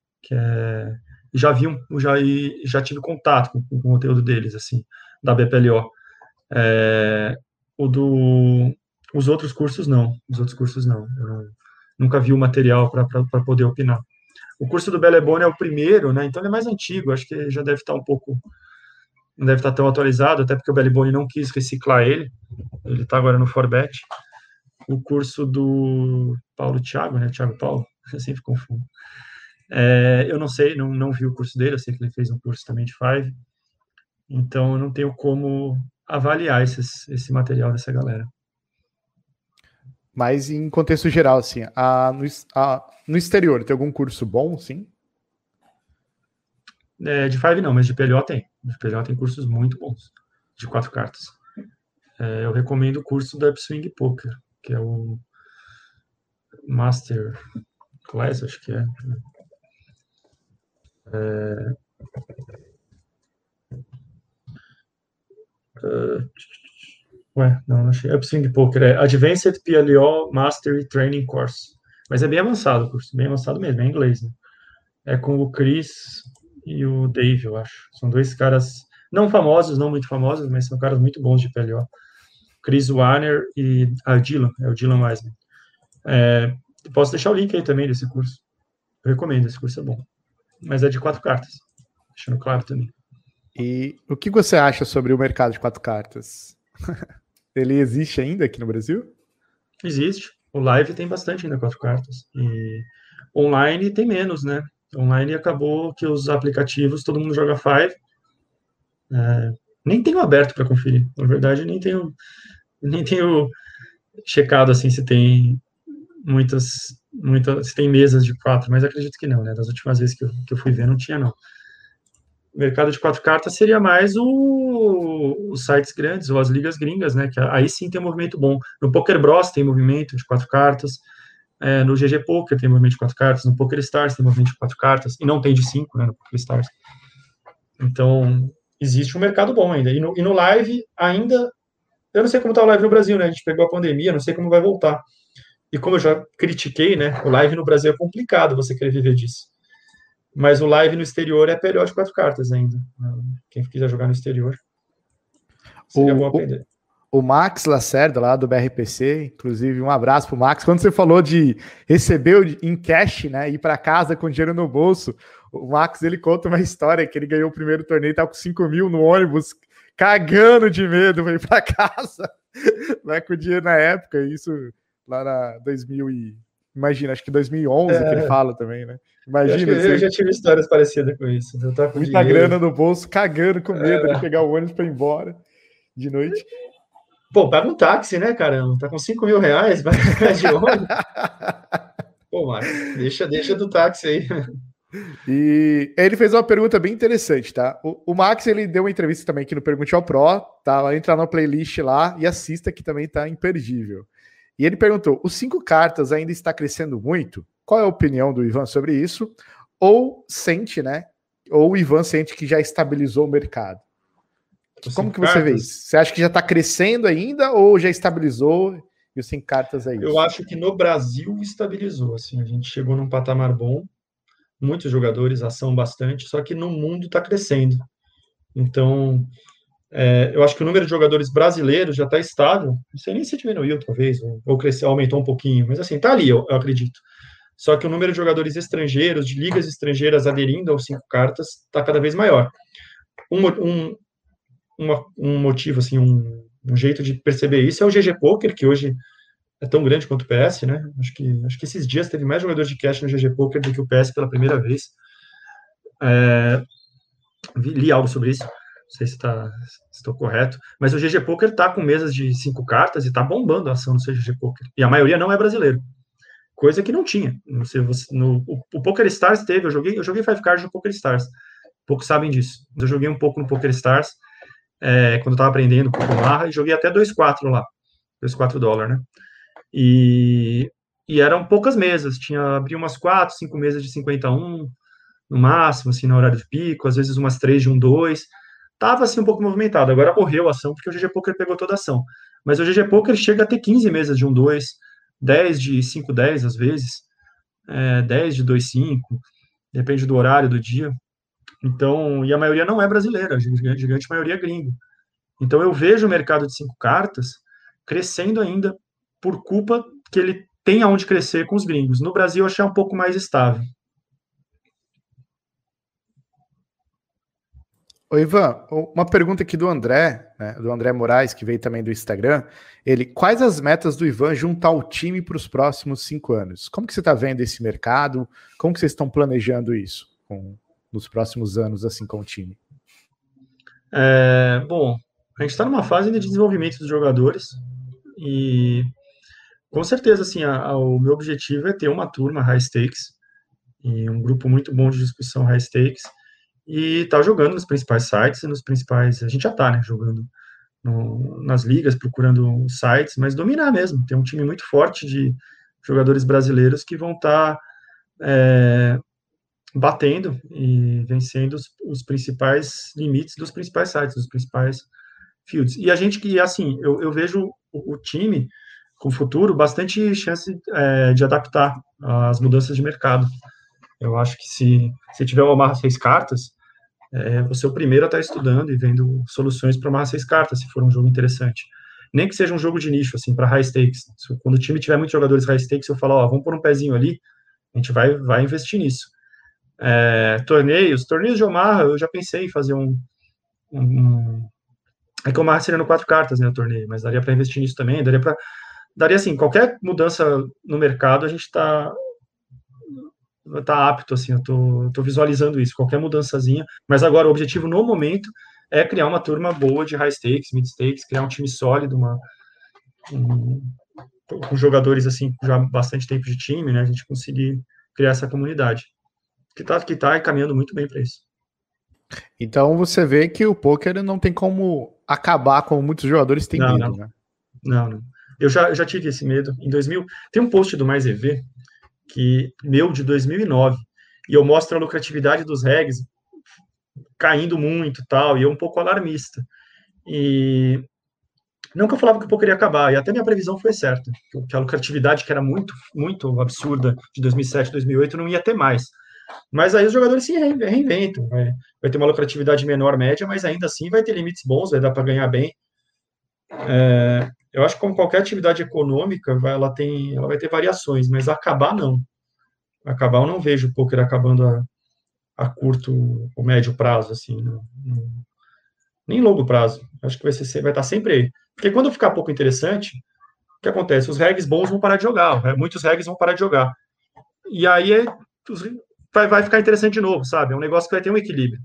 Já tive contato com o conteúdo deles, assim, da BPLO. Os outros cursos, não. Eu nunca vi o material para poder opinar. O curso do Bellebone é o primeiro, né? Então ele é mais antigo. Acho que já deve estar um pouco... Não deve estar tão atualizado, até porque o Bellebone não quis reciclar ele. Ele está agora no Forbet. O curso do Paulo Thiago, né? Thiago Paulo, eu sempre confundo. Eu não sei, não vi o curso dele, eu sei que ele fez um curso também de Five, então eu não tenho como avaliar esse material dessa galera. Mas em contexto geral, assim, no exterior, tem algum curso bom, sim? De Five não, mas de PLO tem. De PLO tem cursos muito bons, de 4 cartas. Eu recomendo o curso da Upswing Poker, que é o Master Class, acho que é. Não achei. Upswing Poker é Advanced PLO Mastery Training Course. Mas é bem avançado o curso, bem avançado mesmo, é em inglês, né? É com o Chris e o Dave, eu acho. São 2 caras, não famosos, não muito famosos, mas são caras muito bons de PLO. Chris Warner e o Dylan Wiseman. Posso deixar o link aí também desse curso. Eu recomendo, esse curso é bom. Mas é de 4 cartas, deixando claro também. E o que você acha sobre o mercado de 4 cartas? Ele existe ainda aqui no Brasil? Existe. O live tem bastante ainda 4 cartas. E online tem menos, né? Online acabou que os aplicativos, todo mundo joga Five. Nem tenho aberto para conferir. Na verdade, nem tenho checado assim se tem se tem mesas de 4, mas acredito que não, né? Das últimas vezes que eu fui ver, não tinha, não. O mercado de 4 cartas seria mais os sites grandes, ou as ligas gringas, né? Que aí sim tem um movimento bom. No Poker Bros tem movimento de 4 cartas, no GG Poker tem movimento de 4 cartas, no Poker Stars tem movimento de 4 cartas, e não tem de 5, né, no Poker Stars. Então, existe um mercado bom ainda. E no live, ainda... Eu não sei como está o live no Brasil, né? A gente pegou a pandemia, não sei como vai voltar. E como eu já critiquei, né, o live no Brasil é complicado você querer viver disso. Mas o live no exterior é periódico 4 cartas ainda. Quem quiser jogar no exterior, seria bom O, aprender. o Max Lacerda, lá do BRPC, inclusive um abraço pro Max. Quando você falou de receber em cash, né, ir para casa com dinheiro no bolso, o Max, ele conta uma história que ele ganhou o primeiro torneio, tava com 5 mil no ônibus, cagando de medo, veio para casa, né, com dinheiro na época, isso lá na 2000 e... Imagina, acho que 2011 que ele fala também, né? Eu acho que Imagina, eu já tive histórias parecidas com isso. Eu tava com muita dinheiro. grana no bolso, cagando com medo de pegar o ônibus para ir embora de noite. Pô, paga um táxi, né, caramba? Tá com 5 mil reais, vai de ônibus. Pô, Max, deixa do táxi aí. E ele fez uma pergunta bem interessante, tá? O Max, ele deu uma entrevista também aqui no Pergunte ao Pro, tá? Entra na playlist lá e assista, que também tá imperdível. E ele perguntou: os 5 cartas ainda está crescendo muito? Qual é a opinião do Ivan sobre isso? Ou sente, né? Ou o Ivan sente que já estabilizou o mercado? Como que você vê isso? Você acha que já está crescendo ainda ou já estabilizou e os 5 cartas é isso? Eu acho que no Brasil estabilizou, assim, a gente chegou num patamar bom, muitos jogadores, ação bastante, só que no mundo está crescendo. Então, eu acho que o número de jogadores brasileiros já está estável, não sei nem se diminuiu, talvez, ou cresceu, aumentou um pouquinho, mas assim, está ali, eu acredito. Só que o número de jogadores estrangeiros, de ligas estrangeiras aderindo aos 5 cartas, está cada vez maior. Um motivo, assim, um jeito de perceber isso é o GG Poker, que hoje é tão grande quanto o PS, né? Acho que esses dias teve mais jogadores de cash no GG Poker do que o PS pela primeira vez. Li algo sobre isso, não sei se estou correto, mas o GG Poker está com mesas de 5 cartas e está bombando a ação no CGG Poker. E a maioria não é brasileiro, coisa que não tinha. Não sei, o Poker Stars teve, eu joguei 5 cards no Poker Stars. Poucos sabem disso. Eu joguei um pouco no Poker Stars, quando eu estava aprendendo um pouco Marra, e joguei até 2,4 lá, 2,4 dólares, né? E eram poucas mesas, abria umas 4, 5 mesas de 51, no máximo, assim, no horário de pico, às vezes umas 3 de 1,2. Tava, assim, um pouco movimentado. Agora morreu a ação, porque o GG Poker pegou toda a ação. Mas o GG Poker chega a ter 15 mesas de 1,2, 10 de 5,10 às vezes, 10 de 2,5, depende do horário do dia. Então, e a maioria não é brasileira, a gigante maioria é gringo. Então, eu vejo o mercado de 5 cartas crescendo ainda por culpa que ele tem aonde crescer com os gringos. No Brasil, eu achei um pouco mais estável. Ô Ivan, uma pergunta aqui do André, né, do André Moraes, que veio também do Instagram. Quais as metas do Ivan juntar o time para os próximos 5 anos? Como que você está vendo esse mercado? Como que vocês estão planejando isso nos próximos anos, assim, com o time? Bom, a gente está numa fase de desenvolvimento dos jogadores e, com certeza, assim, o meu objetivo é ter uma turma high stakes e um grupo muito bom de discussão high stakes e tá jogando nos principais sites e nos principais... A gente já tá, né, jogando nas ligas, procurando sites, mas dominar mesmo. Tem um time muito forte de jogadores brasileiros que vão estar batendo e vencendo os principais limites dos principais sites, dos principais fields. E a gente que, assim, eu vejo o time com o futuro bastante chance de adaptar às mudanças de mercado. Eu acho que se tiver uma marra 6 cartas, você é o primeiro a estar estudando e vendo soluções para marra 6 cartas, se for um jogo interessante. Nem que seja um jogo de nicho, assim, para high stakes. Quando o time tiver muitos jogadores high stakes, eu falo, ó, vamos pôr um pezinho ali, a gente vai investir nisso. Torneios de Omaha, eu já pensei em fazer é que o Omaha seria no 4 cartas, né, o torneio, mas daria para investir nisso também, daria assim, qualquer mudança no mercado, a gente está apto, assim, eu tô visualizando isso, qualquer mudançazinha, mas agora o objetivo no momento é criar uma turma boa de high stakes, mid stakes, criar um time sólido, com jogadores, assim, já há bastante tempo de time, né, a gente conseguir criar essa comunidade, que tá caminhando muito bem para isso. Então você vê que o poker não tem como acabar, como muitos jogadores têm medo, né? Não. Eu já tive esse medo. Em 2000, tem um post do Mais EV, de 2009, e eu mostro a lucratividade dos regs caindo muito e tal, e é um pouco alarmista. E Não que eu falava que o poker ia acabar, e até minha previsão foi certa, que a lucratividade, que era muito, muito absurda de 2007, 2008, não ia ter mais. Mas aí os jogadores se reinventam, vai ter uma lucratividade menor média, mas ainda assim vai ter limites bons, vai dar para ganhar bem. Eu acho que como qualquer atividade econômica, ela vai ter variações, mas acabar não. Acabar eu não vejo o poker acabando a curto ou médio prazo, assim, nem longo prazo. Acho que vai estar sempre aí. Porque quando ficar pouco interessante, o que acontece? Os regs bons vão parar de jogar, muitos regs vão parar de jogar. E aí vai ficar interessante de novo, sabe? É um negócio que vai ter um equilíbrio.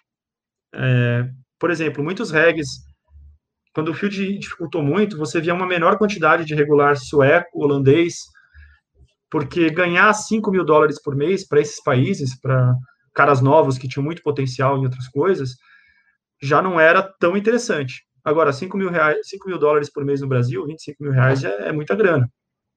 Por exemplo, muitos regs, quando o field dificultou muito, você via uma menor quantidade de regular sueco, holandês, porque ganhar $5.000 por mês para esses países, para caras novos que tinham muito potencial em outras coisas, já não era tão interessante. Agora, $5.000 por mês no Brasil, R$ 25.000 é muita grana.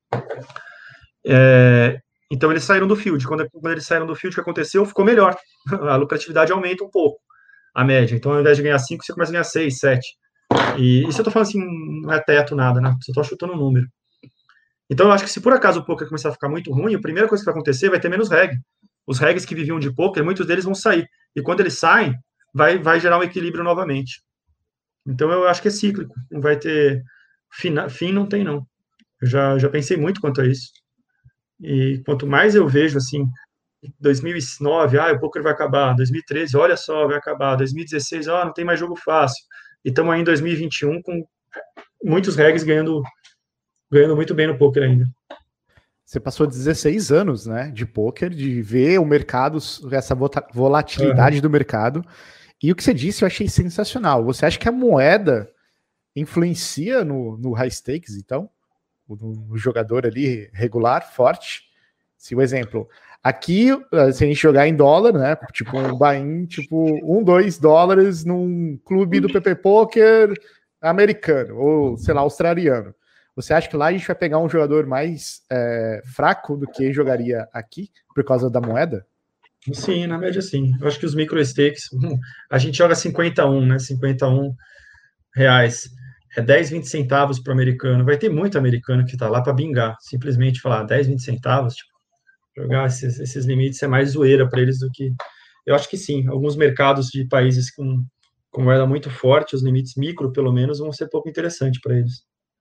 Então, eles saíram do field. Quando eles saíram do field, o que aconteceu? Ficou melhor. A lucratividade aumenta um pouco, a média. Então, ao invés de ganhar 5, você começa a ganhar 6, 7. E isso eu tô falando assim, não é teto, nada, né? Só tô chutando um número. Então, eu acho que se por acaso o poker começar a ficar muito ruim, a primeira coisa que vai acontecer vai ter menos reg. Os regs que viviam de poker, muitos deles vão sair. E quando eles saem, vai gerar um equilíbrio novamente. Então, eu acho que é cíclico. Não vai ter... Fim não tem, não. Eu já pensei muito quanto a isso. E quanto mais eu vejo, assim, 2009, o poker vai acabar. 2013, olha só, vai acabar. 2016, não tem mais jogo fácil. E estamos aí em 2021 com muitos regs ganhando muito bem no poker ainda. Você passou 16 anos, né, de poker, de ver o mercado, essa volatilidade do mercado. E o que você disse eu achei sensacional. Você acha que a moeda influencia no high stakes, então? No jogador ali regular, forte? Se o exemplo, aqui, se a gente jogar em dólar, né, tipo um buy-in, tipo $1, $2 num clube do PP Poker americano, ou sei lá, australiano. Você acha que lá a gente vai pegar um jogador mais fraco do que jogaria aqui, por causa da moeda? Sim, na média sim. Eu acho que os micro stakes, a gente joga 51, né? 51 reais. É 10, 20 centavos para o americano. Vai ter muito americano que está lá para bingar. Simplesmente falar 10, 20 centavos, tipo, jogar esses limites é mais zoeira para eles do que. Eu acho que sim. Alguns mercados de países com moeda muito forte, os limites micro, pelo menos, vão ser pouco interessante para eles.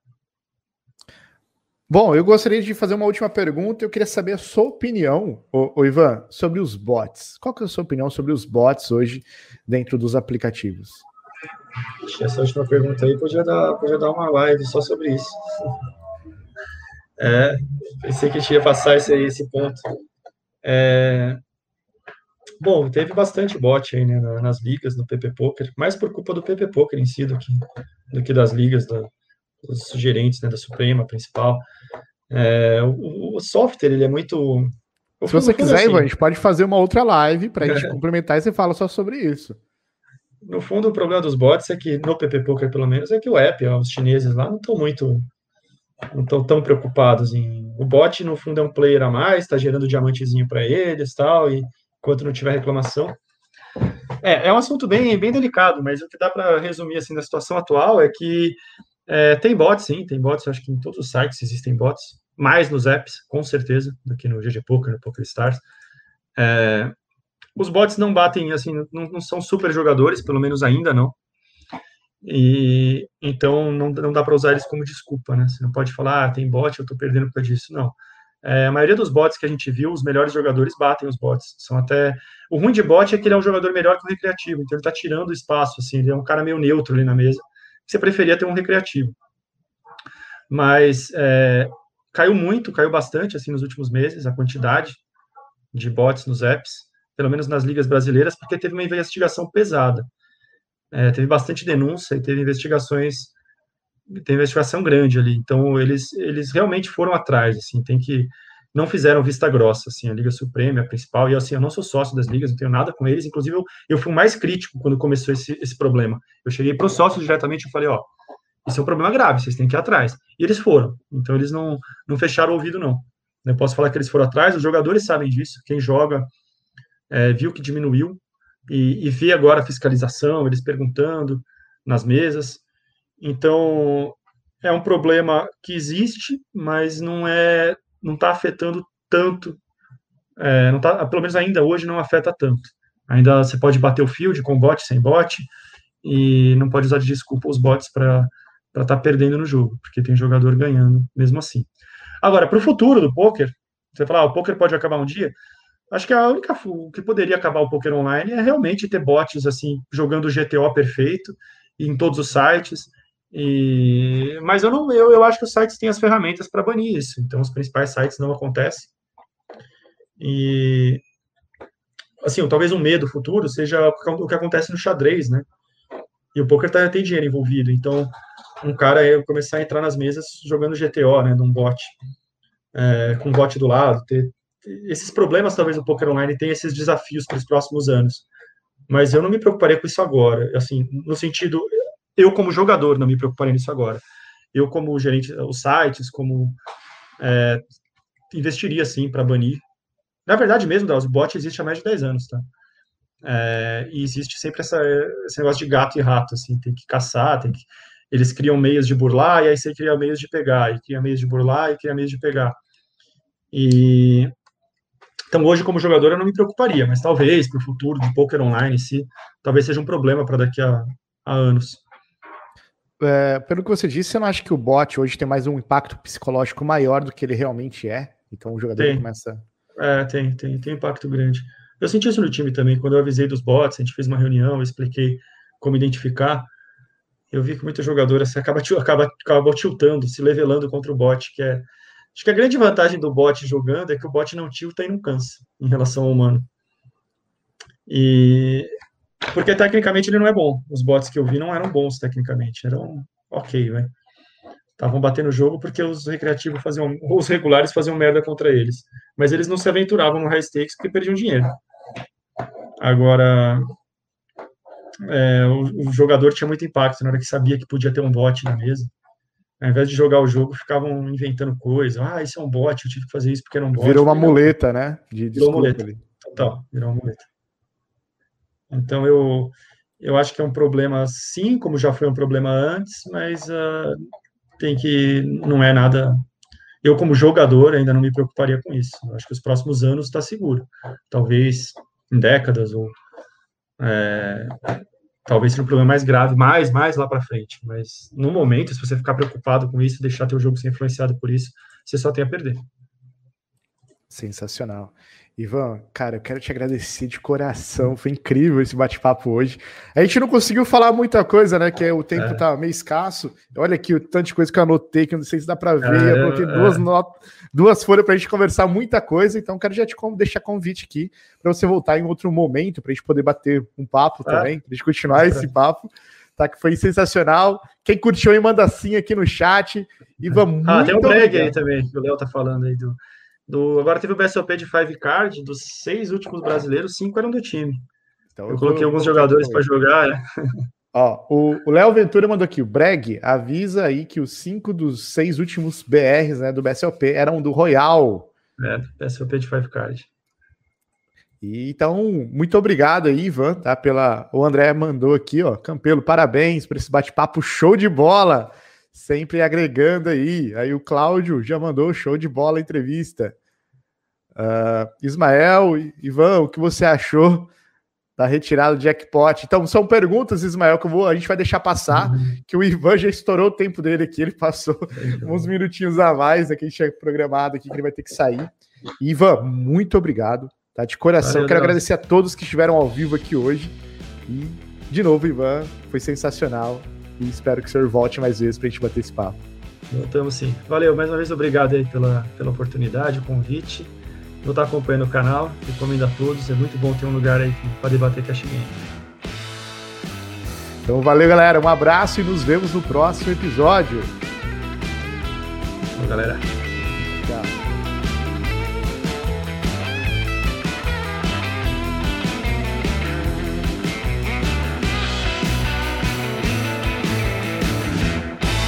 Bom, eu gostaria de fazer uma última pergunta. Eu queria saber a sua opinião, Ivan, sobre os bots. Qual que é a sua opinião sobre os bots hoje dentro dos aplicativos? Essa última pergunta aí podia dar uma live só sobre isso. Pensei que a gente ia passar esse ponto. Bom, teve bastante bot aí, né, nas ligas, no PP Poker, mais por culpa do PP Poker em si do que das ligas, dos gerentes, né, da Suprema principal. O software, ele é muito... Se você quiser, assim, Ivan, a gente pode fazer uma outra live para a gente complementar e você fala só sobre isso. No fundo, o problema dos bots é que, no PP Poker pelo menos, é que o app, os chineses lá, não estão tão preocupados em... O bot, no fundo, é um player a mais, está gerando diamantezinho para eles, tal, e enquanto não tiver reclamação. É um assunto bem delicado, mas o que dá para resumir, assim, da situação atual é que tem bots, sim, tem bots, acho que em todos os sites existem bots, mais nos apps, com certeza, do que no GG Poker, no PokerStars. Os bots não batem, assim, não são super jogadores, pelo menos ainda não. E então não dá para usar eles como desculpa, né? Você não pode falar, tem bot, eu estou perdendo por causa disso. Não. A maioria dos bots que a gente viu, os melhores jogadores batem os bots. São até... O ruim de bot é que ele é um jogador melhor que o recreativo, então ele está tirando espaço, assim, ele é um cara meio neutro ali na mesa. Você preferia ter um recreativo. Mas caiu bastante, assim, nos últimos meses, a quantidade de bots nos apps, pelo menos nas ligas brasileiras, porque teve uma investigação pesada. Teve bastante denúncia e teve investigação grande ali. Então, eles realmente foram atrás, assim, não fizeram vista grossa, assim, a Liga Suprema, a principal, e assim, eu não sou sócio das ligas, não tenho nada com eles, inclusive eu fui mais crítico quando começou esse problema. Eu cheguei para os sócios diretamente e falei, isso é um problema grave, vocês têm que ir atrás. E eles foram, então eles não fecharam o ouvido, não. Eu posso falar que eles foram atrás, os jogadores sabem disso, quem joga viu que diminuiu, e vê agora a fiscalização, eles perguntando nas mesas. Então, é um problema que existe, mas não está afetando tanto, não tá, pelo menos ainda hoje não afeta tanto. Ainda você pode bater o field com bot, sem bot, e não pode usar de desculpa os bots para estar perdendo no jogo, porque tem jogador ganhando mesmo assim. Agora, para o futuro do poker, você fala, o poker pode acabar um dia. Acho que o que poderia acabar o poker online é realmente ter bots assim jogando o GTO perfeito em todos os sites. Mas eu acho que os sites têm as ferramentas para banir isso. Então os principais sites não acontecem. E assim, talvez um medo futuro seja o que acontece no xadrez, né? E o poker tem dinheiro envolvido. Então um cara começar a entrar nas mesas jogando GTO, né, num bot, com um bot do lado, esses problemas, talvez o poker online tenha esses desafios para os próximos anos. Mas eu não me preocuparia com isso agora. Assim, no sentido, eu como jogador não me preocuparia nisso agora. Eu como gerente, os sites, investiria sim para banir. Na verdade mesmo, o bot existe há mais de 10 anos, tá? E existe sempre esse negócio de gato e rato, assim, tem que caçar, eles criam meios de burlar, e aí você cria meios de pegar, e cria meios de burlar, e cria meios de pegar. Então, hoje, como jogador, eu não me preocuparia, mas talvez, para o futuro do poker online em si, talvez seja um problema para daqui a anos. Pelo que você disse, você não acha que o bot hoje tem mais um impacto psicológico maior do que ele realmente é? Então, o jogador começa... Tem impacto grande. Eu senti isso no time também, quando eu avisei dos bots, a gente fez uma reunião, eu expliquei como identificar, eu vi que muita jogadora acaba tiltando, se levelando contra o bot, acho que a grande vantagem do bot jogando é que o bot não tilta e não cansa em relação ao humano. Porque tecnicamente ele não é bom. Os bots que eu vi não eram bons tecnicamente, eram ok, velho. Estavam batendo o jogo porque os recreativos os regulares faziam merda contra eles. Mas eles não se aventuravam no high stakes porque perdiam dinheiro. Agora, o jogador tinha muito impacto na hora que sabia que podia ter um bot na mesa. Ao invés de jogar o jogo, ficavam inventando coisa. Isso é um bot, eu tive que fazer isso porque era um bot. Virou uma muleta, né? Virou uma muleta. Total, virou uma muleta. Então, eu acho que é um problema, sim, como já foi um problema antes, mas não é nada... Eu, como jogador, ainda não me preocuparia com isso. Eu acho que os próximos anos está seguro. Talvez em décadas, ou talvez seja um problema mais grave, mais lá para frente. Mas, no momento, se você ficar preocupado com isso, deixar teu jogo ser influenciado por isso, você só tem a perder. Sensacional. Ivan, cara, eu quero te agradecer de coração, foi incrível esse bate-papo hoje. A gente não conseguiu falar muita coisa, né, que o tempo tá meio escasso. Olha aqui o tanto de coisa que eu anotei, que eu não sei se dá para ver, eu coloquei duas folhas pra gente conversar muita coisa, então quero já te deixar convite aqui para você voltar em outro momento, pra gente poder bater um papo também, pra gente continuar esse papo, tá, que foi sensacional. Quem curtiu aí, manda sim aqui no chat. Ivan, muito tem um brag aí também, que o Léo tá falando aí agora teve o BSOP de 5 card, dos 6 últimos brasileiros, 5 eram do time. Então, eu coloquei alguns jogadores para jogar. O Léo Ventura mandou aqui, o Breg avisa aí que os 5 dos 6 últimos BRs, né, do BSOP eram do Royal. BSOP de 5 card. Então, muito obrigado aí, Ivan, tá? O André mandou aqui, Campelo, parabéns por esse bate-papo show de bola. Sempre agregando aí. Aí o Cláudio já mandou show de bola a entrevista. Ismael, Ivan, o que você achou da retirada do jackpot? Então, são perguntas, Ismael, que a gente vai deixar passar, que o Ivan já estourou o tempo dele aqui, ele passou uns minutinhos a mais, que a gente tinha programado aqui, que ele vai ter que sair. Ivan, muito obrigado, tá? De coração. Valeu, quero agradecer a todos que estiveram ao vivo aqui hoje. E, de novo, Ivan, foi sensacional. E espero que o senhor volte mais vezes para a gente bater esse papo. Voltamos sim. Valeu, mais uma vez obrigado aí pela oportunidade, o convite. Vou estar acompanhando o canal, recomendo a todos, é muito bom ter um lugar aí para debater cash game. Então valeu, galera, um abraço e nos vemos no próximo episódio. Valeu, galera.